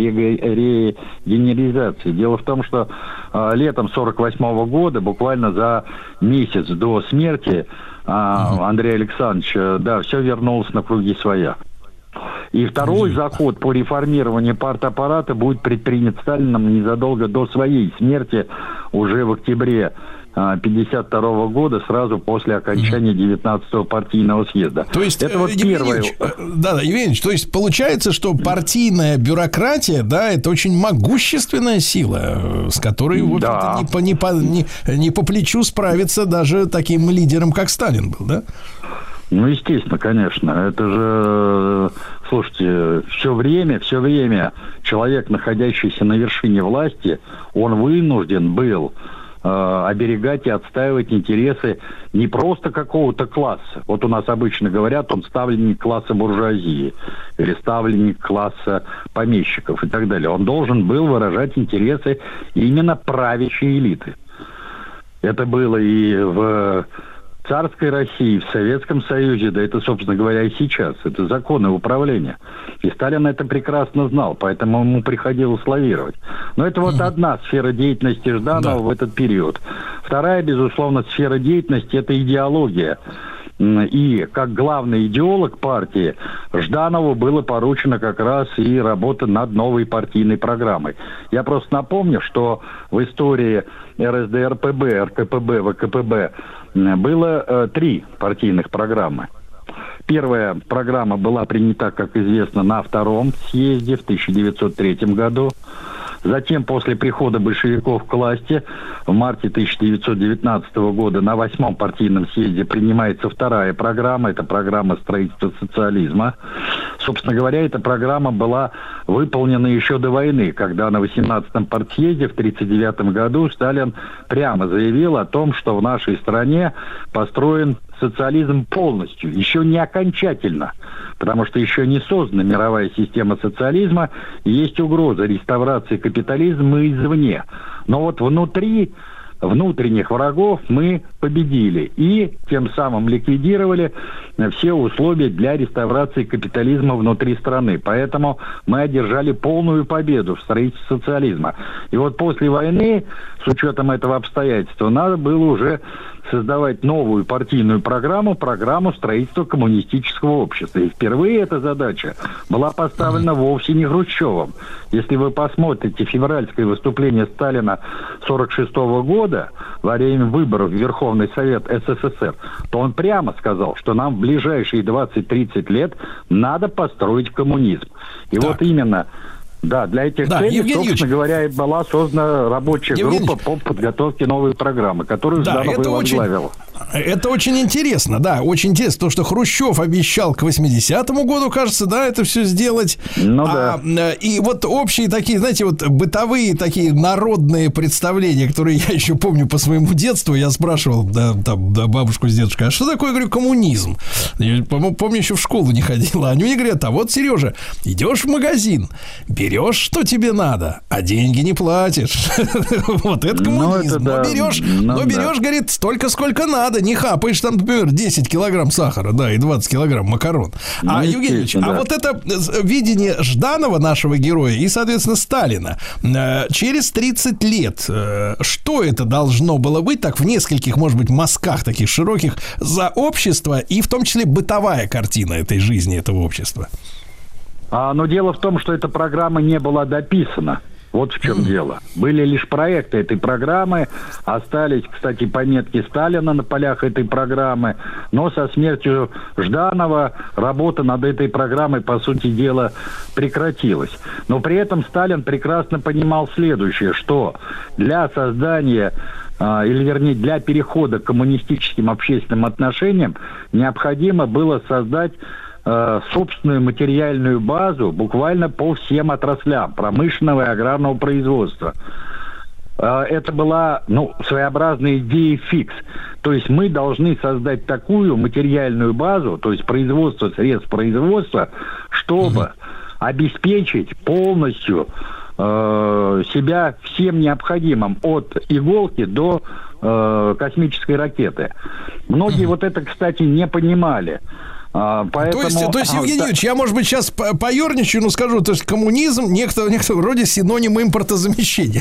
регенеризация. Дело в том, что э, летом сорок восьмого года, буквально за месяц до смерти А, Андрей Александрович, да, все вернулось на круги своя. И второй заход по реформированию партаппарата будет предпринят Сталином незадолго до своей смерти, уже в октябре пятьдесят второго года, сразу после окончания девятнадцатого партийного съезда. То есть, это вот первое... Да, да, Евгений Ильич, то есть получается, что партийная бюрократия, да, это очень могущественная сила, с которой, в общем-то, да. не, по, не, по, не, не по плечу справиться даже таким лидером, как Сталин был, да? Ну, естественно, конечно. Это же, слушайте, все время, все время человек, находящийся на вершине власти, он вынужден был оберегать и отстаивать интересы не просто какого-то класса. Вот у нас обычно говорят, он ставленник класса буржуазии или ставленник класса помещиков и так далее. Он должен был выражать интересы именно правящей элиты. Это было и в царской России, в Советском Союзе, да это, собственно говоря, и сейчас. Это законы управления. И Сталин это прекрасно знал, поэтому ему приходилось лавировать. Но это вот одна сфера деятельности Жданова да. в этот период. Вторая, безусловно, сфера деятельности – это идеология. И как главный идеолог партии Жданову было поручено как раз и работа над новой партийной программой. Я просто напомню, что в истории РСДРПб, РКПб, ВКПб было э, три партийных программы. Первая программа была принята, как известно, на втором съезде в тысяча девятьсот третьем году. Затем, после прихода большевиков к власти, в марте тысяча девятьсот девятнадцатого года на восьмом партийном съезде принимается вторая программа. Это программа строительства социализма. Собственно говоря, эта программа была выполнена еще до войны, когда на восемнадцатом партсъезде в тридцать девятом году Сталин прямо заявил о том, что в нашей стране построен социализм полностью, еще не окончательно, потому что еще не создана мировая система социализма, и есть угроза реставрации капитализма извне. Но вот внутри внутренних врагов мы победили и тем самым ликвидировали все условия для реставрации капитализма внутри страны. Поэтому мы одержали полную победу в строительстве социализма. И вот после войны, с учетом этого обстоятельства, надо было уже создавать новую партийную программу, программу строительства коммунистического общества. И впервые эта задача была поставлена вовсе не Хрущевым. Если вы посмотрите февральское выступление Сталина сорок шестого года во время выборов в Верховный Совет СССР, то он прямо сказал, что нам в ближайшие двадцать-тридцать лет надо построить коммунизм. И так. вот именно... Да, для этих да, целей, Евгений собственно Юрьевич, говоря, была создана рабочая Евгений группа по подготовке новой программы, которую да, Жданов и возглавил. Это очень интересно, да, очень интересно, то, что Хрущев обещал к восьмидесятому году, кажется, да, это все сделать. Ну а, да. И вот общие такие, знаете, вот бытовые такие народные представления, которые я еще помню по своему детству, я спрашивал да, там, да, бабушку с дедушкой, а что такое, говорю, коммунизм? Я, помню, еще в школу не ходила. Они мне говорят, а вот, Сережа, идешь в магазин, берешь, что тебе надо, а деньги не платишь. Вот это коммунизм. Но берешь, но берешь, говорит, столько, сколько надо. Не хапаешь там, например, десять килограмм сахара, да, и двадцать килограмм макарон. А, Евгений Ильич, а вот это видение Жданова, нашего героя, и, соответственно, Сталина, через тридцать лет, что это должно было быть, так, в нескольких, может быть, мазках таких широких, за общество, и в том числе бытовая картина этой жизни, этого общества? А, но дело в том, что эта программа не была дописана. Вот в чем дело. Были лишь проекты этой программы, остались, кстати, пометки Сталина на полях этой программы, но со смертью Жданова работа над этой программой, по сути дела, прекратилась. Но при этом Сталин прекрасно понимал следующее, что для создания или, вернее, для перехода к коммунистическим общественным отношениям необходимо было создать собственную материальную базу буквально по всем отраслям промышленного и аграрного производства. Это была, ну, своеобразная идея фикс. То есть мы должны создать такую материальную базу, то есть производство, средств производства, чтобы mm-hmm. обеспечить полностью э, себя всем необходимым от иголки до э, космической ракеты. Многие mm-hmm. вот это, кстати, не понимали. А, поэтому... То есть, то есть, Евгений Юрьевич, я, может быть, сейчас поерничаю, но скажу, то есть коммунизм некто, некто вроде синоним импортозамещения.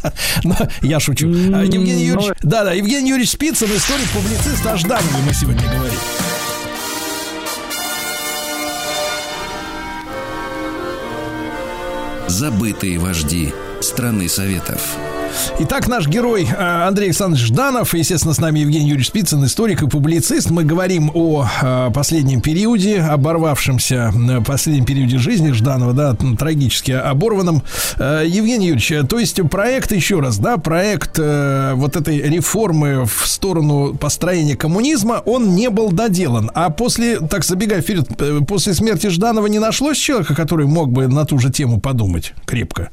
Я шучу. Евгений Юрьевич, да-да, Евгений Юрьевич Спицын, историк, публицист, о Жданове мы сегодня говорим. Забытые вожди страны Советов. Итак, наш герой Андрей Александрович Жданов, естественно, с нами Евгений Юрьевич Спицын, историк и публицист. Мы говорим о последнем периоде, оборвавшемся последнем периоде жизни Жданова, да, трагически оборванном. Евгений Юрьевич, то есть проект, еще раз, да, проект вот этой реформы в сторону построения коммунизма, он не был доделан. А после, так забегая вперед, после смерти Жданова не нашлось человека, который мог бы на ту же тему подумать крепко?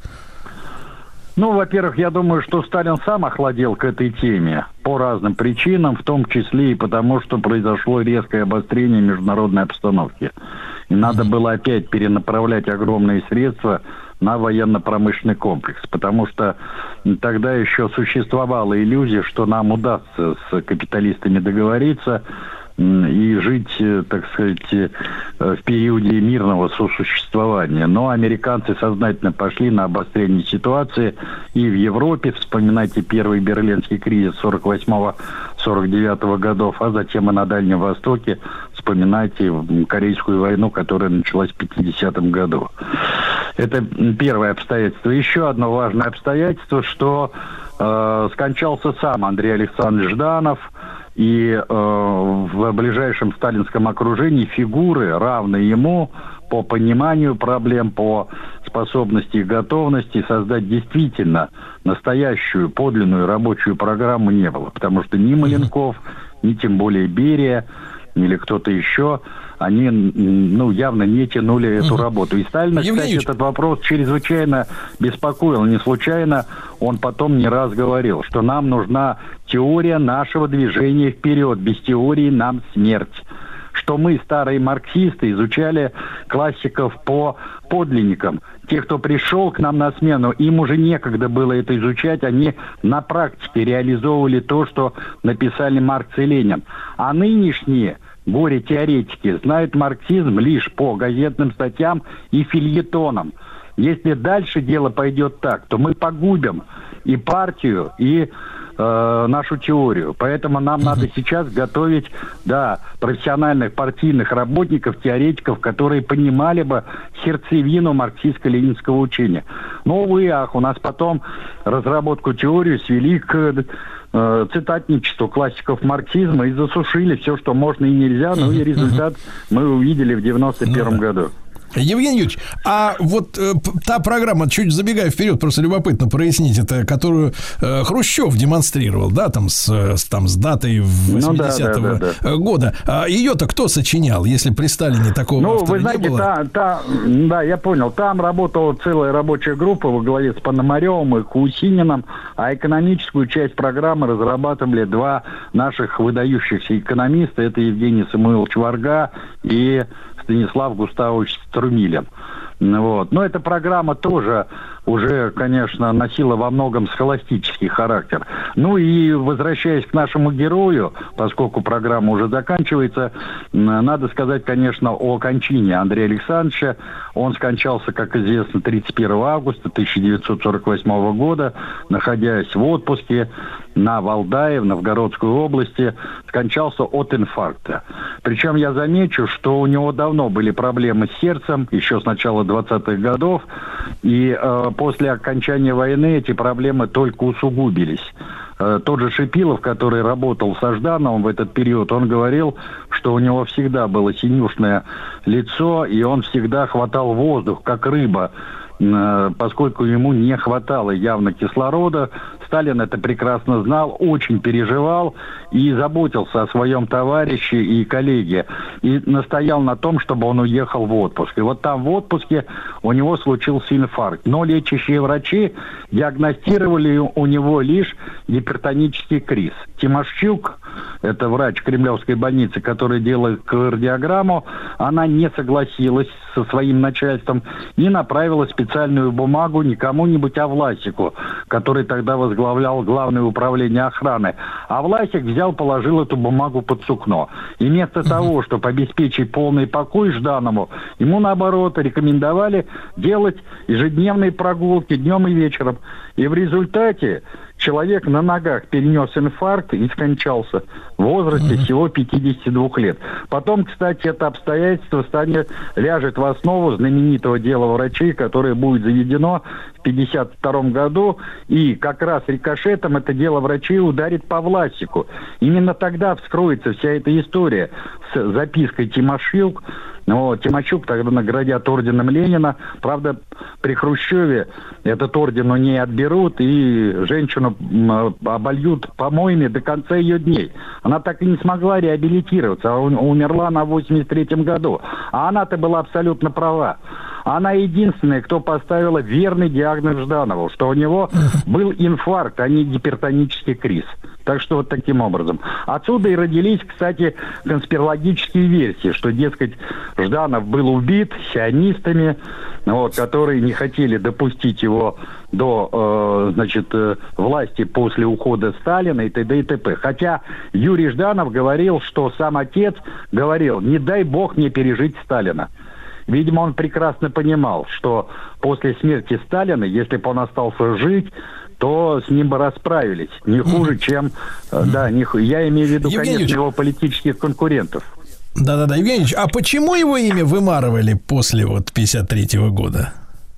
Ну, во-первых, я думаю, что Сталин сам охладел к этой теме по разным причинам, в том числе и потому, что произошло резкое обострение международной обстановки. И надо было опять перенаправлять огромные средства на военно-промышленный комплекс, потому что тогда еще существовала иллюзия, что нам удастся с капиталистами договориться и жить, так сказать, в периоде мирного сосуществования. Но американцы сознательно пошли на обострение ситуации и в Европе. Вспоминайте первый берлинский кризис сорок восьмого — сорок девятого годов, а затем и на Дальнем Востоке. Вспоминайте Корейскую войну, которая началась в пятидесятом году. Это первое обстоятельство. Еще одно важное обстоятельство, что э, скончался сам Андрей Александрович Жданов, и э, в ближайшем сталинском окружении фигуры, равные ему по пониманию проблем, по способности и готовности создать действительно настоящую, подлинную рабочую программу не было. Потому что ни Маленков, ни тем более Берия, или кто-то еще, они, ну, явно не тянули эту работу. И Сталина, кстати, этот вопрос чрезвычайно беспокоил. Не случайно он потом не раз говорил, что нам нужна теория нашего движения вперед. Без теории нам смерть. Что мы, старые марксисты, изучали классиков по подлинникам. Те, кто пришел к нам на смену, им уже некогда было это изучать. Они на практике реализовывали то, что написали Маркс и Ленин. А нынешние горе-теоретики знают марксизм лишь по газетным статьям и фельетонам. Если дальше дело пойдет так, то мы погубим и партию, и э, нашу теорию. Поэтому нам надо сейчас готовить, да, профессиональных партийных работников, теоретиков, которые понимали бы сердцевину марксистско-ленинского учения. Но, увы, ах, у нас потом разработку теории свели к э, цитатничеству классиков марксизма и засушили все, что можно и нельзя. Ну и результат мы увидели в девяносто первом году. Евгений Юрьевич, а вот э, та программа, чуть забегая вперед, просто любопытно прояснить это, которую э, Хрущев демонстрировал, да, там с, с, там, с датой восьмидесятого ну, да, да, да, да. года. А ее-то кто сочинял, если при Сталине такого ну, автора вы знаете, не было? Та, та, да, я понял. Там работала целая рабочая группа во главе с Пономаревым и Кусининым, а экономическую часть программы разрабатывали два наших выдающихся экономиста. Это Евгений Самуилович Варга и Станислав Густавович Струмилин. Вот. Но эта программа тоже уже, конечно, носила во многом схоластический характер. Ну и возвращаясь к нашему герою, поскольку программа уже заканчивается, надо сказать, конечно, о кончине Андрея Александровича. Он скончался, как известно, тридцать первого августа тысяча девятьсот сорок восьмого года, находясь в отпуске на Валдае, в Новгородской области, скончался от инфаркта. Причем я замечу, что у него давно были проблемы с сердцем, еще с начала двадцатых годов, и э, после окончания войны эти проблемы только усугубились. Э, тот же Шипилов, который работал со Ждановым в этот период, он говорил, что у него всегда было синюшное лицо, и он всегда хватал воздух, как рыба, э, поскольку ему не хватало явно кислорода. Сталин это прекрасно знал, очень переживал и заботился о своем товарище и коллеге. И настоял на том, чтобы он уехал в отпуск. И вот там в отпуске у него случился инфаркт. Но лечащие врачи диагностировали у него лишь гипертонический криз. Тимошчук, это врач Кремлевской больницы, который делает кардиограмму, она не согласилась со своим начальством и направила специальную бумагу не кому-нибудь, а Власику, который тогда возглавлял Главное управление охраны. А Власик взял, положил эту бумагу под сукно. И вместо того, чтобы обеспечить полный покой Жданову, ему, наоборот, рекомендовали делать ежедневные прогулки днем и вечером. И в результате человек на ногах перенес инфаркт и скончался в возрасте всего пятидесяти двух лет. Потом, кстати, это обстоятельство станет, ляжет в основу знаменитого дела врачей, которое будет заведено в пятьдесят втором году. И как раз рикошетом это дело врачей ударит по Власику. Именно тогда вскроется вся эта история с запиской Тимошчук. Ну, Тимошчук тогда наградят орденом Ленина. Правда, при Хрущеве этот орден у ней отберут и женщину обольют помоями до конца ее дней. Она так и не смогла реабилитироваться, а умерла на восемьдесят третьем году. А она-то была абсолютно права. Она единственная, кто поставила верный диагноз Жданову, что у него был инфаркт, а не гипертонический криз. Так что вот таким образом. Отсюда и родились, кстати, конспирологические версии, что, дескать, Жданов был убит сионистами, вот, которые не хотели допустить его до, э, значит, э, власти после ухода Сталина и т.д. и т.п. Хотя Юрий Жданов говорил, что сам отец говорил: не дай бог мне пережить Сталина. Видимо, он прекрасно понимал, что после смерти Сталина, если бы он остался жить, то с ним бы расправились. Не хуже, чем... Mm-hmm. Да, не, я имею в виду, Евгений конечно, его политических конкурентов. Да-да-да, Евгений Ильич, а почему его имя вымарывали после вот пятьдесят третьего года?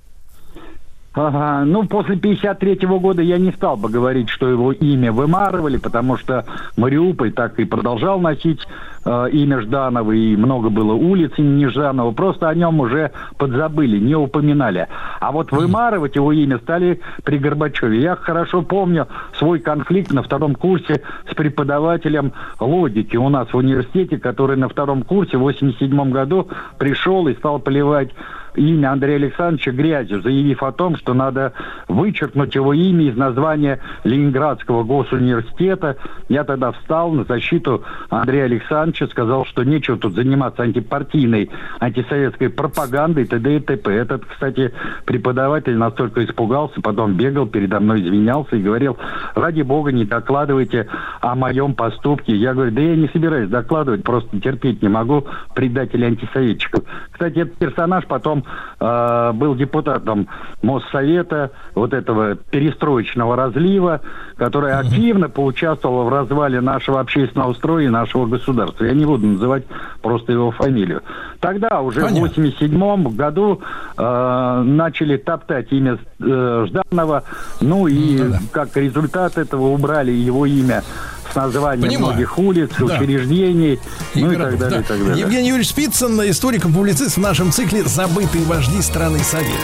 Ага, ну, после пятьдесят третьего года я не стал бы говорить, что его имя вымарывали, потому что Мариуполь так и продолжал носить э, имя Жданова, и много было улиц имени Жданова, просто о нем уже подзабыли, не упоминали. А вот вымарывать его имя стали при Горбачеве. Я хорошо помню свой конфликт на втором курсе с преподавателем логики у нас в университете, который на втором курсе в восемьдесят седьмом году пришел и стал поливать имя Андрея Александровича грязью, заявив о том, что надо вычеркнуть его имя из названия Ленинградского госуниверситета. Я тогда встал на защиту Андрея Александровича, сказал, что нечего тут заниматься антипартийной, антисоветской пропагандой, т.д. и т.п. Этот, кстати, преподаватель настолько испугался, потом бегал, передо мной извинялся и говорил: ради бога, не докладывайте о моем поступке. Я говорю: да я не собираюсь докладывать, просто терпеть не могу предателей антисоветчиков. Кстати, этот персонаж потом потом э, был депутатом Моссовета, вот этого перестроечного разлива, который активно поучаствовал в развале нашего общественного строя и нашего государства. Я не буду называть просто его фамилию. Тогда, уже Понятно. в восемьдесят седьмом году, э, начали топтать имя э, Жданова, ну и да, да. как результат этого убрали его имя с названием Понимаю. многих улиц, да. учреждений, и ну и так далее, да. и так далее. Евгений Юрьевич Спицын, историк и публицист в нашем цикле «Забытые вожди страны Советов».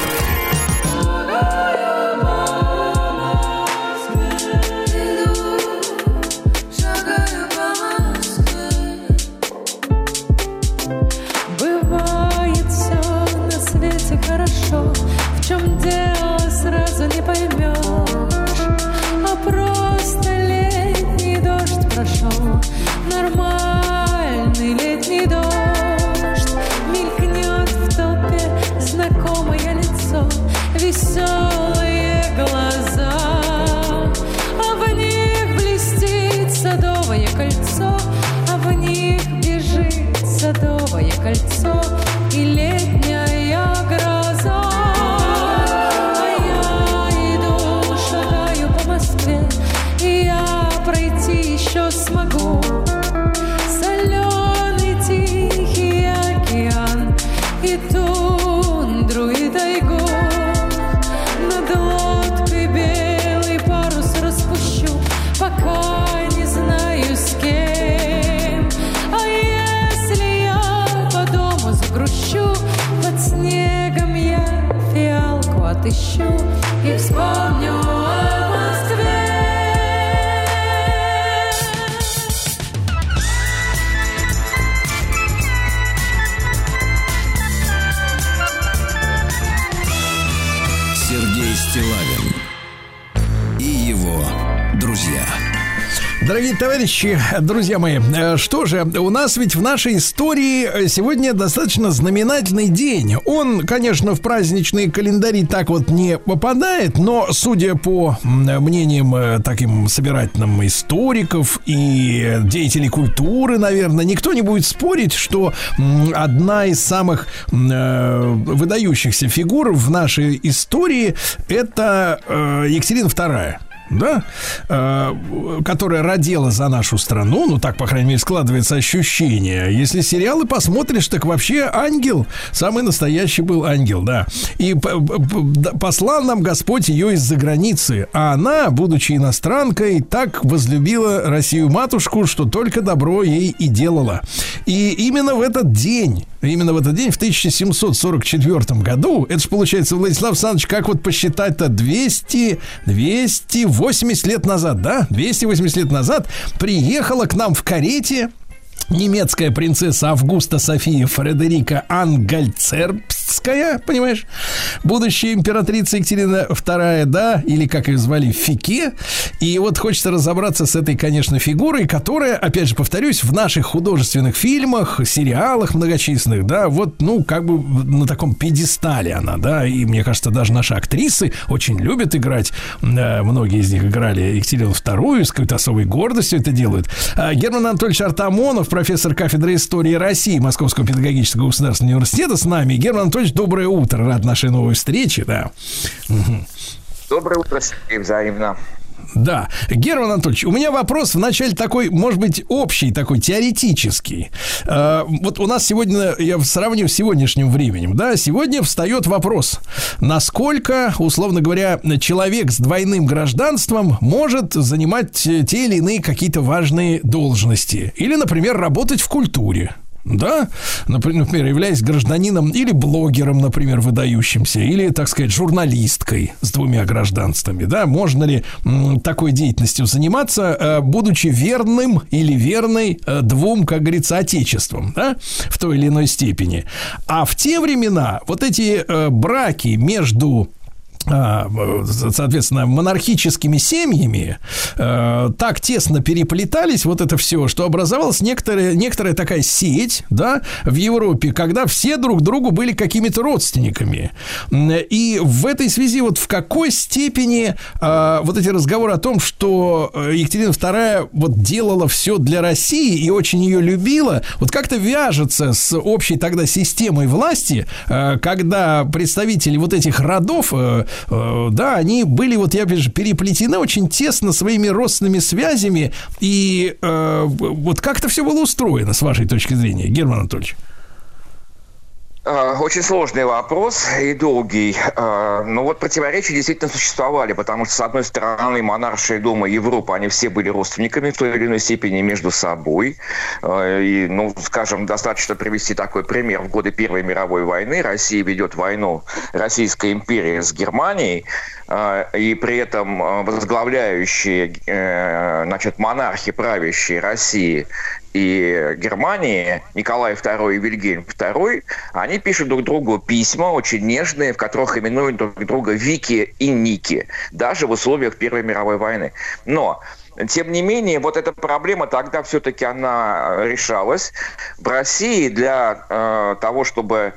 Нормальный летний дождь мелькнет в толпе, знакомое лицо, веселые глаза, а в них блестит садовое кольцо, а в них бежит садовое кольцо и летняя гроза. А я иду, шагаю по Москве, и я пройти еще смогу. И тундру, и тайгу, над лодкой белый парус распущу, пока не знаю с кем. А если я по дому загрущу, под снегом я фиалку отыщу и вспомню о Москве. Стиллавин и его друзья. Дорогие товарищи, друзья мои, что же, у нас ведь в нашей истории сегодня достаточно знаменательный день. Он, конечно, в праздничные календари так вот не попадает, но, судя по мнениям таким собирательным историков и деятелей культуры, наверное, никто не будет спорить, что одна из самых выдающихся фигур в нашей истории — это Екатерина вторая. Да, э, которая родила за нашу страну, ну так, по крайней мере, складывается ощущение. Если сериалы посмотришь, так вообще ангел, самый настоящий был ангел, да. И послал нам Господь ее из-за границы, а она, будучи иностранкой, так возлюбила Россию-матушку, что только добро ей и делала. И именно в этот день, именно в этот день, в тысяча семьсот сорок четвёртом году, это же получается, Владислав Александрович, как вот посчитать-то, двести, двести восемьдесят лет назад, да, двести восемьдесят лет назад приехала к нам в карете немецкая принцесса Августа София Фредерика Ангальцербская, понимаешь, будущая императрица Екатерина вторая, да, или как ее звали, Фике. И вот хочется разобраться с этой, конечно, фигурой, которая, опять же, повторюсь, в наших художественных фильмах, сериалах многочисленных, да, вот, ну, как бы на таком пьедестале она, да, и мне кажется, даже наши актрисы очень любят играть, да, многие из них играли Екатерину вторую, с какой-то особой гордостью это делают. А Герман Анатольевич Артамонов, профессор кафедры истории России Московского педагогического государственного университета с нами. Герман Анатольевич, доброе утро. Рад нашей новой встрече, да. Доброе утро, Сергей, взаимно. Да. Герман Анатольевич, у меня вопрос вначале такой, может быть, общий, такой теоретический. Э, вот у нас сегодня, я сравню с сегодняшним временем, да, сегодня встает вопрос, насколько, условно говоря, человек с двойным гражданством может занимать те или иные какие-то важные должности. Или, например, работать в культуре. Да, например, являясь гражданином или блогером, например, выдающимся, или, так сказать, журналисткой с двумя гражданствами, да, можно ли м, такой деятельностью заниматься, э, будучи верным или верной э, двум, как говорится, отечествам, да, в той или иной степени. А в те времена вот эти э, браки между соответственно, монархическими семьями э, так тесно переплетались вот это все, что образовалась некоторая, некоторая такая сеть, да, в Европе, когда все друг другу были какими-то родственниками. И в этой связи вот в какой степени э, вот эти разговоры о том, что Екатерина вторая вот делала все для России и очень ее любила, вот как-то вяжется с общей тогда системой власти, э, когда представители вот этих родов э, да, они были, вот я вижу, переплетены очень тесно своими родственными связями. И э, вот как это все было устроено, с вашей точки зрения, Герман Анатольевич? Очень сложный вопрос и долгий. Но вот противоречия действительно существовали, потому что, с одной стороны, монаршие думы Европы, они все были родственниками в той или иной степени между собой. И, ну, скажем, достаточно привести такой пример. В годы Первой мировой войны Россия ведет войну, Российская империя с Германией, и при этом возглавляющие, значит, монархи, правящие России и Германии, Николай второй и Вильгельм второй, они пишут друг другу письма очень нежные, в которых именуют друг друга Вики и Ники, даже в условиях Первой мировой войны. Но тем не менее, вот эта проблема тогда все-таки она решалась. В России для э, того, чтобы...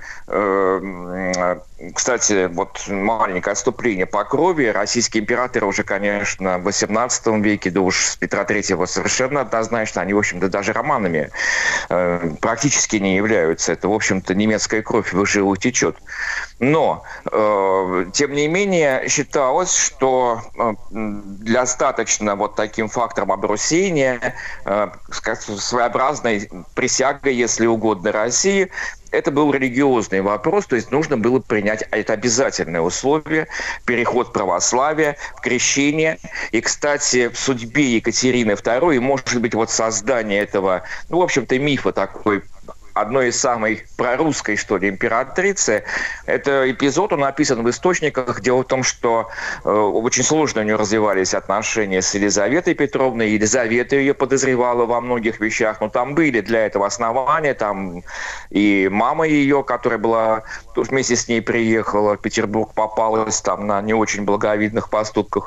Э, кстати, вот маленькое отступление по крови. Российские императоры уже, конечно, в восемнадцатом веке, да уж с Петра третьего совершенно однозначно, они, в общем-то, даже романами э, практически не являются. Это, в общем-то, немецкая кровь в жилу течет. Но, э, тем не менее, считалось, что э, достаточно вот таким фактором обрусения, э, своеобразной присягой, если угодно, России, это был религиозный вопрос, то есть нужно было принять это обязательное условие, переход православия, в крещение. И, кстати, в судьбе Екатерины второй, может быть, вот создание этого, ну, в общем-то, мифа такой, одной из самой прорусской, что ли, императрицы. Это эпизод, он описан в источниках. Дело в том, что э, очень сложно у нее развивались отношения с Елизаветой Петровной. Елизавета ее подозревала во многих вещах, но там были для этого основания. Там и мама ее, которая была вместе с ней приехала в Петербург, попалась там на не очень благовидных поступках.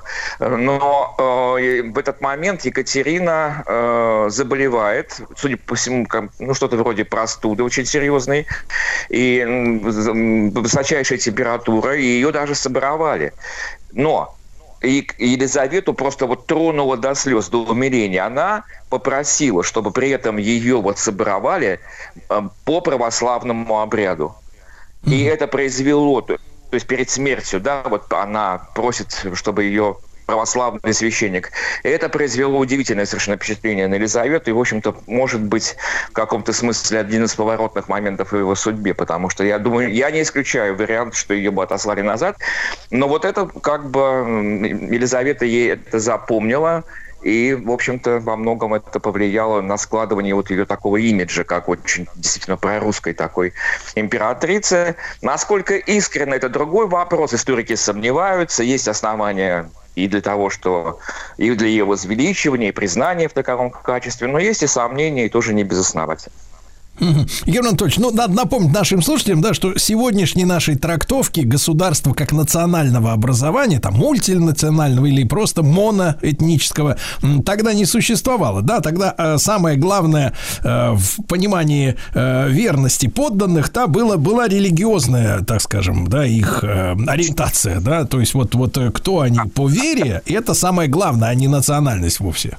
Но э, в этот момент Екатерина э, заболевает, судя по всему, как, ну, что-то вроде простого, простуды очень серьезной, и высочайшая температура, и ее даже соборовали. Но и Елизавету просто вот тронуло до слез, до умиления. Она попросила, чтобы при этом ее вот соборовали по православному обряду. И mm-hmm. это произвело, то есть перед смертью, да, вот она просит, чтобы ее православный священник. И это произвело удивительное совершенно впечатление на Елизавету, и, в общем-то, может быть, в каком-то смысле один из поворотных моментов в его судьбе, потому что, я думаю, я не исключаю вариант, что ее бы отослали назад, но вот это, как бы, Елизавета ей это запомнила, и, в общем-то, во многом это повлияло на складывание вот ее такого имиджа, как очень действительно прорусской такой императрицы. Насколько искренне, это другой вопрос, историки сомневаются, есть основания и для того, что и для ее возвеличивания, и признания в таковом качестве, но есть и сомнения, и тоже не безосновательно. Герман Анатольевич, ну, надо напомнить нашим слушателям, да, что сегодняшней нашей трактовки государства как национального образования, там, мультинационального или просто моноэтнического, тогда не существовало, да, тогда э, самое главное э, в понимании э, верности подданных, да, было, была религиозная, так скажем, да, их э, ориентация, да, то есть вот, вот кто они по вере, это самое главное, а не национальность вовсе.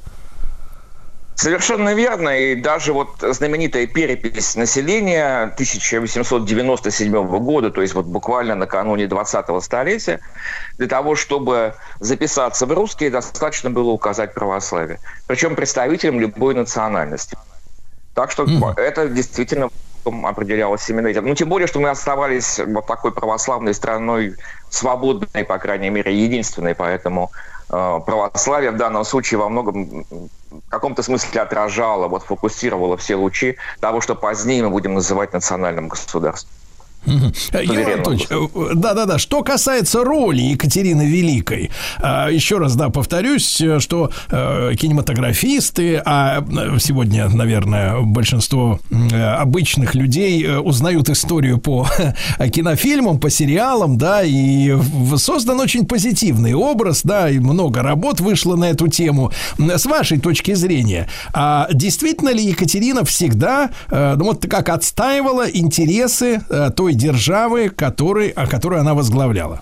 Совершенно верно, и даже вот знаменитая перепись населения тысяча восемьсот девяносто седьмого года, то есть вот буквально накануне двадцатого столетия, для того, чтобы записаться в русские, достаточно было указать православие, причем представителям любой национальности. Так что mm-hmm. это действительно определялось именно этим. Ну, тем более, что мы оставались вот такой православной страной, свободной, по крайней мере, единственной, поэтому э, православие в данном случае во многом в каком-то смысле отражало, вот фокусировало все лучи того, что позднее мы будем называть национальным государством. Юрий Анатольевич, да-да-да, что касается роли Екатерины Великой, еще раз, да, повторюсь, что кинематографисты, а сегодня, наверное, большинство обычных людей узнают историю по кинофильмам, по сериалам, да, и создан очень позитивный образ, да, и много работ вышло на эту тему. С вашей точки зрения, а действительно ли Екатерина всегда, ну вот как отстаивала интересы той державы, который, о которой она возглавляла?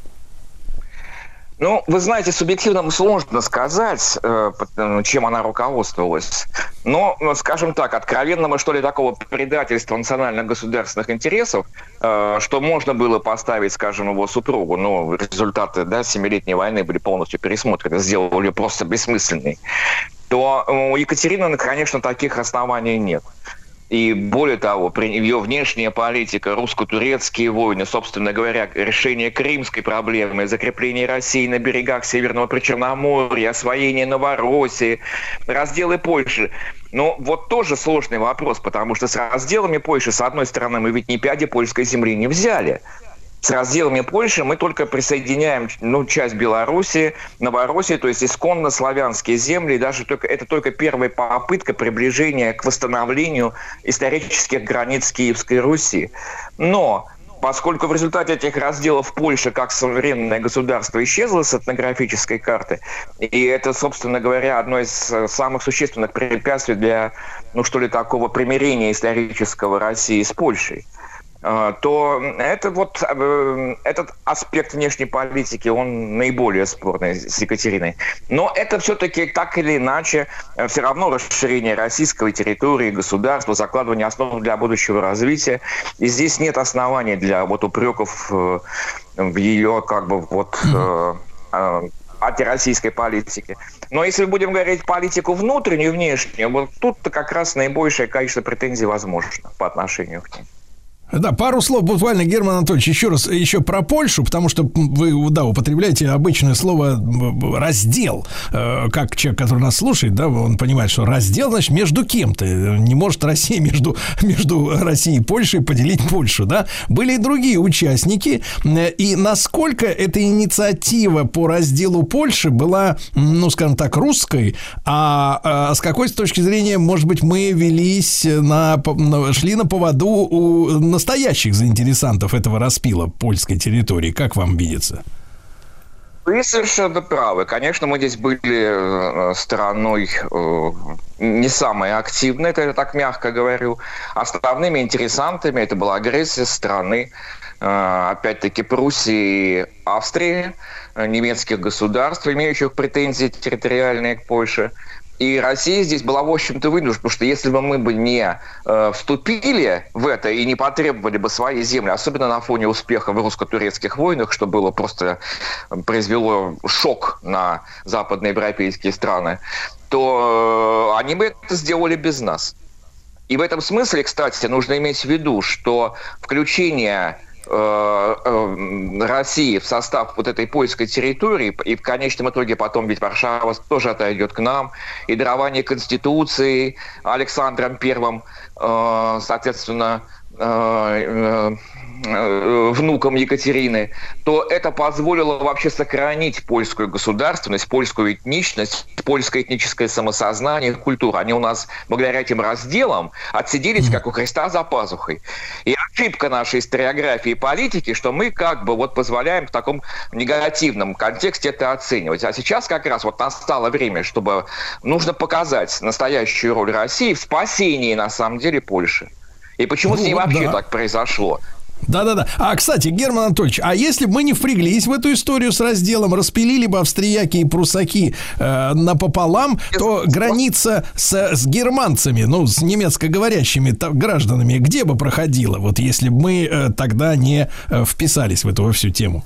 Ну, вы знаете, субъективно сложно сказать, чем она руководствовалась. Но, скажем так, откровенного, что ли, такого предательства национально-государственных интересов, что можно было поставить, скажем, его супругу, но результаты, да, Семилетней войны были полностью пересмотрены, сделали ее просто бессмысленной, то у Екатерины, конечно, таких оснований нет. И более того, ее внешняя политика, русско-турецкие войны, собственно говоря, решение крымской проблемы, закрепление России на берегах Северного Причерноморья, освоение Новороссии, разделы Польши. Ну, вот тоже сложный вопрос, потому что с разделами Польши, с одной стороны, мы ведь ни пяди польской земли не взяли. С разделами Польши мы только присоединяем, ну, часть Белоруссии, Новороссии, то есть исконно славянские земли, и даже только, это только первая попытка приближения к восстановлению исторических границ Киевской Руси. Но поскольку в результате этих разделов Польша как суверенное государство исчезла с этнографической карты, и это, собственно говоря, одно из самых существенных препятствий для, ну, что ли, такого примирения исторического России с Польшей, то это вот, этот аспект внешней политики, он наиболее спорный с Екатериной. Но это все-таки так или иначе все равно расширение российской территории, государства, закладывание основ для будущего развития. И здесь нет оснований для вот упреков в ее как бы вот антироссийской политике. Но если мы будем говорить политику внутреннюю и внешнюю, вот тут-то как раз наибольшее количество претензий возможно по отношению к ним. Да, пару слов буквально, Герман Анатольевич, еще раз, еще про Польшу, потому что вы, да, употребляете обычное слово «раздел». Как человек, который нас слушает, да, он понимает, что раздел, значит, между кем-то. Не может Россия между, между Россией и Польшей поделить Польшу, да. Были и другие участники, и насколько эта инициатива по разделу Польши была, ну, скажем так, русской, а, а с какой точки зрения, может быть, мы велись на, шли на поводу у настоящих заинтересантов этого распила польской территории, как вам видится? Вы совершенно правы. Конечно, мы здесь были стороной не самой активной, это я так мягко говорю. Основными интересантами это была агрессия страны, опять-таки, Пруссии и Австрии, немецких государств, имеющих претензии территориальные к Польше. И Россия здесь была, в общем-то, вынуждена, потому что если бы мы бы не э, вступили в это и не потребовали бы свои земли, особенно на фоне успеха в русско-турецких войнах, что было просто, произвело шок на западноевропейские страны, то э, они бы это сделали без нас. И в этом смысле, кстати, нужно иметь в виду, что включение России в состав вот этой польской территории, и в конечном итоге потом ведь Варшава тоже отойдет к нам, и дарование Конституции Александром Первым, соответственно, внуком Екатерины, то это позволило вообще сохранить польскую государственность, польскую этничность, польское этническое самосознание, культуру. Они у нас, благодаря этим разделам, отсиделись, как у Христа за пазухой. И ошибка нашей историографии и политики, что мы как бы вот позволяем в таком негативном контексте это оценивать. А сейчас как раз вот настало время, чтобы нужно показать настоящую роль России в спасении, на самом деле, Польши. И почему ну, с ней вообще да. так произошло? Да-да-да. А, кстати, Герман Анатольевич, а если бы мы не впряглись в эту историю с разделом, распилили бы австрияки и прусаки э, напополам, то граница с, с германцами, ну, с немецкоговорящими там, гражданами, где бы проходила, вот если бы мы э, тогда не э, вписались в эту во всю тему?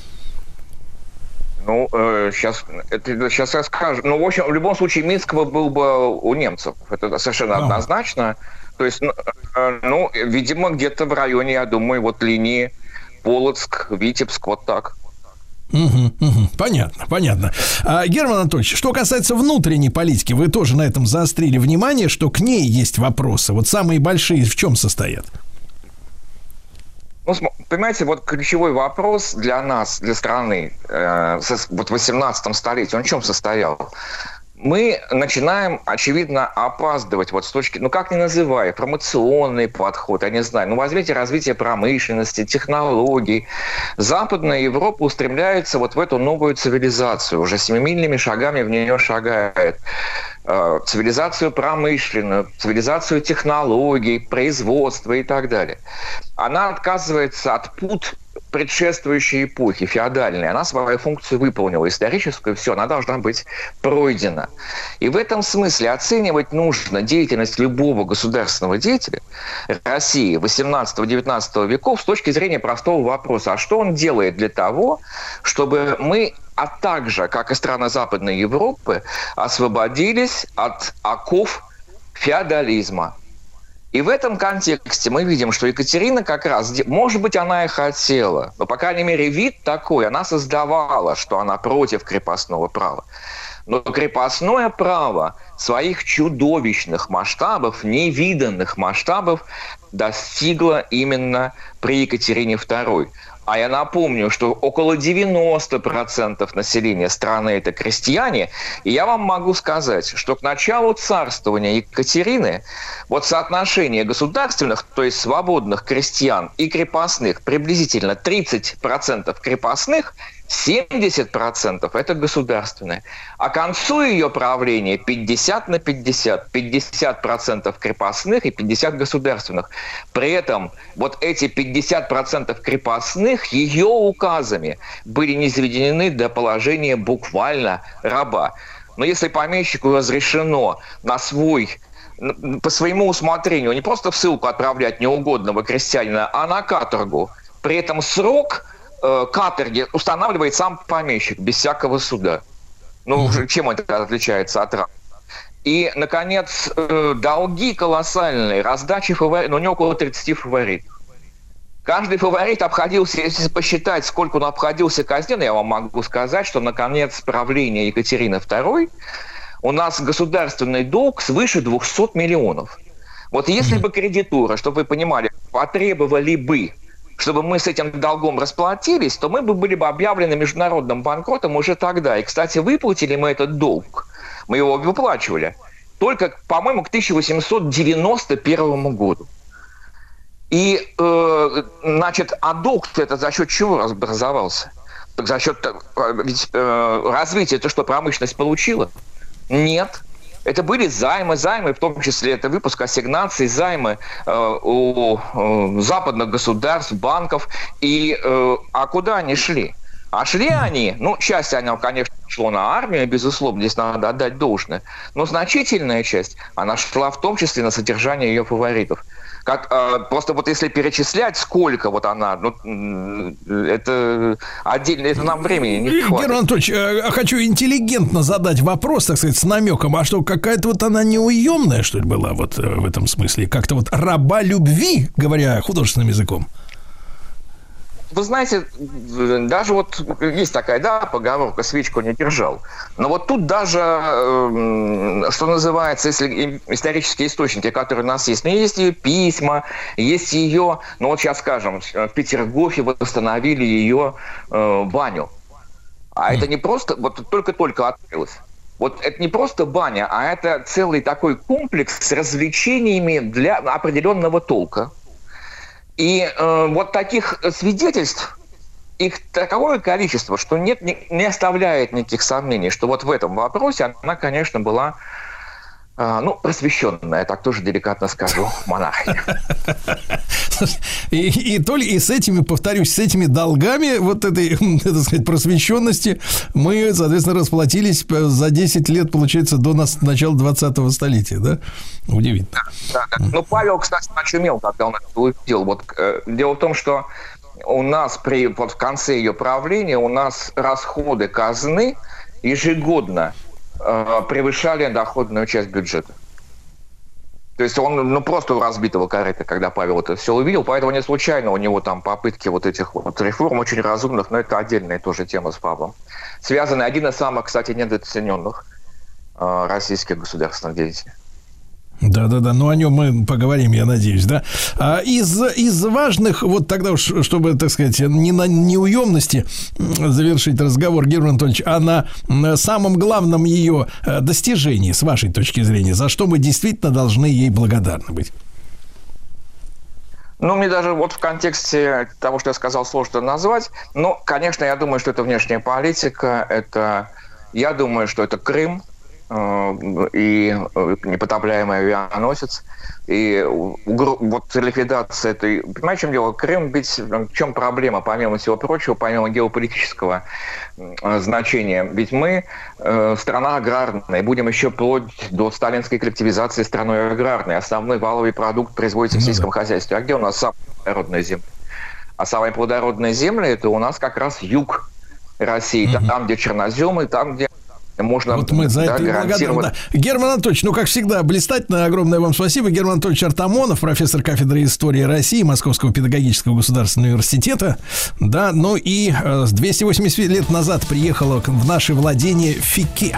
Ну, э, сейчас, это, сейчас расскажу. Ну, в общем, в любом случае, Минск был бы у немцев. Это совершенно а. однозначно. То есть, ну, видимо, где-то в районе, я думаю, вот линии Полоцк, Витебск, вот так. Угу, угу. Понятно, понятно. А, Герман Анатольевич, что касается внутренней политики, вы тоже на этом заострили внимание, что к ней есть вопросы. Вот самые большие в чем состоят? Ну, понимаете, вот ключевой вопрос для нас, для страны, э, вот в восемнадцатом столетии, он в чем состоял? Мы начинаем, очевидно, опаздывать вот с точки, ну как ни называй, промоционный подход, я не знаю, ну возьмите развитие промышленности, технологий. Западная Европа устремляется вот в эту новую цивилизацию, уже семимильными шагами в нее шагает. Цивилизацию промышленную, цивилизацию технологий, производства и так далее. Она отказывается от пут предшествующей эпохи, феодальной. Она свою функцию выполнила, историческую, все, она должна быть пройдена. И в этом смысле оценивать нужно деятельность любого государственного деятеля России восемнадцатого-девятнадцатого веков с точки зрения простого вопроса. А что он делает для того, чтобы мы, а также, как и страны Западной Европы, освободились от оков феодализма? И в этом контексте мы видим, что Екатерина как раз, может быть, она и хотела, но, по крайней мере, вид такой, она создавала, что она против крепостного права. Но крепостное право своих чудовищных масштабов, невиданных масштабов достигло именно при Екатерине второй. А я напомню, что около девяносто процентов населения страны – это крестьяне. И я вам могу сказать, что к началу царствования Екатерины вот соотношение государственных, то есть свободных крестьян и крепостных, приблизительно тридцать процентов крепостных, семьдесят процентов это государственное. А к концу ее правления пятьдесят на пятьдесят. пятьдесят процентов крепостных и пятьдесят процентов государственных. При этом вот эти пятьдесят процентов крепостных ее указами были низведены до положения буквально раба. Но если помещику разрешено на свой, по своему усмотрению не просто в ссылку отправлять неугодного крестьянина, а на каторгу, при этом срок каторги устанавливает сам помещик без всякого суда. Ну, mm-hmm. чем это отличается от раба? И, наконец, долги колоссальные, раздачи фаворитов, ну, у него около тридцати фаворитов. Каждый фаворит обходился, если посчитать, сколько он обходился казне, я вам могу сказать, что, наконец, правление Екатерины второй у нас государственный долг свыше двухсот миллионов. Вот если mm-hmm. бы кредиторы, чтобы вы понимали, потребовали бы, чтобы мы с этим долгом расплатились, то мы бы были бы объявлены международным банкротом уже тогда. И, кстати, выплатили мы этот долг, мы его выплачивали, только, по-моему, к тысяча восемьсот девяносто первому году. И, э, значит, а долг-то это за счет чего образовался? Так за счет ведь, э, развития, то, что промышленность получила? Нет. Это были займы, займы, в том числе это выпуск ассигнаций, займы э, у э, западных государств, банков. И, э, а куда они шли? А шли они, ну, часть они, конечно, шло на армию, безусловно, здесь надо отдать должное, но значительная часть, она шла в том числе на содержание ее фаворитов. Как, э, просто вот если перечислять, сколько вот она, ну, это отдельно, это нам времени не хватит. Герман Анатольевич, я хочу интеллигентно задать вопрос, так сказать, с намеком, а что, какая-то вот она неуемная, что ли, была вот в этом смысле? Как-то вот раба любви, говоря художественным языком? Вы знаете, даже вот есть такая, да, поговорка «свечку не держал». Но вот тут даже, что называется, если исторические источники, которые у нас есть, ну, есть ее письма, есть ее, ну, вот сейчас скажем, в Петергофе восстановили ее э, баню. А mm. это не просто, вот только-только открылось. Вот это не просто баня, а это целый такой комплекс с развлечениями для определенного толка. И э, вот таких свидетельств, их таковое количество, что нет, не, не оставляет никаких сомнений, что вот в этом вопросе она, конечно, была, э, ну, просвещенная, так тоже деликатно скажу, монархия. И, и только и с этими, повторюсь, с этими долгами вот этой, так сказать, просвещенности мы, соответственно, расплатились за десять лет, получается, до нас, начала двадцатого столетия, да? Удивительно. Да, да. Ну, Павел, кстати, очумел, когда он это увидел. Вот, э, дело в том, что у нас при, вот в конце ее правления у нас расходы казны ежегодно э, превышали доходную часть бюджета. То есть он, ну, просто у разбитого корыта, когда Павел это все увидел, поэтому не случайно у него там попытки вот этих вот реформ очень разумных, но это отдельная тоже тема с Павлом. Связанный один из самых, кстати, недооцененных э, российских государственных деятелей. Да-да-да, ну о нем мы поговорим, я надеюсь, да. А из, из важных, вот тогда уж, чтобы, так сказать, не на неуемности завершить разговор, Герман Анатольевич, а на самом главном ее достижении, с вашей точки зрения, за что мы действительно должны ей благодарны быть? Ну, мне даже вот в контексте того, что я сказал, сложно назвать. Но, конечно, я думаю, что это внешняя политика, это, я думаю, что это Крым, и непотопляемый авианосец, и вот ликвидация этой... Понимаете, в чем дело? Крым, ведь в чем проблема, помимо всего прочего, помимо геополитического значения? Ведь мы страна аграрная, и будем еще вплоть до сталинской коллективизации страной аграрной. Основной валовый продукт производится в сельском хозяйстве. А где у нас самые плодородные земли? А самые плодородные земли – это у нас как раз юг России, mm-hmm. там, где черноземы, там, где можно, вот мы за да, это и гарантировать... благодарны. Да. Герман Анатольевич, ну, как всегда, блистательно, огромное вам спасибо. Герман Анатольевич Артамонов, профессор кафедры истории России Московского педагогического государственного университета. Да, ну и э, двести восемьдесят лет назад приехала в наши владения Фике.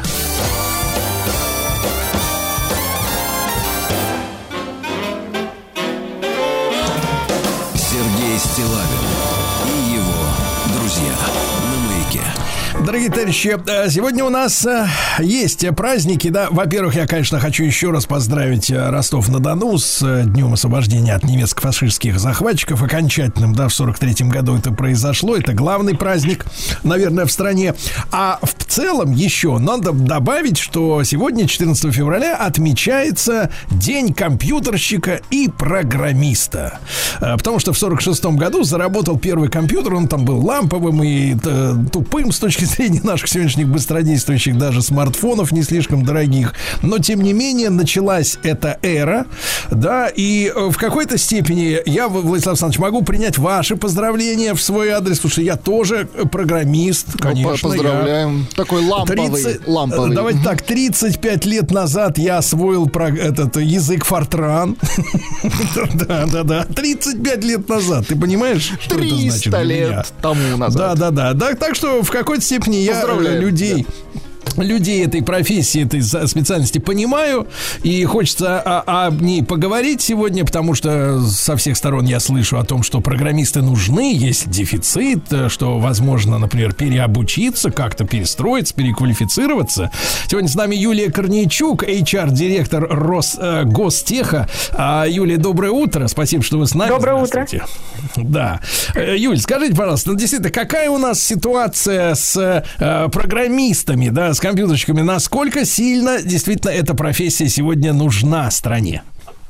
Сергей Стиллавин и его друзья на Маяке. Дорогие товарищи, сегодня у нас есть праздники, да. Во-первых, я, конечно, хочу еще раз поздравить Ростов-на-Дону с Днем освобождения от немецко-фашистских захватчиков. Окончательным, да, в сорок третьем году это произошло. Это главный праздник, наверное, в стране. А в целом еще надо добавить, что сегодня, четырнадцатого февраля, отмечается День компьютерщика и программиста. Потому что в сорок шестом году заработал первый компьютер. Он там был ламповым и тупым с точки зрения наших сегодняшних быстродействующих даже смартфонов, не слишком дорогих. Но, тем не менее, началась эта эра, да, и в какой-то степени я, Владислав Александрович, могу принять ваши поздравления в свой адрес, потому что я тоже программист, конечно. Ну, поздравляем. Я... Такой ламповый, тридцать... ламповый. Давайте так, тридцать пять лет назад я освоил про... этот язык Фортран. Да-да-да, тридцать пять лет назад, ты понимаешь, что это значит? триста лет тому назад. Да-да-да, так что в какой-то степени я людей... Да. людей этой профессии, этой специальности понимаю, и хочется о, о ней поговорить сегодня, потому что со всех сторон я слышу о том, что программисты нужны, есть дефицит, что возможно, например, переобучиться, как-то перестроиться, переквалифицироваться. Сегодня с нами Юлия Корнейчук, эйч ар-директор Росгостеха. Юлия, доброе утро, спасибо, что вы с нами. Доброе утро. Да. Юль, скажите, пожалуйста, ну, действительно, какая у нас ситуация с э, программистами, да, с компьютерщиками, насколько сильно действительно эта профессия сегодня нужна стране?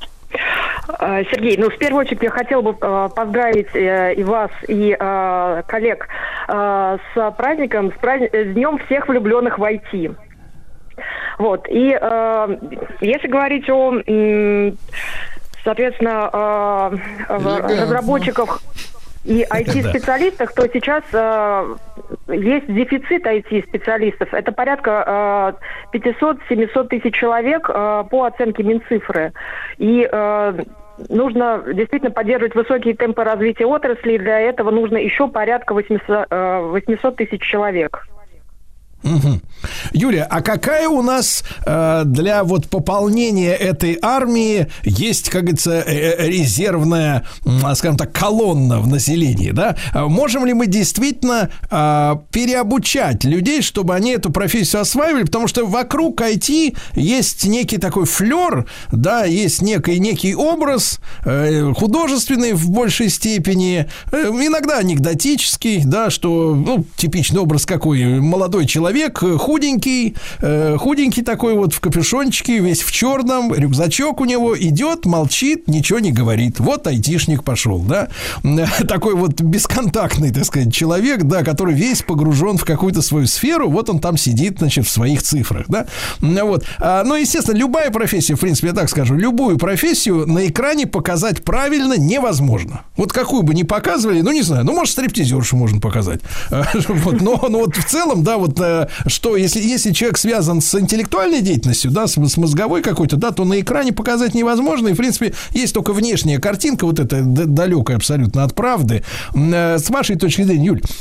Сергей, ну, в первую очередь я хотела бы э, поздравить э, и вас, и э, коллег э, с праздником, с, праздник, с Днем всех влюбленных в ай ти. Вот, и э, если говорить о, э, соответственно, э, разработчиках и ай ти-специалистах, то сейчас э, есть дефицит ай ти-специалистов. Это порядка э, пятьсот-семьсот тысяч человек э, по оценке Минцифры. И э, нужно действительно поддерживать высокие темпы развития отрасли. И для этого нужно еще порядка восемьсот тысяч человек. Угу. Юлия, а какая у нас э, для вот пополнения этой армии есть, как говорится, э, резервная, э, скажем так, колонна в населении, да? Можем ли мы действительно э, переобучать людей, чтобы они эту профессию осваивали? Потому что вокруг ай ти есть некий такой флер, да, есть некий, некий образ э, художественный в большей степени, э, иногда анекдотический, да, что, ну, типичный образ какой? Молодой человек, Человек худенький, э, худенький такой вот в капюшончике, весь в черном, рюкзачок у него, идет, молчит, ничего не говорит. Вот айтишник пошел, да. Такой вот бесконтактный, так сказать, человек, да, который весь погружен в какую-то свою сферу, вот он там сидит, значит, в своих цифрах, да. Вот. А, ну, естественно, любая профессия, в принципе, я так скажу, любую профессию на экране показать правильно невозможно. Вот какую бы ни показывали, ну, не знаю, ну, может, стриптизершу можно показать. Вот, но, но вот в целом, да, вот что если, если человек связан с интеллектуальной деятельностью, да, с, с мозговой какой-то, да, то на экране показать невозможно. И, в принципе, есть только внешняя картинка, вот эта далекая абсолютно от правды. С вашей точки зрения, Юль,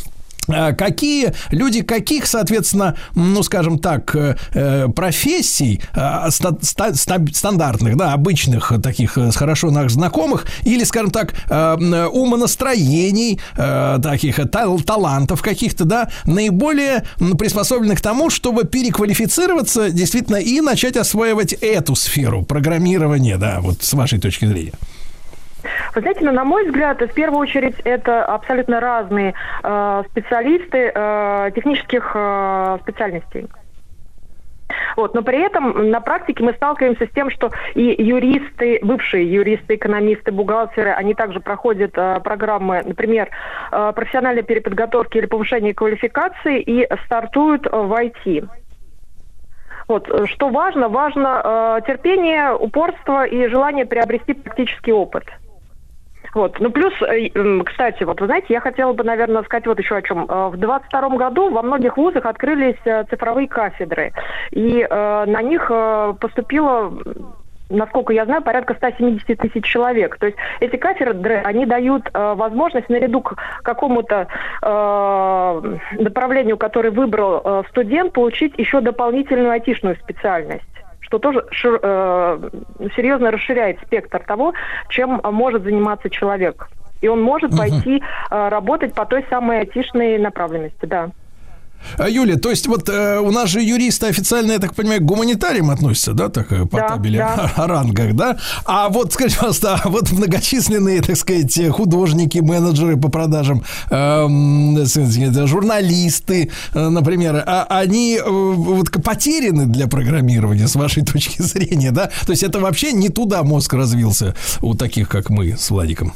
какие люди, каких, соответственно, ну, скажем так, профессий стандартных, да, обычных, таких хорошо нам знакомых, или, скажем так, умонастроений, таких талантов каких-то, да, наиболее приспособлены к тому, чтобы переквалифицироваться действительно и начать осваивать эту сферу программирования, да, вот с вашей точки зрения? Вы знаете, ну, на мой взгляд, в первую очередь это абсолютно разные э, специалисты э, технических э, специальностей. Вот, но при этом на практике мы сталкиваемся с тем, что и юристы, бывшие юристы, экономисты, бухгалтеры, они также проходят э, программы, например, э, профессиональной переподготовки или повышения квалификации и стартуют в ай ти. Вот, что важно? Важно э, терпение, упорство и желание приобрести практический опыт. Вот. Ну, плюс, кстати, вот вы знаете, я хотела бы, наверное, сказать вот еще о чем. В двадцать втором году во многих вузах открылись цифровые кафедры, и э, на них поступило, насколько я знаю, порядка сто семьдесят тысяч человек. То есть эти кафедры, они дают э, возможность наряду к какому-то э, направлению, которое выбрал э, студент, получить еще дополнительную айтишную специальность, что тоже шир, э, серьезно расширяет спектр того, чем может заниматься человек. И он может uh-huh. пойти э, работать по той самой айтишной направленности, да. Юлия, то есть вот э, у нас же юристы официально, я так понимаю, к гуманитариям относятся, да, так, по да, табели да. о рангах, да? А вот, скажите, пожалуйста, а вот многочисленные, так сказать, художники, менеджеры по продажам, э, журналисты, э, например, а, они э, вот потеряны для программирования, с вашей точки зрения, да? То есть это вообще не туда мозг развился у таких, как мы с Владиком?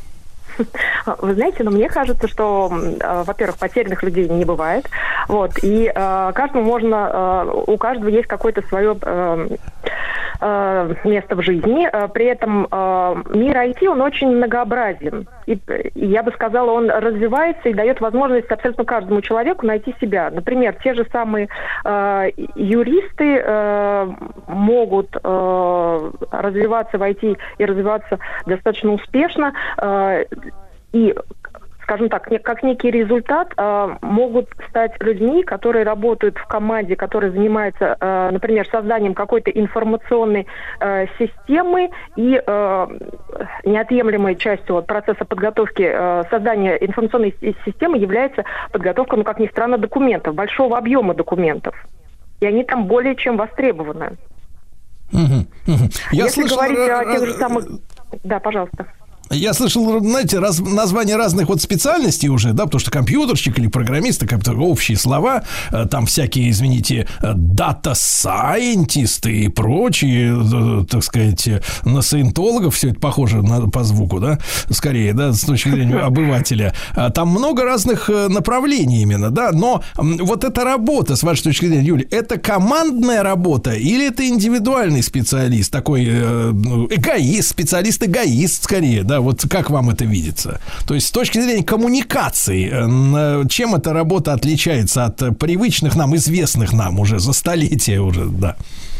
Вы знаете, но мне кажется, что, э, во-первых, потерянных людей не бывает, вот, и э, каждому можно, э, у каждого есть какое-то свое э, э, место в жизни, э, при этом э, мир ай ти, он очень многообразен, и, и я бы сказала, он развивается и дает возможность абсолютно каждому человеку найти себя. Например, те же самые э, юристы э, могут э, развиваться в ай ти и развиваться достаточно успешно, э, и, скажем так, как некий результат, э, могут стать людьми, которые работают в команде, которая занимается, э, например, созданием какой-то информационной э, системы, и э, неотъемлемой частью вот, процесса подготовки э, создания информационной системы является подготовка, ну, как ни странно, документов, большого объема документов. И они там более чем востребованы. Угу, угу. Я Если слышал... говорить о тех же самых... Да, пожалуйста. Я слышал, знаете, раз, названия разных вот специальностей уже, да, потому что компьютерщик или программист, как-то общие слова, там всякие, извините, дата-сайентисты и прочие, так сказать, на саентологов, все это похоже на, по звуку, да, скорее, да, с точки зрения обывателя. Там много разных направлений именно, да, но вот эта работа, с вашей точки зрения, Юля, это командная работа или это индивидуальный специалист, такой эгоист, специалист-эгоист, скорее, да? Вот как вам это видится? То есть с точки зрения коммуникации, чем эта работа отличается от привычных нам, известных нам уже за столетия уже, да?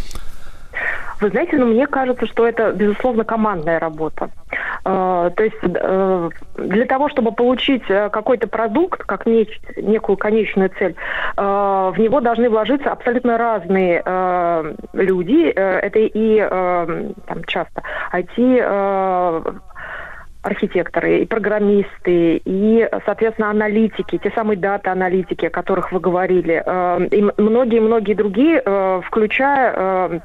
Вы знаете, ну, мне кажется, что это, безусловно, командная работа. Э, то есть э, для того, чтобы получить какой-то продукт, как неч- некую конечную цель, э, в него должны вложиться абсолютно разные э, люди. Э, это и э, там, часто ай ти... Э, архитекторы, и программисты, и, соответственно, аналитики, те самые дата-аналитики, о которых вы говорили, и многие-многие другие, включая,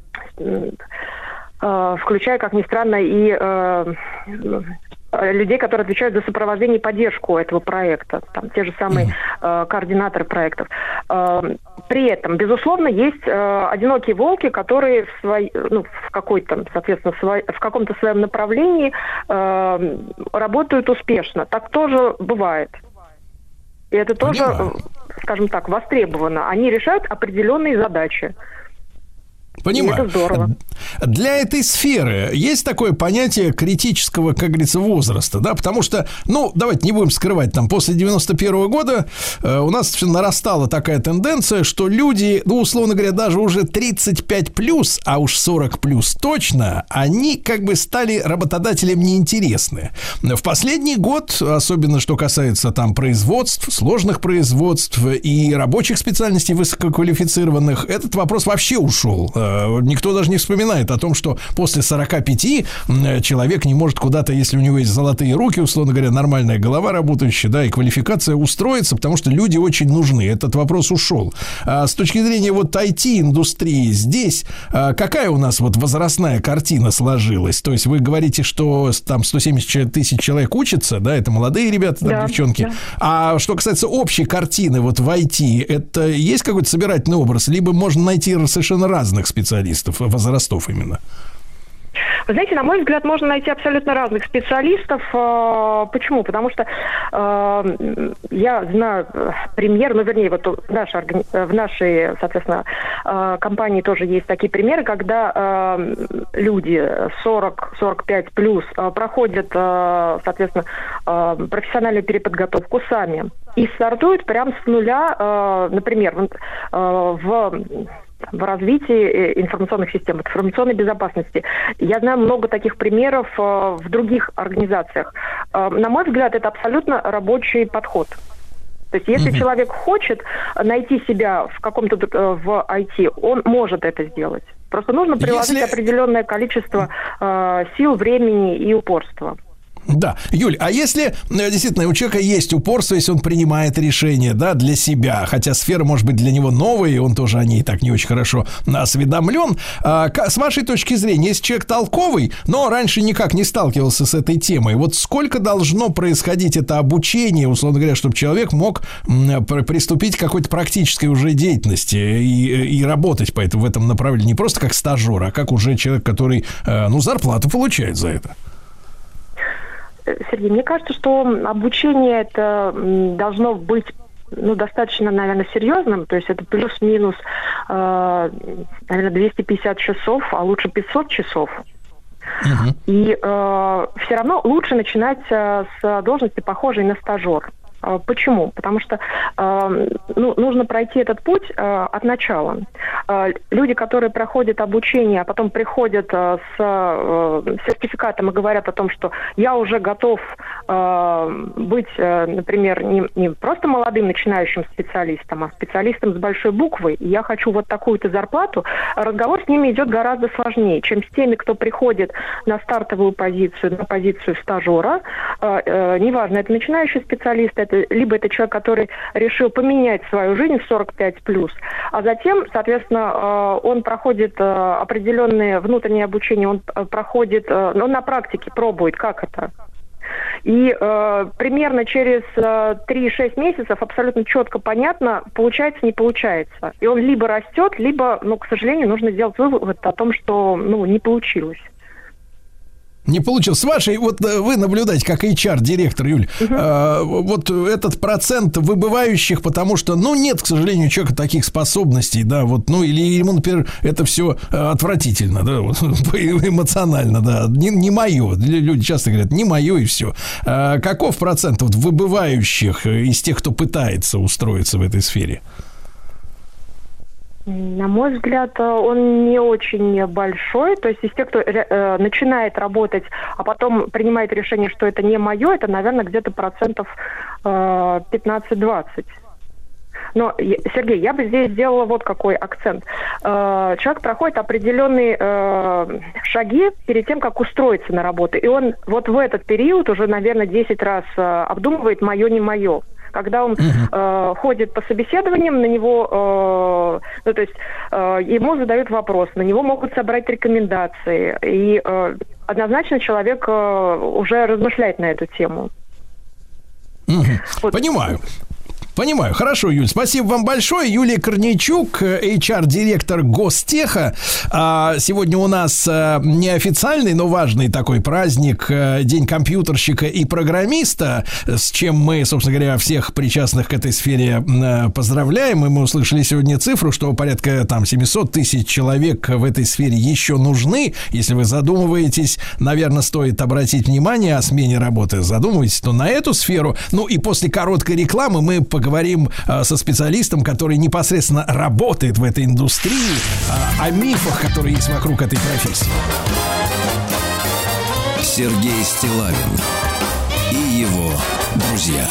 включая, как ни странно, и людей, которые отвечают за сопровождение и поддержку этого проекта, там, те же самые э, координаторы проектов. Э, при этом, безусловно, есть э, одинокие волки, которые в, свой, ну, в, какой-то, соответственно, свой, в каком-то своем направлении э, работают успешно. Так тоже бывает. И это тоже, Понимаю. скажем так, востребовано. Они решают определенные задачи. Понимаю. И это здорово. Для этой сферы есть такое понятие критического, как говорится, возраста, да, потому что, ну, давайте не будем скрывать, там, после девяносто первого года э, у нас нарастала такая тенденция, что люди, ну, условно говоря, даже уже тридцать пять плюс, а уж сорок плюс точно, они как бы стали работодателям неинтересны. В последний год, особенно что касается там производств, сложных производств и рабочих специальностей высококвалифицированных, этот вопрос вообще ушел. Никто даже не вспоминает о том, что после сорока пяти человек не может куда-то, если у него есть золотые руки, условно говоря, нормальная голова работающая, да, и квалификация, устроиться, потому что люди очень нужны. Этот вопрос ушел. А с точки зрения вот ай ти-индустрии здесь какая у нас вот возрастная картина сложилась? То есть вы говорите, что там сто семьдесят тысяч человек учатся, да, это молодые ребята, там, да, девчонки. Да. А что касается общей картины вот в ай ти, это есть какой-то собирательный образ? Либо можно найти совершенно разных специалистов, возрастов именно? Вы знаете, на мой взгляд, можно найти абсолютно разных специалистов. Почему? Потому что э, я знаю пример, ну, вернее, вот в нашей, в нашей, соответственно, э, компании тоже есть такие примеры, когда э, люди сорок - сорок пять плюс э, проходят, э, соответственно, э, профессиональную переподготовку сами и стартуют прямо с нуля, э, например, э, в... в развитии информационных систем, информационной безопасности. Я знаю много таких примеров в других организациях. На мой взгляд, это абсолютно рабочий подход. То есть, если mm-hmm. человек хочет найти себя в каком-то в ай ти, он может это сделать. Просто нужно приложить если... определенное количество э, сил, времени и упорства. Да, Юль, а если действительно у человека есть упорство, если он принимает решение, да, для себя, хотя сфера может быть для него новая, и он тоже о ней так не очень хорошо осведомлен, а, с вашей точки зрения, если человек толковый, но раньше никак не сталкивался с этой темой, вот сколько должно происходить это обучение, условно говоря, чтобы человек мог приступить к какой-то практической уже деятельности и, и работать по этому, в этом направлении, не просто как стажер, а как уже человек, который, ну, зарплату получает за это? Сергей, мне кажется, что обучение это должно быть, ну, достаточно, наверное, серьезным, то есть это плюс-минус, э, наверное, двести пятьдесят часов, а лучше пятьсот часов. Uh-huh. И э, все равно лучше начинать э, с должности, похожей на стажер. Почему? Потому что э, ну, нужно пройти этот путь э, от начала. Э, люди, которые проходят обучение, а потом приходят э, с э, сертификатом и говорят о том, что я уже готов э, быть, э, например, не, не просто молодым начинающим специалистом, а специалистом с большой буквы, и я хочу вот такую-то зарплату, разговор с ними идет гораздо сложнее, чем с теми, кто приходит на стартовую позицию, на позицию стажера. Э, э, неважно, это начинающий специалист, это либо это человек, который решил поменять свою жизнь в сорок пять плюс, а затем, соответственно, он проходит определенное внутреннее обучение, он проходит, он на практике пробует, как это. И э, примерно через э, три-шесть месяцев абсолютно четко понятно, получается, не получается. И он либо растет, либо, ну, к сожалению, нужно сделать вывод о том, что, ну, не получилось. Не получилось. С вашей, вот вы наблюдаете, как эйч ар-директор, Юль, uh-huh. э, вот этот процент выбывающих, потому что, ну, нет, к сожалению, у человека таких способностей, да, вот, ну, или ему, например, это все отвратительно, да, вот, эмоционально, да, не, не мое. Люди часто говорят, не мое и все. А каков процент вот выбывающих из тех, кто пытается устроиться в этой сфере? На мой взгляд, он не очень большой. То есть из тех, кто э, начинает работать, а потом принимает решение, что это не мое, это, наверное, где-то процентов э, пятнадцать-двадцать. Но, Сергей, я бы здесь сделала вот какой акцент. Э, человек проходит определенные э, шаги перед тем, как устроиться на работу. И он вот в этот период уже, наверное, десять раз э, обдумывает «моё, не моё». Когда он uh-huh. э, ходит по собеседованиям, на него, э, ну, то есть э, ему задают вопрос, на него могут собрать рекомендации, и э, однозначно человек э, уже размышляет на эту тему. Uh-huh. Вот. Понимаю. Понимаю. Хорошо, Юль, спасибо вам большое. Юлия Корнейчук, эйч ар-директор Гостеха. Сегодня у нас неофициальный, но важный такой праздник, День компьютерщика и программиста, с чем мы, собственно говоря, всех причастных к этой сфере поздравляем. И мы услышали сегодня цифру, что порядка там семьсот тысяч человек в этой сфере еще нужны. Если вы задумываетесь, наверное, стоит обратить внимание о смене работы. Задумываетесь, то на эту сферу. Ну и после короткой рекламы мы поговорим Говорим э, со специалистом, который непосредственно работает в этой индустрии, э, о мифах, которые есть вокруг этой профессии. Сергей Стиллавин и его друзья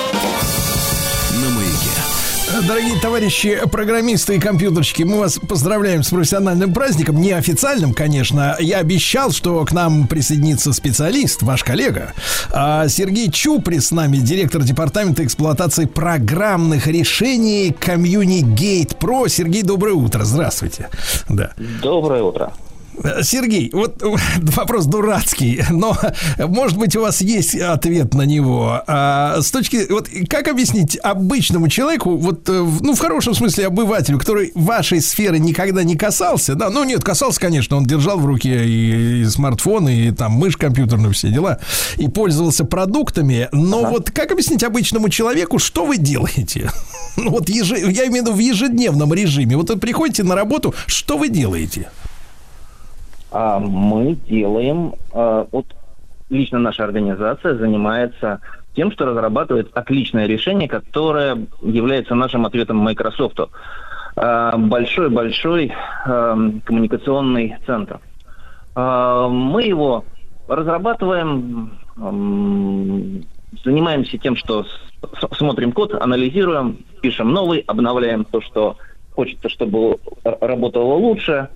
на Маяке. Дорогие товарищи программисты и компьютерщики, мы вас поздравляем с профессиональным праздником, неофициальным, конечно. Я обещал, что к нам присоединится специалист, ваш коллега Сергей Чуприс с нами, директор департамента эксплуатации программных решений Communigate Pro. Сергей, доброе утро, здравствуйте. Да. Доброе утро. Сергей, вот вопрос дурацкий, но, может быть, у вас есть ответ на него. А, с точки, вот как объяснить обычному человеку, вот, ну, в хорошем смысле обывателю, который вашей сферы никогда не касался, да, ну, нет, касался, конечно, он держал в руке и, и смартфон, и там мышь компьютерную, все дела, и пользовался продуктами, но ага. вот как объяснить обычному человеку, что вы делаете? Ну, вот еж... я имею в виду в ежедневном режиме. Вот вы приходите на работу, что вы делаете? А мы делаем, вот лично наша организация занимается тем, что разрабатывает отличное решение, которое является нашим ответом Microsoft. Большой-большой коммуникационный центр. Мы его разрабатываем, занимаемся тем, что смотрим код, анализируем, пишем новый, обновляем то, что хочется, чтобы работало лучше.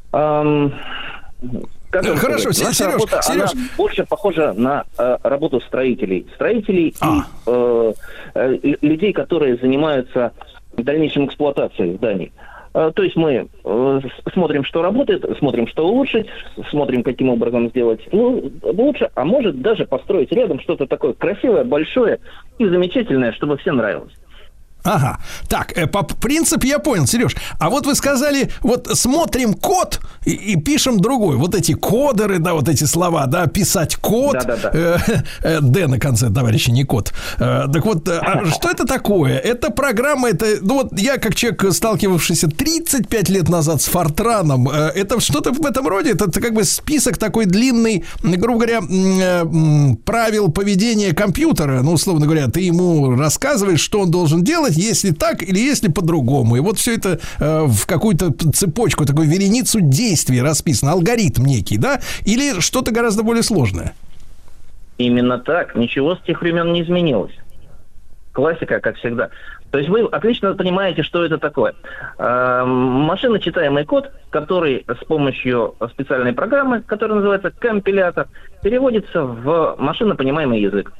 Как Хорошо, сказать, наша Сереж, работа, Сереж. она больше похожа на э, работу строителей. Строителей а. и э, э, людей, которые занимаются дальнейшей эксплуатацией зданий. Э, то есть мы э, смотрим, что работает, смотрим, что улучшить, смотрим, каким образом сделать ну, лучше, а может даже построить рядом что-то такое красивое, большое и замечательное, чтобы всем нравилось. Ага. Так, э, по принципу я понял, Сереж. А вот вы сказали, вот смотрим код и, и пишем другой. Вот эти кодеры, да, вот эти слова, да, писать код. Да, да, да. Э, э, Д на конце, товарищи, не код. Э, так вот, а что это такое? Это программа, это, ну вот я как человек, сталкивавшийся тридцать пять лет назад с Фортраном, э, это что-то в этом роде, это, это как бы список такой длинный, грубо говоря, э, правил поведения компьютера. Ну, условно говоря, ты ему рассказываешь, что он должен делать, если так или если по-другому. И вот все это э, в какую-то цепочку, такую вереницу действий расписано, алгоритм некий, да? Или что-то гораздо более сложное? Именно так. Ничего с тех времен не изменилось. Классика, как всегда. То есть вы отлично понимаете, что это такое. Э, машиночитаемый код, который с помощью специальной программы, которая называется компилятор, переводится в машинопонимаемый язык.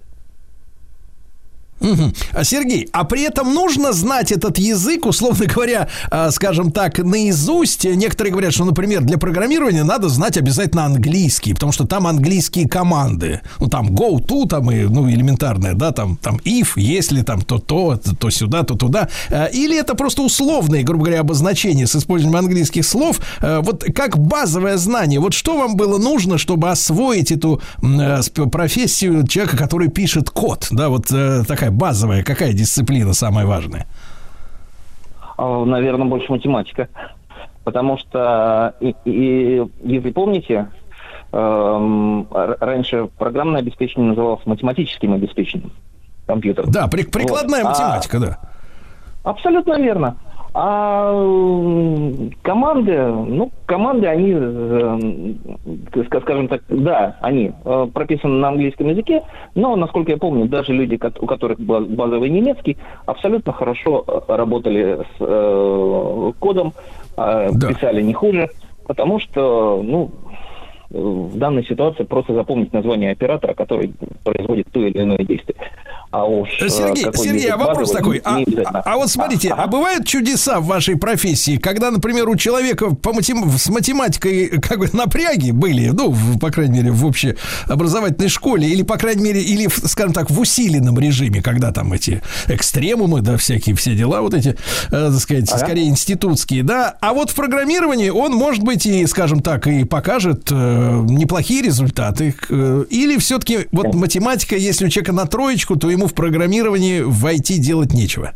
Угу. А, Сергей, а при этом нужно знать этот язык, условно говоря, э, скажем так, наизусть. Некоторые говорят, что, например, для программирования надо знать обязательно английский, потому что там английские команды. Ну, там go to, там и, ну, элементарное, да, там, там if, если там то то, то, то сюда, то туда. Э, или это просто условные, грубо говоря, обозначения с использованием английских слов. Э, вот как базовое знание. Вот что вам было нужно, чтобы освоить эту э, профессию человека, который пишет код? Да, вот э, такая базовая, какая дисциплина самая важная? Наверное, больше математика. Потому что, и, и, если помните, э, раньше программное обеспечение называлось математическим обеспечением компьютера. Да, при, прикладная вот. математика, а, да. Абсолютно верно. А команды, ну, команды, они, скажем так, да, они прописаны на английском языке, но, насколько я помню, даже люди, у которых базовый немецкий, абсолютно хорошо работали с кодом, да. писали не хуже, потому что, ну, в данной ситуации просто запомнить название оператора, который производит то или иное действие. А уж, Сергей, Сергей, а вопрос такой. А, а вот смотрите, а, а бывают чудеса в вашей профессии, когда, например, у человека по матем... с математикой как бы напряги были, ну, в, по крайней мере, в общеобразовательной школе, или, по крайней мере, или, скажем так, в усиленном режиме, когда там эти экстремумы, да, всякие все дела вот эти, э, так сказать, ага. скорее институтские, да. А вот в программировании он, может быть, и, скажем так, и покажет э, неплохие результаты. Э, или все-таки вот математика, если у человека на троечку, то ему в программировании в ай ти делать нечего.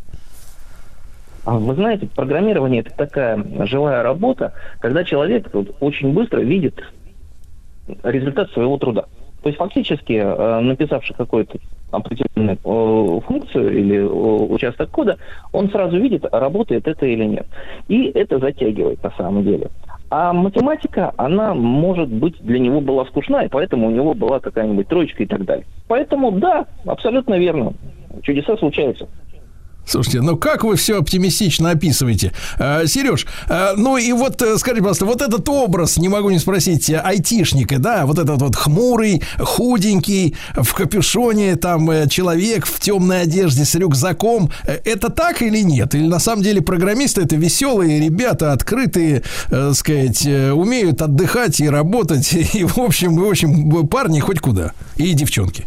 Вы знаете, программирование — это такая живая работа, когда человек вот, очень быстро видит результат своего труда. То есть фактически, написавший какую-то определенную функцию или участок кода, он сразу видит, работает это или нет. И это затягивает на самом деле. А математика, она, может быть, для него была скучна, и поэтому у него была какая-нибудь троечка и так далее. Поэтому, да, абсолютно верно. Чудеса случаются. Слушайте, ну как вы все оптимистично описываете. А, Сереж, а, ну и вот, скажите, пожалуйста, вот этот образ, не могу не спросить, айтишника, да, вот этот вот хмурый, худенький, в капюшоне, там, человек в темной одежде с рюкзаком, это так или нет? Или на самом деле программисты — это веселые ребята, открытые, так сказать, умеют отдыхать и работать, и, в общем, в общем, парни хоть куда, и девчонки?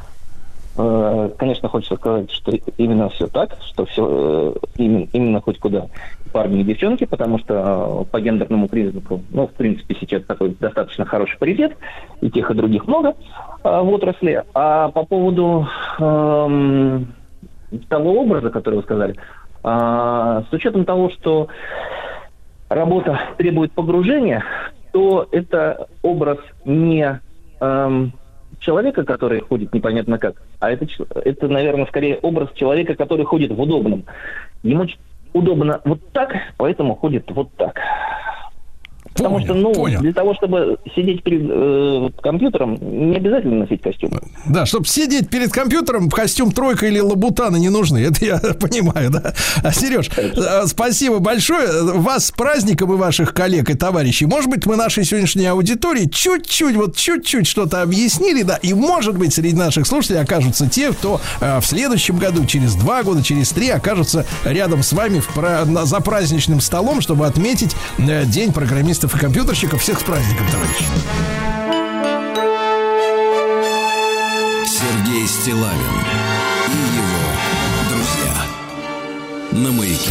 Конечно, хочется сказать, что именно все так, что все именно, именно хоть куда, парни и девчонки, потому что по гендерному признаку, ну, в принципе, сейчас такой достаточно хороший паритет, и тех, и других много в отрасли. А по поводу э, того образа, который вы сказали, э, с учетом того, что работа требует погружения, то это образ не... Э, человека, который ходит непонятно как, а это, это, наверное, скорее образ человека, который ходит в удобном. Ему удобно вот так, поэтому ходит вот так. Потому понял, что, ну, понял. Для того, чтобы сидеть перед э, компьютером, не обязательно носить костюм. Да, чтобы сидеть перед компьютером, костюм тройка или лабутаны не нужны. Это я понимаю, да. А, Сереж, спасибо большое. Вас с праздником и ваших коллег и товарищей. Может быть, мы нашей сегодняшней аудитории чуть-чуть, вот чуть-чуть что-то объяснили, да, и, может быть, среди наших слушателей окажутся те, кто э, в следующем году, через два года, через три окажутся рядом с вами в, про, на, за праздничным столом, чтобы отметить э, День программистов и компьютерщиков. Всех с праздником, товарищи. Сергей Стиллавин и его друзья на Маяке.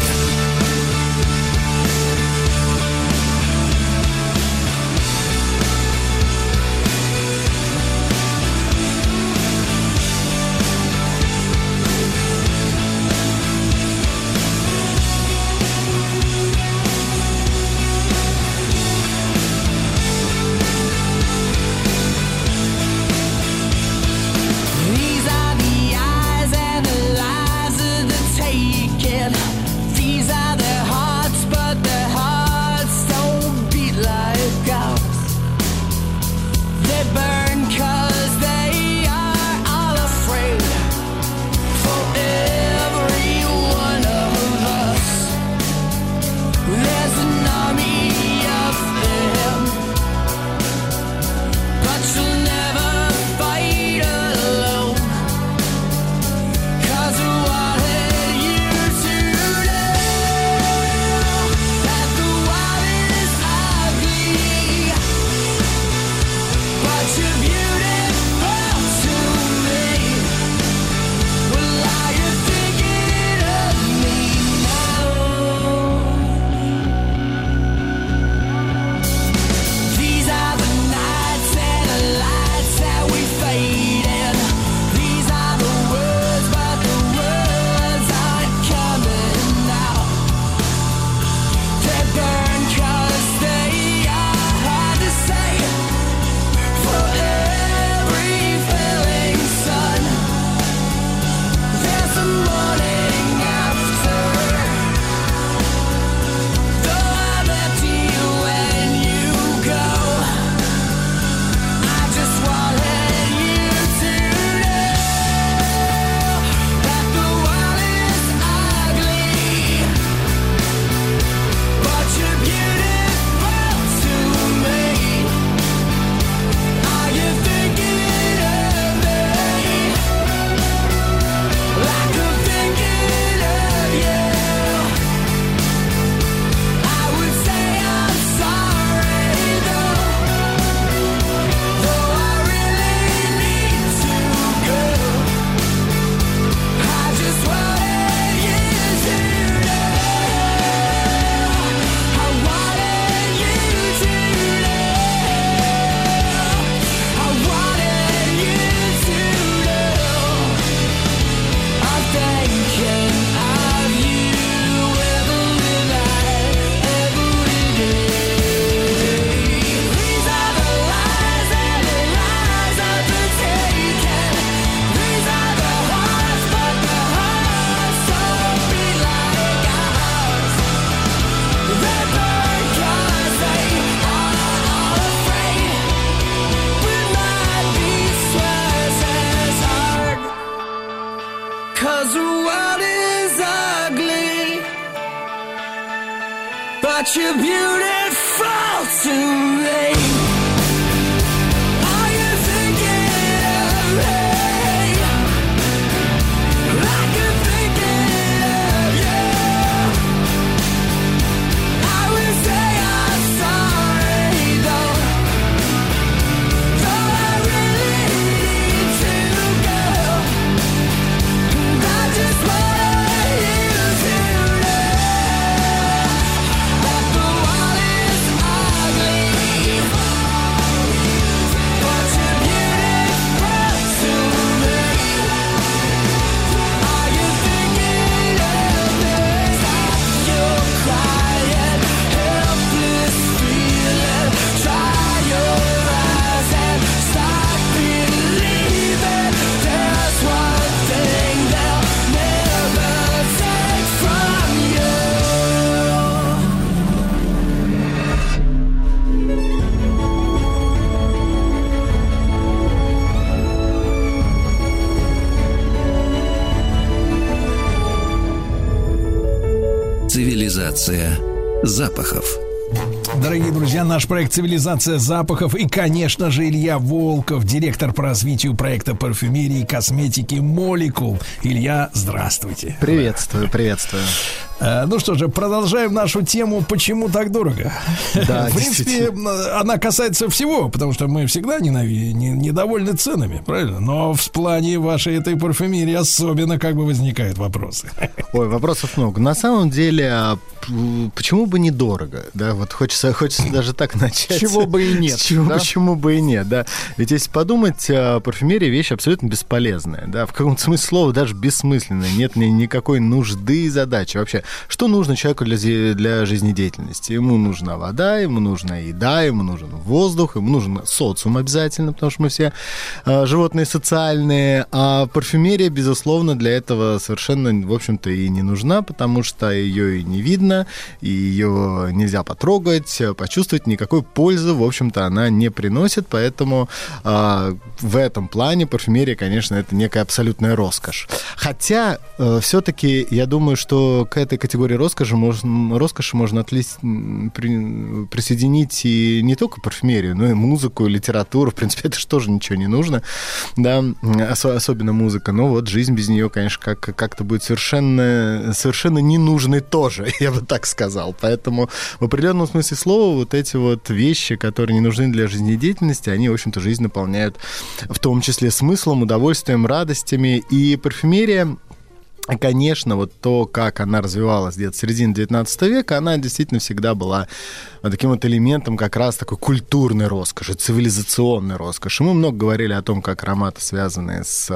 These are but you're beautiful to me. Are you thinking of me? Like you're thinking of you. I will say I'm sorry though, though I really need to go. I just want you to know that the world is ugly, but you're beautiful to me. Are you thinking of this? You're crying, helpless feeling. Dry your eyes and start believing. There's one thing they'll never take from you. Цивилизация запахов. Дорогие друзья, наш проект «Цивилизация запахов» и, конечно же, Илья Волков, директор по развитию проекта парфюмерии и косметики «Молекул». Илья, здравствуйте. Приветствую, приветствую. Ну что же, продолжаем нашу тему «Почему так дорого?». Да, в принципе, она касается всего, потому что мы всегда ненави- не, недовольны ценами, правильно? Но в плане вашей этой парфюмерии особенно как бы возникают вопросы. Ой, вопросов много. На самом деле, а п- почему бы недорого? Да, вот хочется, хочется даже так начать. Чего бы и нет, Чего, да? Почему бы и нет, да. Ведь если подумать, а, парфюмерия вещь абсолютно бесполезная, да, в каком-то смысле слова даже бессмысленная. Нет ни- никакой нужды и задачи. Вообще, что нужно человеку для, зи- для жизнедеятельности? Ему нужна вода, ему нужна еда, ему нужен воздух, ему нужен социум обязательно, потому что мы все а, животные социальные. А парфюмерия, безусловно, для этого совершенно, в общем-то, и не нужна, потому что ее и не видно, и ее нельзя потрогать, почувствовать, никакой пользы, в общем-то, она не приносит, поэтому а, в этом плане парфюмерия, конечно, это некая абсолютная роскошь. Хотя, э, все-таки, я думаю, что к этой категории роскоши можно, роскоши можно отлист, при, присоединить и не только парфюмерию, но и музыку, литературу. В принципе, это же тоже ничего не нужно, да, ос- особенно музыка. Но вот жизнь без нее, конечно, как, как-то будет совершенно, совершенно ненужной тоже, я бы так сказал. Поэтому в определенном смысле слова вот эти вот вещи, которые не нужны для жизнедеятельности, они, в общем-то, жизнь наполняют в том числе смыслом, удовольствием, радостями. И парфюмерия, конечно, вот то, как она развивалась где-то в середине девятнадцатого века, она действительно всегда была таким вот элементом как раз такой культурной роскоши, цивилизационной роскоши. Мы много говорили о том, как ароматы связаны с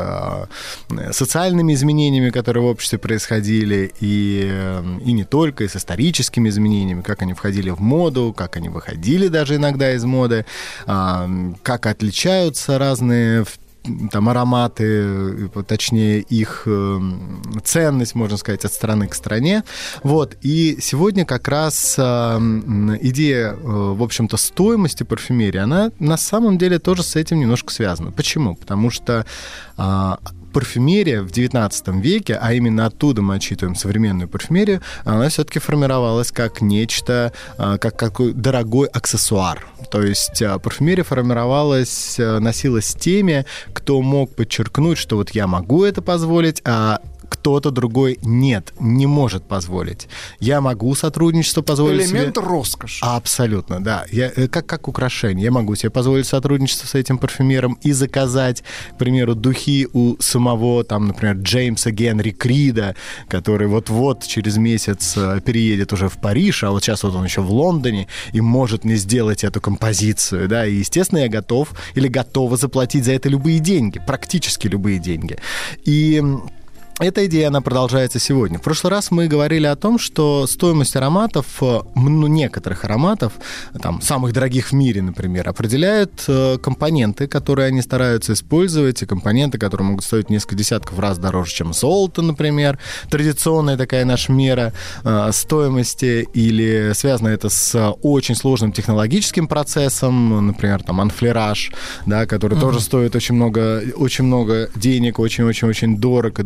э, социальными изменениями, которые в обществе происходили, и, и не только, и с историческими изменениями, как они входили в моду, как они выходили даже иногда из моды, э, как отличаются разные там ароматы, точнее их э, ценность, можно сказать, от страны к стране. Вот. И сегодня как раз э, идея, э, в общем-то, стоимости парфюмерии, она на самом деле тоже с этим немножко связана. Почему? Потому что э, парфюмерия в девятнадцатом веке, а именно оттуда мы отчитываем современную парфюмерию, она все-таки формировалась как нечто, как какой дорогой аксессуар. То есть парфюмерия формировалась, носилась теми, кто мог подчеркнуть, что вот я могу это позволить, а кто-то другой нет, не может позволить. Я могу сотрудничество позволить Элемент себе. роскоши. Абсолютно, да. Я, как, как украшение. Я могу себе позволить сотрудничество с этим парфюмером и заказать, к примеру, духи у самого, там, например, Джеймса Генри Крида, который вот-вот через месяц переедет уже в Париж, а вот сейчас вот он еще в Лондоне и может мне сделать эту композицию, да, и, естественно, я готов или готова заплатить за это любые деньги, практически любые деньги. И эта идея, она продолжается сегодня. В прошлый раз мы говорили о том, что стоимость ароматов, ну, некоторых ароматов, там, самых дорогих в мире, например, определяют компоненты, которые они стараются использовать, и компоненты, которые могут стоить несколько десятков раз дороже, чем золото, например. Традиционная такая наша мера э, стоимости, или связано это с очень сложным технологическим процессом, например, там, анфлераж, да, который mm-hmm. тоже стоит очень много, очень много денег, очень-очень-очень дорого, и духи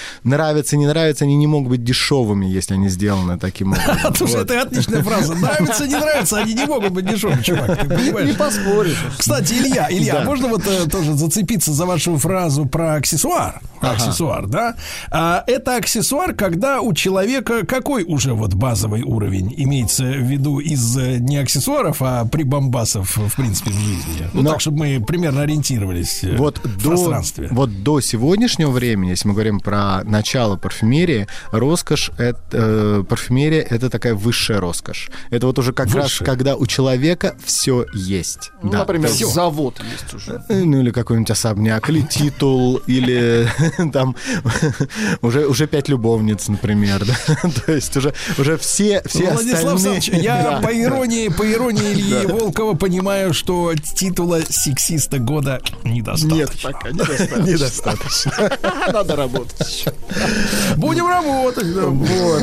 нравятся, не нравятся, они не могут быть дешевыми, если они сделаны таким образом. Слушай, это отличная фраза. Нравится, не нравится, они не могут быть дешевыми, чувак. Ты понимаешь? Не поспоришь. Кстати, Илья, Илья, Да. можно вот э, тоже зацепиться за вашу фразу про аксессуар? Про Ага. аксессуар, да? А, это аксессуар, когда у человека какой уже вот базовый уровень имеется в виду из э, не аксессуаров, а прибамбасов, в принципе, в жизни? Ну, Но- так, чтобы мы примерно ориентировались э, Вот в до, пространстве. вот до сегодняшнего времени, если мы говорим про начало парфюмерии, роскошь, это, э, парфюмерия — это такая высшая роскошь. Это вот уже как раз, Высшая. когда у человека все есть. Ну, Да. например, Всё. завод есть уже. Э, Ну, или какой-нибудь особняк, или титул, или там уже, уже пять любовниц, например. Да? То есть уже, уже все, все Владислав остальные... Александрович, я Да. по иронии, по иронии Ильи Волкова понимаю, что титула сексиста года недостаточно. Нет, пока недостаточно. Недостаточно. Надо работать еще. Будем работать. Да. Вот.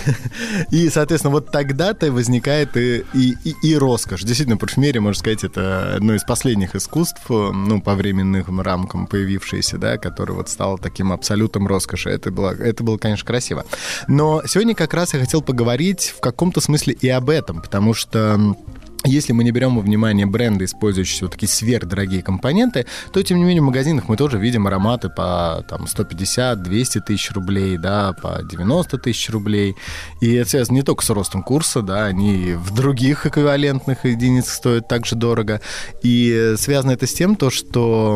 И, и, соответственно, вот тогда-то и возникает и, и, и, и роскошь. Действительно, парфюмерия, можно сказать, это одно из последних искусств, ну, по временным рамкам появившееся, да, которое вот стало таким абсолютом роскоши. Это было, это было, конечно, красиво. Но сегодня как раз я хотел поговорить в каком-то смысле и об этом, потому что... Если мы не берем во внимание бренды, использующие вот такие сверхдорогие компоненты, то, тем не менее, в магазинах мы тоже видим ароматы по там, сто пятьдесят - двести тысяч рублей, да, по девяносто тысяч рублей. И это связано не только с ростом курса, да, они в других эквивалентных единицах стоят также дорого. И связано это с тем, то, что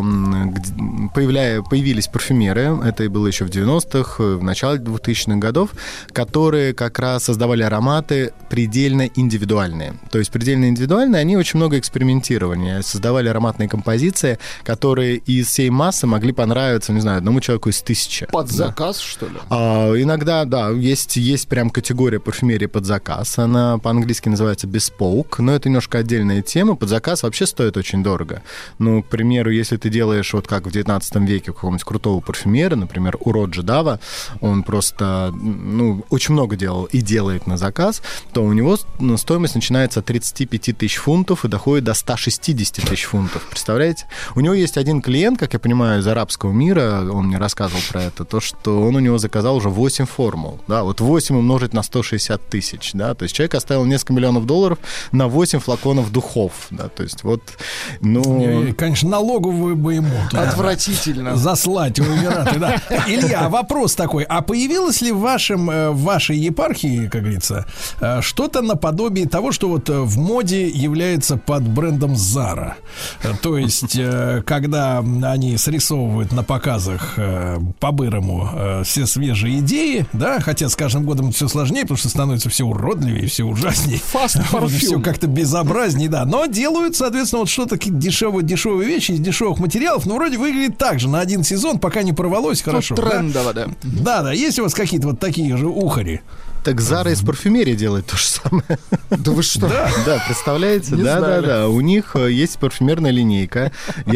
появляя, появились парфюмеры, это и было еще в девяностых, в начале двухтысячных годов, которые как раз создавали ароматы предельно индивидуальные. То есть предельно индивидуальные, они очень много экспериментировали, создавали ароматные композиции, которые из всей массы могли понравиться, не знаю, одному человеку из тысячи. Под Да. заказ, что ли? А, иногда, да, есть, есть прям категория парфюмерии под заказ. Она по-английски называется bespoke, но это немножко отдельная тема. Под заказ вообще стоит очень дорого. Ну, к примеру, если ты делаешь, вот как в девятнадцатом веке у какого-нибудь крутого парфюмера, например, у Роджа Дава, он просто, ну, очень много делал и делает на заказ, то у него стоимость начинается от тридцати пяти тысяч фунтов и доходит до ста шестидесяти тысяч фунтов. Представляете? У него есть один клиент, как я понимаю, из арабского мира, он мне рассказывал про это, то, что он у него заказал уже восемь формул. Да, вот восемь умножить на сто шестьдесят тысяч. Да, то есть человек оставил несколько миллионов долларов на восемь флаконов духов. Да, то есть вот, ну... И, конечно, налоговую бы ему да, Отвратительно. заслать в Эмираты, да. Илья, вопрос такой. А появилось ли в, вашем, э, в вашей епархии, как говорится, э, что-то наподобие того, что вот э, в моде является под брендом Zara? Э, То есть, э, когда они срисовывают на показах э, по-бырому э, все свежие идеи, да, хотя с каждым годом все сложнее, потому что становится все уродливее, все ужаснее. Фаст парфюм. Все как-то безобразнее, да. Но делают, соответственно, вот что-то дешевые, дешевые вещи из дешевых материалов, но вроде выглядит так же на один сезон, пока не порвалось, хорошо. Ну, трендово, да. Да, да, есть у вас какие-то вот такие же ухари? Так Zara из парфюмерии делает то же самое. Да вы что? Да. Да, представляете? Не Да, да, знали. да. У них э, есть парфюмерная линейка.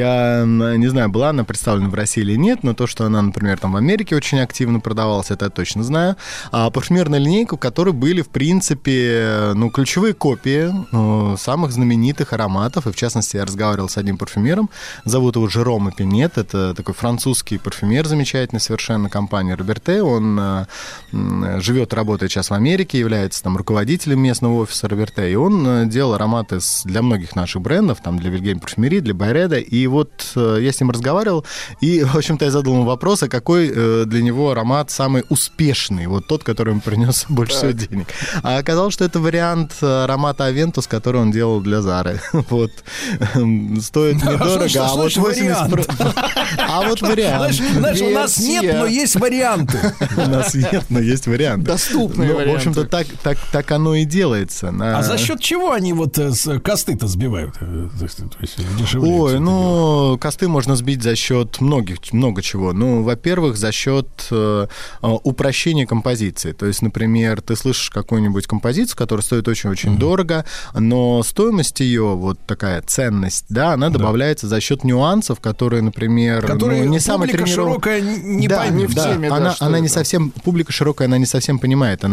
Я м, не знаю, была она представлена в России или нет, но то, что она, например, там в Америке очень активно продавалась, это я точно знаю. А парфюмерная линейка, в которой были, в принципе, ну, ключевые копии ну, самых знаменитых ароматов. И, в частности, я разговаривал с одним парфюмером. Зовут его Жером Пинет. Это такой французский парфюмер, замечательный совершенно, компания Роберте. Он э, м, живет, работает сейчас в Америке, является там руководителем местного офиса Роберте, и он э, делал ароматы с- для многих наших брендов, там для Вильгельм Парфюмерии, для Байреда, и вот э, я с ним разговаривал, и, в общем-то, я задал ему вопрос, а какой э, для него аромат самый успешный, вот тот, который ему принес больше всего денег. А оказалось, что это вариант э, аромата Авентус, который он делал для Зары. Вот. Эм, Стоит недорого, Что а вот значит восемьдесят вариант? А вот вариант. Знаешь, знаешь, у нас нет, Версия. но есть варианты. У нас нет, но есть варианты. Доступные Ну, варианты. в общем-то, так, так, так оно и делается. На- А за счет чего они вот э, с- косты-то сбивают? Э, То есть, то есть дешевляют Ой, всё это дело? ну, косты можно сбить за счет многих, много чего. Ну, во-первых, за счет э, э, упрощения композиции. То есть, например, ты слышишь какую-нибудь композицию, которая стоит очень-очень mm-hmm. дорого, но стоимость ее, вот такая ценность, да, она добавляется за счет нюансов, которые, например, Которые ну, не самые публика тренированные. широкая не да, поймет. в да, теме, да, она, что она это. не совсем, публика широкая, она не совсем понимает, она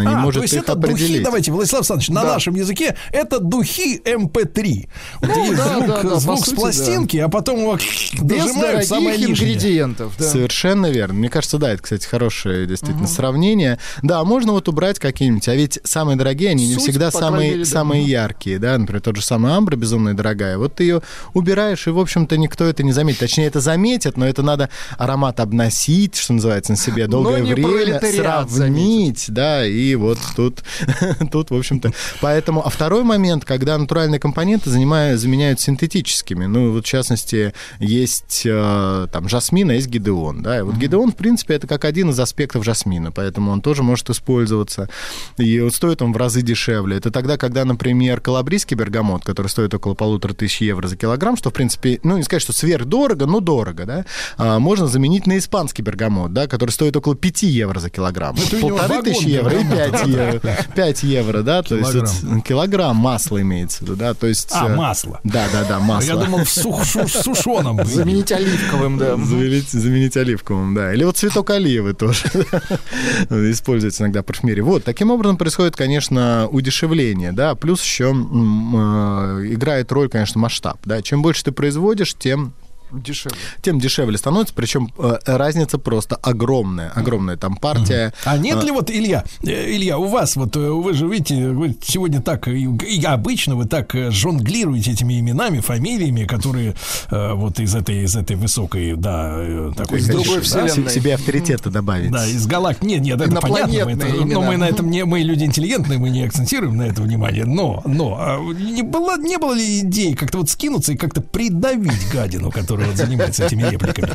не а, может то есть их это определить. Духи, давайте, Владислав Александрович, на Да. нашем языке это духи эм пэ три. Вот Ну, есть да, звук, да, да, звук по с сути, пластинки, а потом его Без дожимают самое дорогих нижнее. ингредиентов. Да. Совершенно верно. Мне кажется, да, это, кстати, хорошее действительно сравнение. Да, можно вот убрать какие-нибудь, а ведь самые дорогие, они не Суть, всегда по крайней самые, мере, да. самые яркие, да, например, тот же самый амбра, безумно дорогая. Вот ты ее убираешь, и, в общем-то, никто это не заметит. Точнее, это заметит, но это надо аромат обносить, что называется, на себе долгое не время, пролетариат сравнить, да, и вот тут, тут, в общем-то. Поэтому, а второй момент, когда натуральные компоненты занимают, заменяют синтетическими. Ну, вот, в частности, есть э, там жасмин, а есть гидеон, да, и вот гидеон, в принципе, это как один из аспектов жасмина, поэтому он тоже может использоваться, и вот стоит он в разы дешевле. Это тогда, когда, например, калабрийский бергамот, который стоит около полутора тысяч евро за килограмм, что, в принципе, ну, не сказать, что сверхдорого, но дорого, да, а, можно заменить на испанский бергамот, да, который стоит около пяти евро за килограмм. Это у него Полторы вагон тысячи евро и бергамота. пять евро. пять евро, да, то есть Килограмм. вот килограмм масла имеется в виду, да, то есть... А, э, масло. Да, да, да, масло. Я думал, в сух- шу- сушеном. были. Заменить оливковым, да. Заменить, заменить оливковым, да. Или вот цветок оливы тоже используется иногда в парфюмерии. Вот, таким образом происходит, конечно, удешевление, да, плюс еще м, э, играет роль, конечно, масштаб, да. Чем больше ты производишь, тем Дешевле. тем дешевле становится, причем э, разница просто огромная, огромная там партия. А нет э, ли вот, Илья, э, Илья, у вас вот, э, вы же, видите, вы сегодня так, и, и обычно вы так э, жонглируете этими именами, фамилиями, которые э, вот из этой, из этой высокой, да, э, такой Из другой ниши, да, вселенной. с- себе авторитета добавить. Да, из галак. Нет, нет, это понятно. Мы Инопланетные это- но имена. мы на этом не, мы люди интеллигентные, мы не акцентируем на это внимание. Но, но а не было, не было ли идеи как-то вот скинуться и как-то придавить гадину, которая вот занимается этими репликами?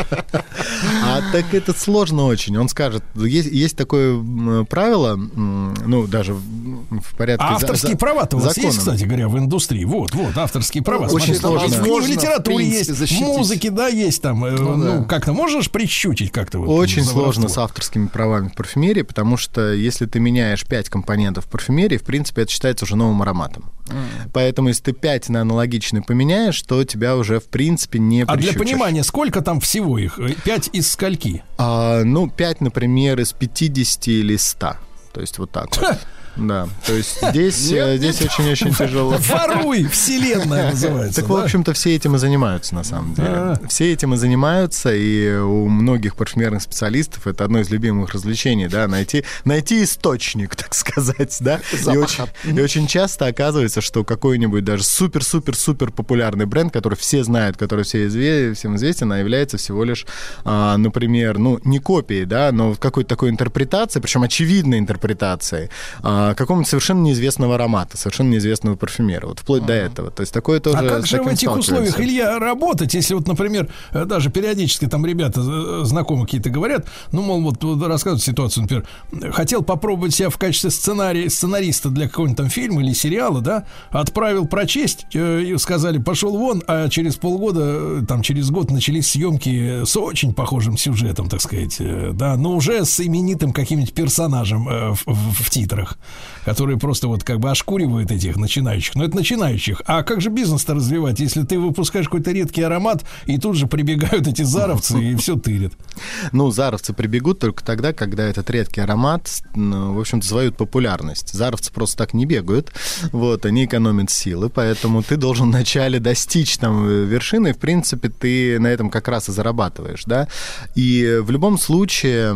А так это сложно очень. Он скажет, есть, есть такое м, правило, м, ну, даже в, в порядке... А за- авторские за- права-то у вас законом. есть, кстати говоря, в индустрии? Вот, вот, авторские права. Очень Смотрите, там сложно. есть, в Можно, литературе в принципе, есть, защитить. в музыке, да, есть там. э, Ну, Ну, да. как-то можешь прищучить как-то? Вот, Очень за сложно воровство? с авторскими правами в парфюмерии, потому что если ты меняешь пять компонентов в парфюмерии, в принципе, это считается уже новым ароматом. Поэтому если ты пять на аналогичный поменяешь, то тебя уже, в принципе, не А для прищучишь. понимания, сколько там всего их? Пять из скольки? А, ну, пять, например, из пятидесяти или ста. То есть вот так вот. Да, то есть здесь, э, здесь очень-очень тяжело. Воруй, вселенная называется. Так, в да? общем-то, все этим и занимаются, на самом деле. А. Все этим и занимаются, и у многих парфюмерных специалистов это одно из любимых развлечений, да, найти, найти источник, так сказать, да. И очень, и очень часто оказывается, что какой-нибудь даже супер-супер-супер популярный бренд, который все знают, который все изве- всем известен, а является всего лишь, а, например, ну, не копией, да, но какой-то такой интерпретацией, причем очевидной интерпретацией, а, какого-нибудь совершенно неизвестного аромата, совершенно неизвестного парфюмера, вот вплоть до этого. То есть такое тоже А как с же в таким этих условиях, сталкиваемся. Илья, работать, если вот, например, э, даже периодически там ребята э, знакомые какие-то говорят, ну, мол, вот, вот рассказывают ситуацию, например, хотел попробовать себя в качестве сценария, сценариста для какого-нибудь там фильма или сериала, да, отправил прочесть, э, и сказали, пошел вон, а через полгода, э, там, через год начались съемки с очень похожим сюжетом, так сказать, э, да, но уже с именитым каким-нибудь персонажем э, в, в- в титрах, которые просто вот как бы ошкуривают этих начинающих. Но это начинающих. А как же бизнес-то развивать, если ты выпускаешь какой-то редкий аромат, и тут же прибегают эти заровцы и все тырят? Ну, заровцы прибегут только тогда, когда этот редкий аромат, ну, в общем-то, завоюет популярность. Заровцы просто так не бегают, вот, они экономят силы, поэтому ты должен вначале достичь там вершины, и, в принципе, ты на этом как раз и зарабатываешь, да. И в любом случае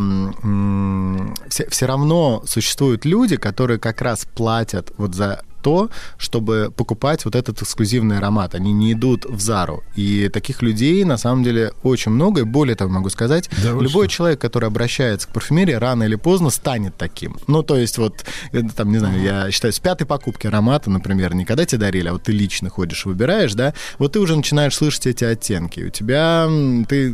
м- все, все равно существуют люди, которые как раз платят вот за то, чтобы покупать вот этот эксклюзивный аромат. Они не идут в Зару. И таких людей, на самом деле, очень много. И более того, могу сказать, Да вы любой что? человек, который обращается к парфюмерии, рано или поздно станет таким. Ну, то есть вот, это, там, не знаю, я считаю, с пятой покупки аромата, например, не когда тебе дарили, а вот ты лично ходишь и выбираешь, да, вот ты уже начинаешь слышать эти оттенки. У тебя, м, ты...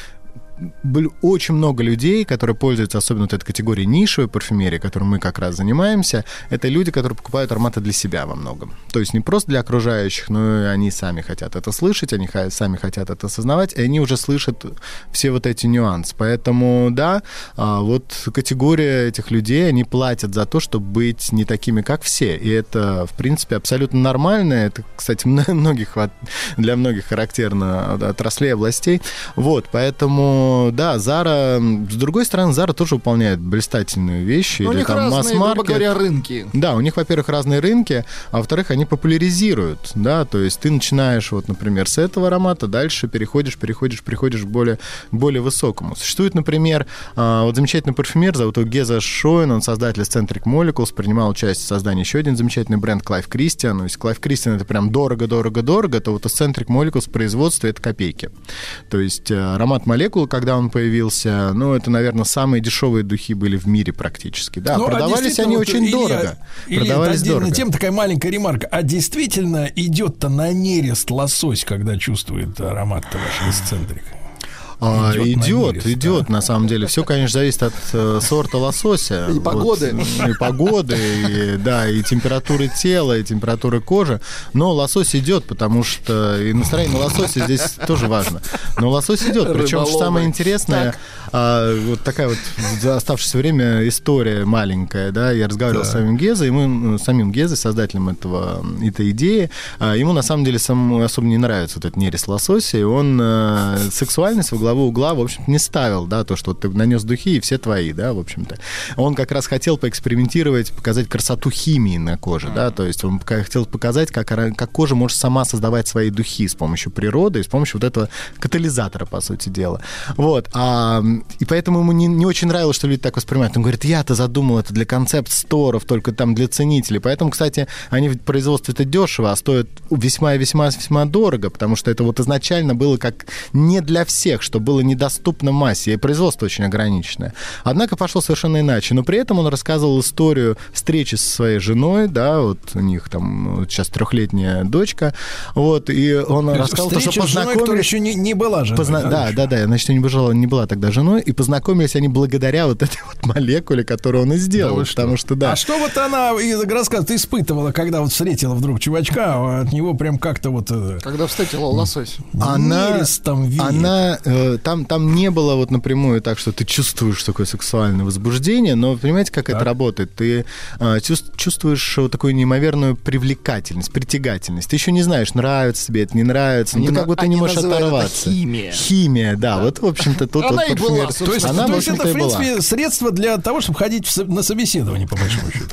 Были очень много людей, которые пользуются особенно вот этой категорией нишевой парфюмерии, которой мы как раз занимаемся. Это люди, которые покупают ароматы для себя во многом. То есть не просто для окружающих, но и они сами хотят это слышать, они ха- сами хотят это осознавать, и они уже слышат все вот эти нюансы. Поэтому, да, а, вот категория этих людей, они платят за то, чтобы быть не такими, как все. И это, в принципе, абсолютно нормально. Это, кстати, многих, для многих характерно от отраслей, областей. Вот, поэтому Поэтому, да, Zara, с другой стороны, Zara тоже выполняет блистательные вещи. Но у или них там разные, грубо масс-маркет. говоря, рынки. Да, у них, во-первых, разные рынки, а во-вторых, они популяризируют, да, то есть ты начинаешь, вот, например, с этого аромата, дальше переходишь, переходишь, переходишь к более, к более высокому. Существует, например, вот замечательный парфюмер, зовут его Геза Шоен, он создатель Centric Molecules, принимал участие в создании еще один замечательный бренд Clive Christian. То есть Clive Christian — это прям дорого-дорого-дорого, то вот у Centric Molecules в производстве — это копейки. То есть аромат молекул, когда он появился, ну, это, наверное, самые дешевые духи были в мире практически. Да, ну, продавались а они вот, очень Илья, дорого. Илья, продавались дорого. Тем такая маленькая ремарка. А действительно идет-то на нерест лосось, когда чувствует аромат вашего эксцентрика? А, Идет, идет, нерест, идет, да. на самом деле. Все, конечно, зависит от э, сорта лосося. И погоды. Вот, и погоды, и, да, и температуры тела, и температуры кожи. Но лосось идет, потому что и настроение лосося здесь тоже важно. Но лосось идет. Причем, что самое интересное, а, вот такая вот за оставшееся время история маленькая, да, я разговаривал да. с самим Гезой, и мы, с самим Гезой, создателем этого, этой идеи, а, ему на самом деле самому особо не нравится вот этот нерест лосося, и он а, сексуальность во главу угла, в общем-то, не ставил, да, то, что вот ты нанес духи, и все твои, да, в общем-то. Он как раз хотел поэкспериментировать, показать красоту химии на коже, mm-hmm. да, то есть он хотел показать, как, как кожа может сама создавать свои духи с помощью природы, с помощью вот этого катализатора, по сути дела. Вот, а, и поэтому ему не, не очень нравилось, что люди так воспринимают. Он говорит, я-то задумал это для концепт-сторов, только там для ценителей. Поэтому, кстати, они в производстве это дешево, а стоят весьма и весьма-весьма дорого, потому что это вот изначально было как не для всех, что было недоступно массе, и производство очень ограниченное. Однако пошло совершенно иначе. Но при этом он рассказывал историю встречи со своей женой, да, вот у них там вот сейчас трехлетняя дочка, вот, и он рассказал, то, что познакомились... женой, которая еще не, не была женой. Позна... Да, да, да, да, значит, не была, не была тогда женой, и познакомились они благодаря вот этой вот молекуле, которую он и сделал, да, потому что, да. А что вот она, рассказывает, испытывала, когда вот встретила вдруг чувачка, а от него прям как-то вот... Когда встретила лосось. Она, она э, там, там не было вот напрямую так, что ты чувствуешь такое сексуальное возбуждение, но понимаете, как так. это работает? Ты э, чувствуешь вот такую неимоверную привлекательность, притягательность. Ты еще не знаешь, нравится тебе это, не нравится, но ты как будто не можешь оторваться. Химия. Химия, да, да. Вот, в общем-то, тут она вот и была, то есть, она, то есть это, в принципе, была. средство для того, чтобы ходить в, на собеседование, по большому счету.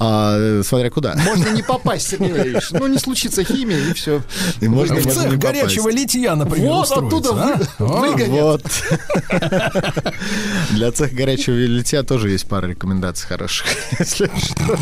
А, смотря куда. Можно не попасть, Сергей Валерьевич. Ну, не случится химия, и все. И можно, в цех горячего литья, например, вот оттуда а? выгонят. Вот. Для цеха горячего литья тоже есть пара рекомендаций хороших, если что.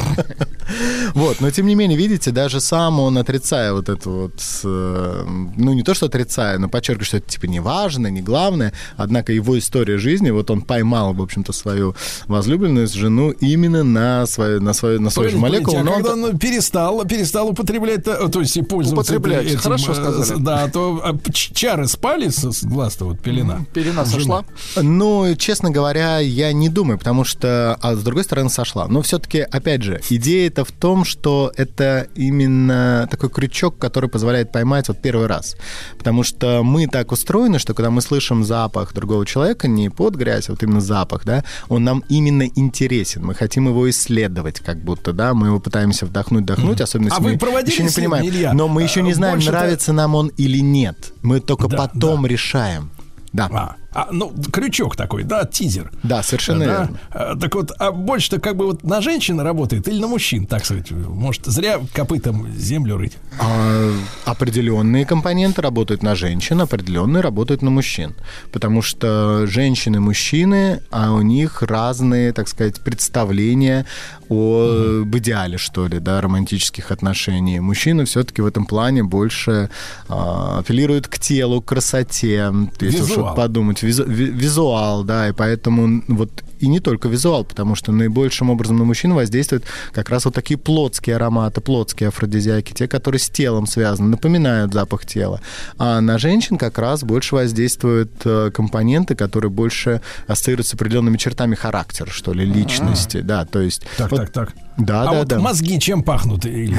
Вот, но тем не менее, видите, даже сам он, отрицая вот это вот, ну, не то, что отрицая, но подчеркивает, что это, типа, не важно, не главное, однако его история жизни, вот он поймал, в общем-то, свою возлюбленную жену именно на свою, на свою, на свою же молекулу. А но когда он... он перестал, перестал употреблять, то есть и пользоваться употреблять, этим, хорошо сказали. Да, то чары спали с глаз-то, вот пелена. Пелена сошла? Ну, честно говоря, я не думаю, потому что, а с другой стороны, сошла. Но все-таки, опять же, идея-то в том, что это именно такой крючок, который позволяет поймать вот первый раз. Потому что мы так устроены, что когда мы слышим запах другого человека, не под грязь, а вот именно запах, да, он нам именно интересен. Мы хотим его исследовать, как будто, да, мы его пытаемся вдохнуть, вдохнуть, mm-hmm. особенно если а мы вы проводили еще не понимаем. Илья? Но мы еще не знаем, Больше-то... нравится нам он или нет. Мы только да, потом да. решаем. Да. А, а, ну, крючок такой, да, тизер. Да, совершенно да, верно. А, так вот, а больше-то как бы вот на женщин работает или на мужчин, так сказать? Может, зря копытом землю рыть? А, определенные компоненты работают на женщин, определенные работают на мужчин. Потому что женщины, мужчины, а у них разные, так сказать, представления о, об идеале, что ли, да, романтических отношений. Мужчины все-таки в этом плане больше а, апеллируют к телу, к красоте. Если уж вот подумать, визу, визуал, да, и поэтому вот и не только визуал, потому что наибольшим образом на мужчин воздействуют как раз вот такие плотские ароматы, плотские афродизиаки, те, которые с телом связаны, напоминают запах тела. А на женщин как раз больше воздействуют компоненты, которые больше ассоциируются с определенными чертами характера, что ли, личности, А-а-а. да, то есть... Так, вот, так, так. Да, а да, вот да. мозги чем пахнут? Или,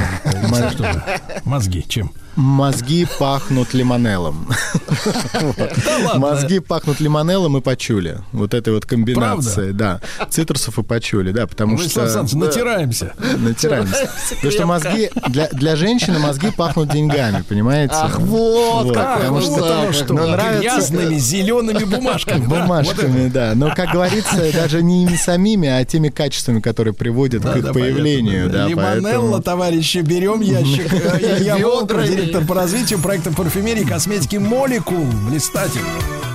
мозги чем? Мозги пахнут лимонеллом. Мозги пахнут лимонеллом и пачули. Вот этой вот комбинацией. да. Цитрусов и пачоли, да, потому Мы, что... Александр, натираемся. Натираемся. Потому что мозги... Для, для женщины мозги пахнут деньгами, понимаете? Ах, вот, как потому что, что ну, нравится... грязными зелеными бумажками. Бумажками, да. Но, как говорится, даже не ими самими, а теми качествами, которые приводят Да, к их да, появлению. понятно, да. Да, Лимонелла, поэтому... товарищи, берем ящик. Я Волков, директор по развитию проекта парфюмерии и косметики «Молекул». Блистательно.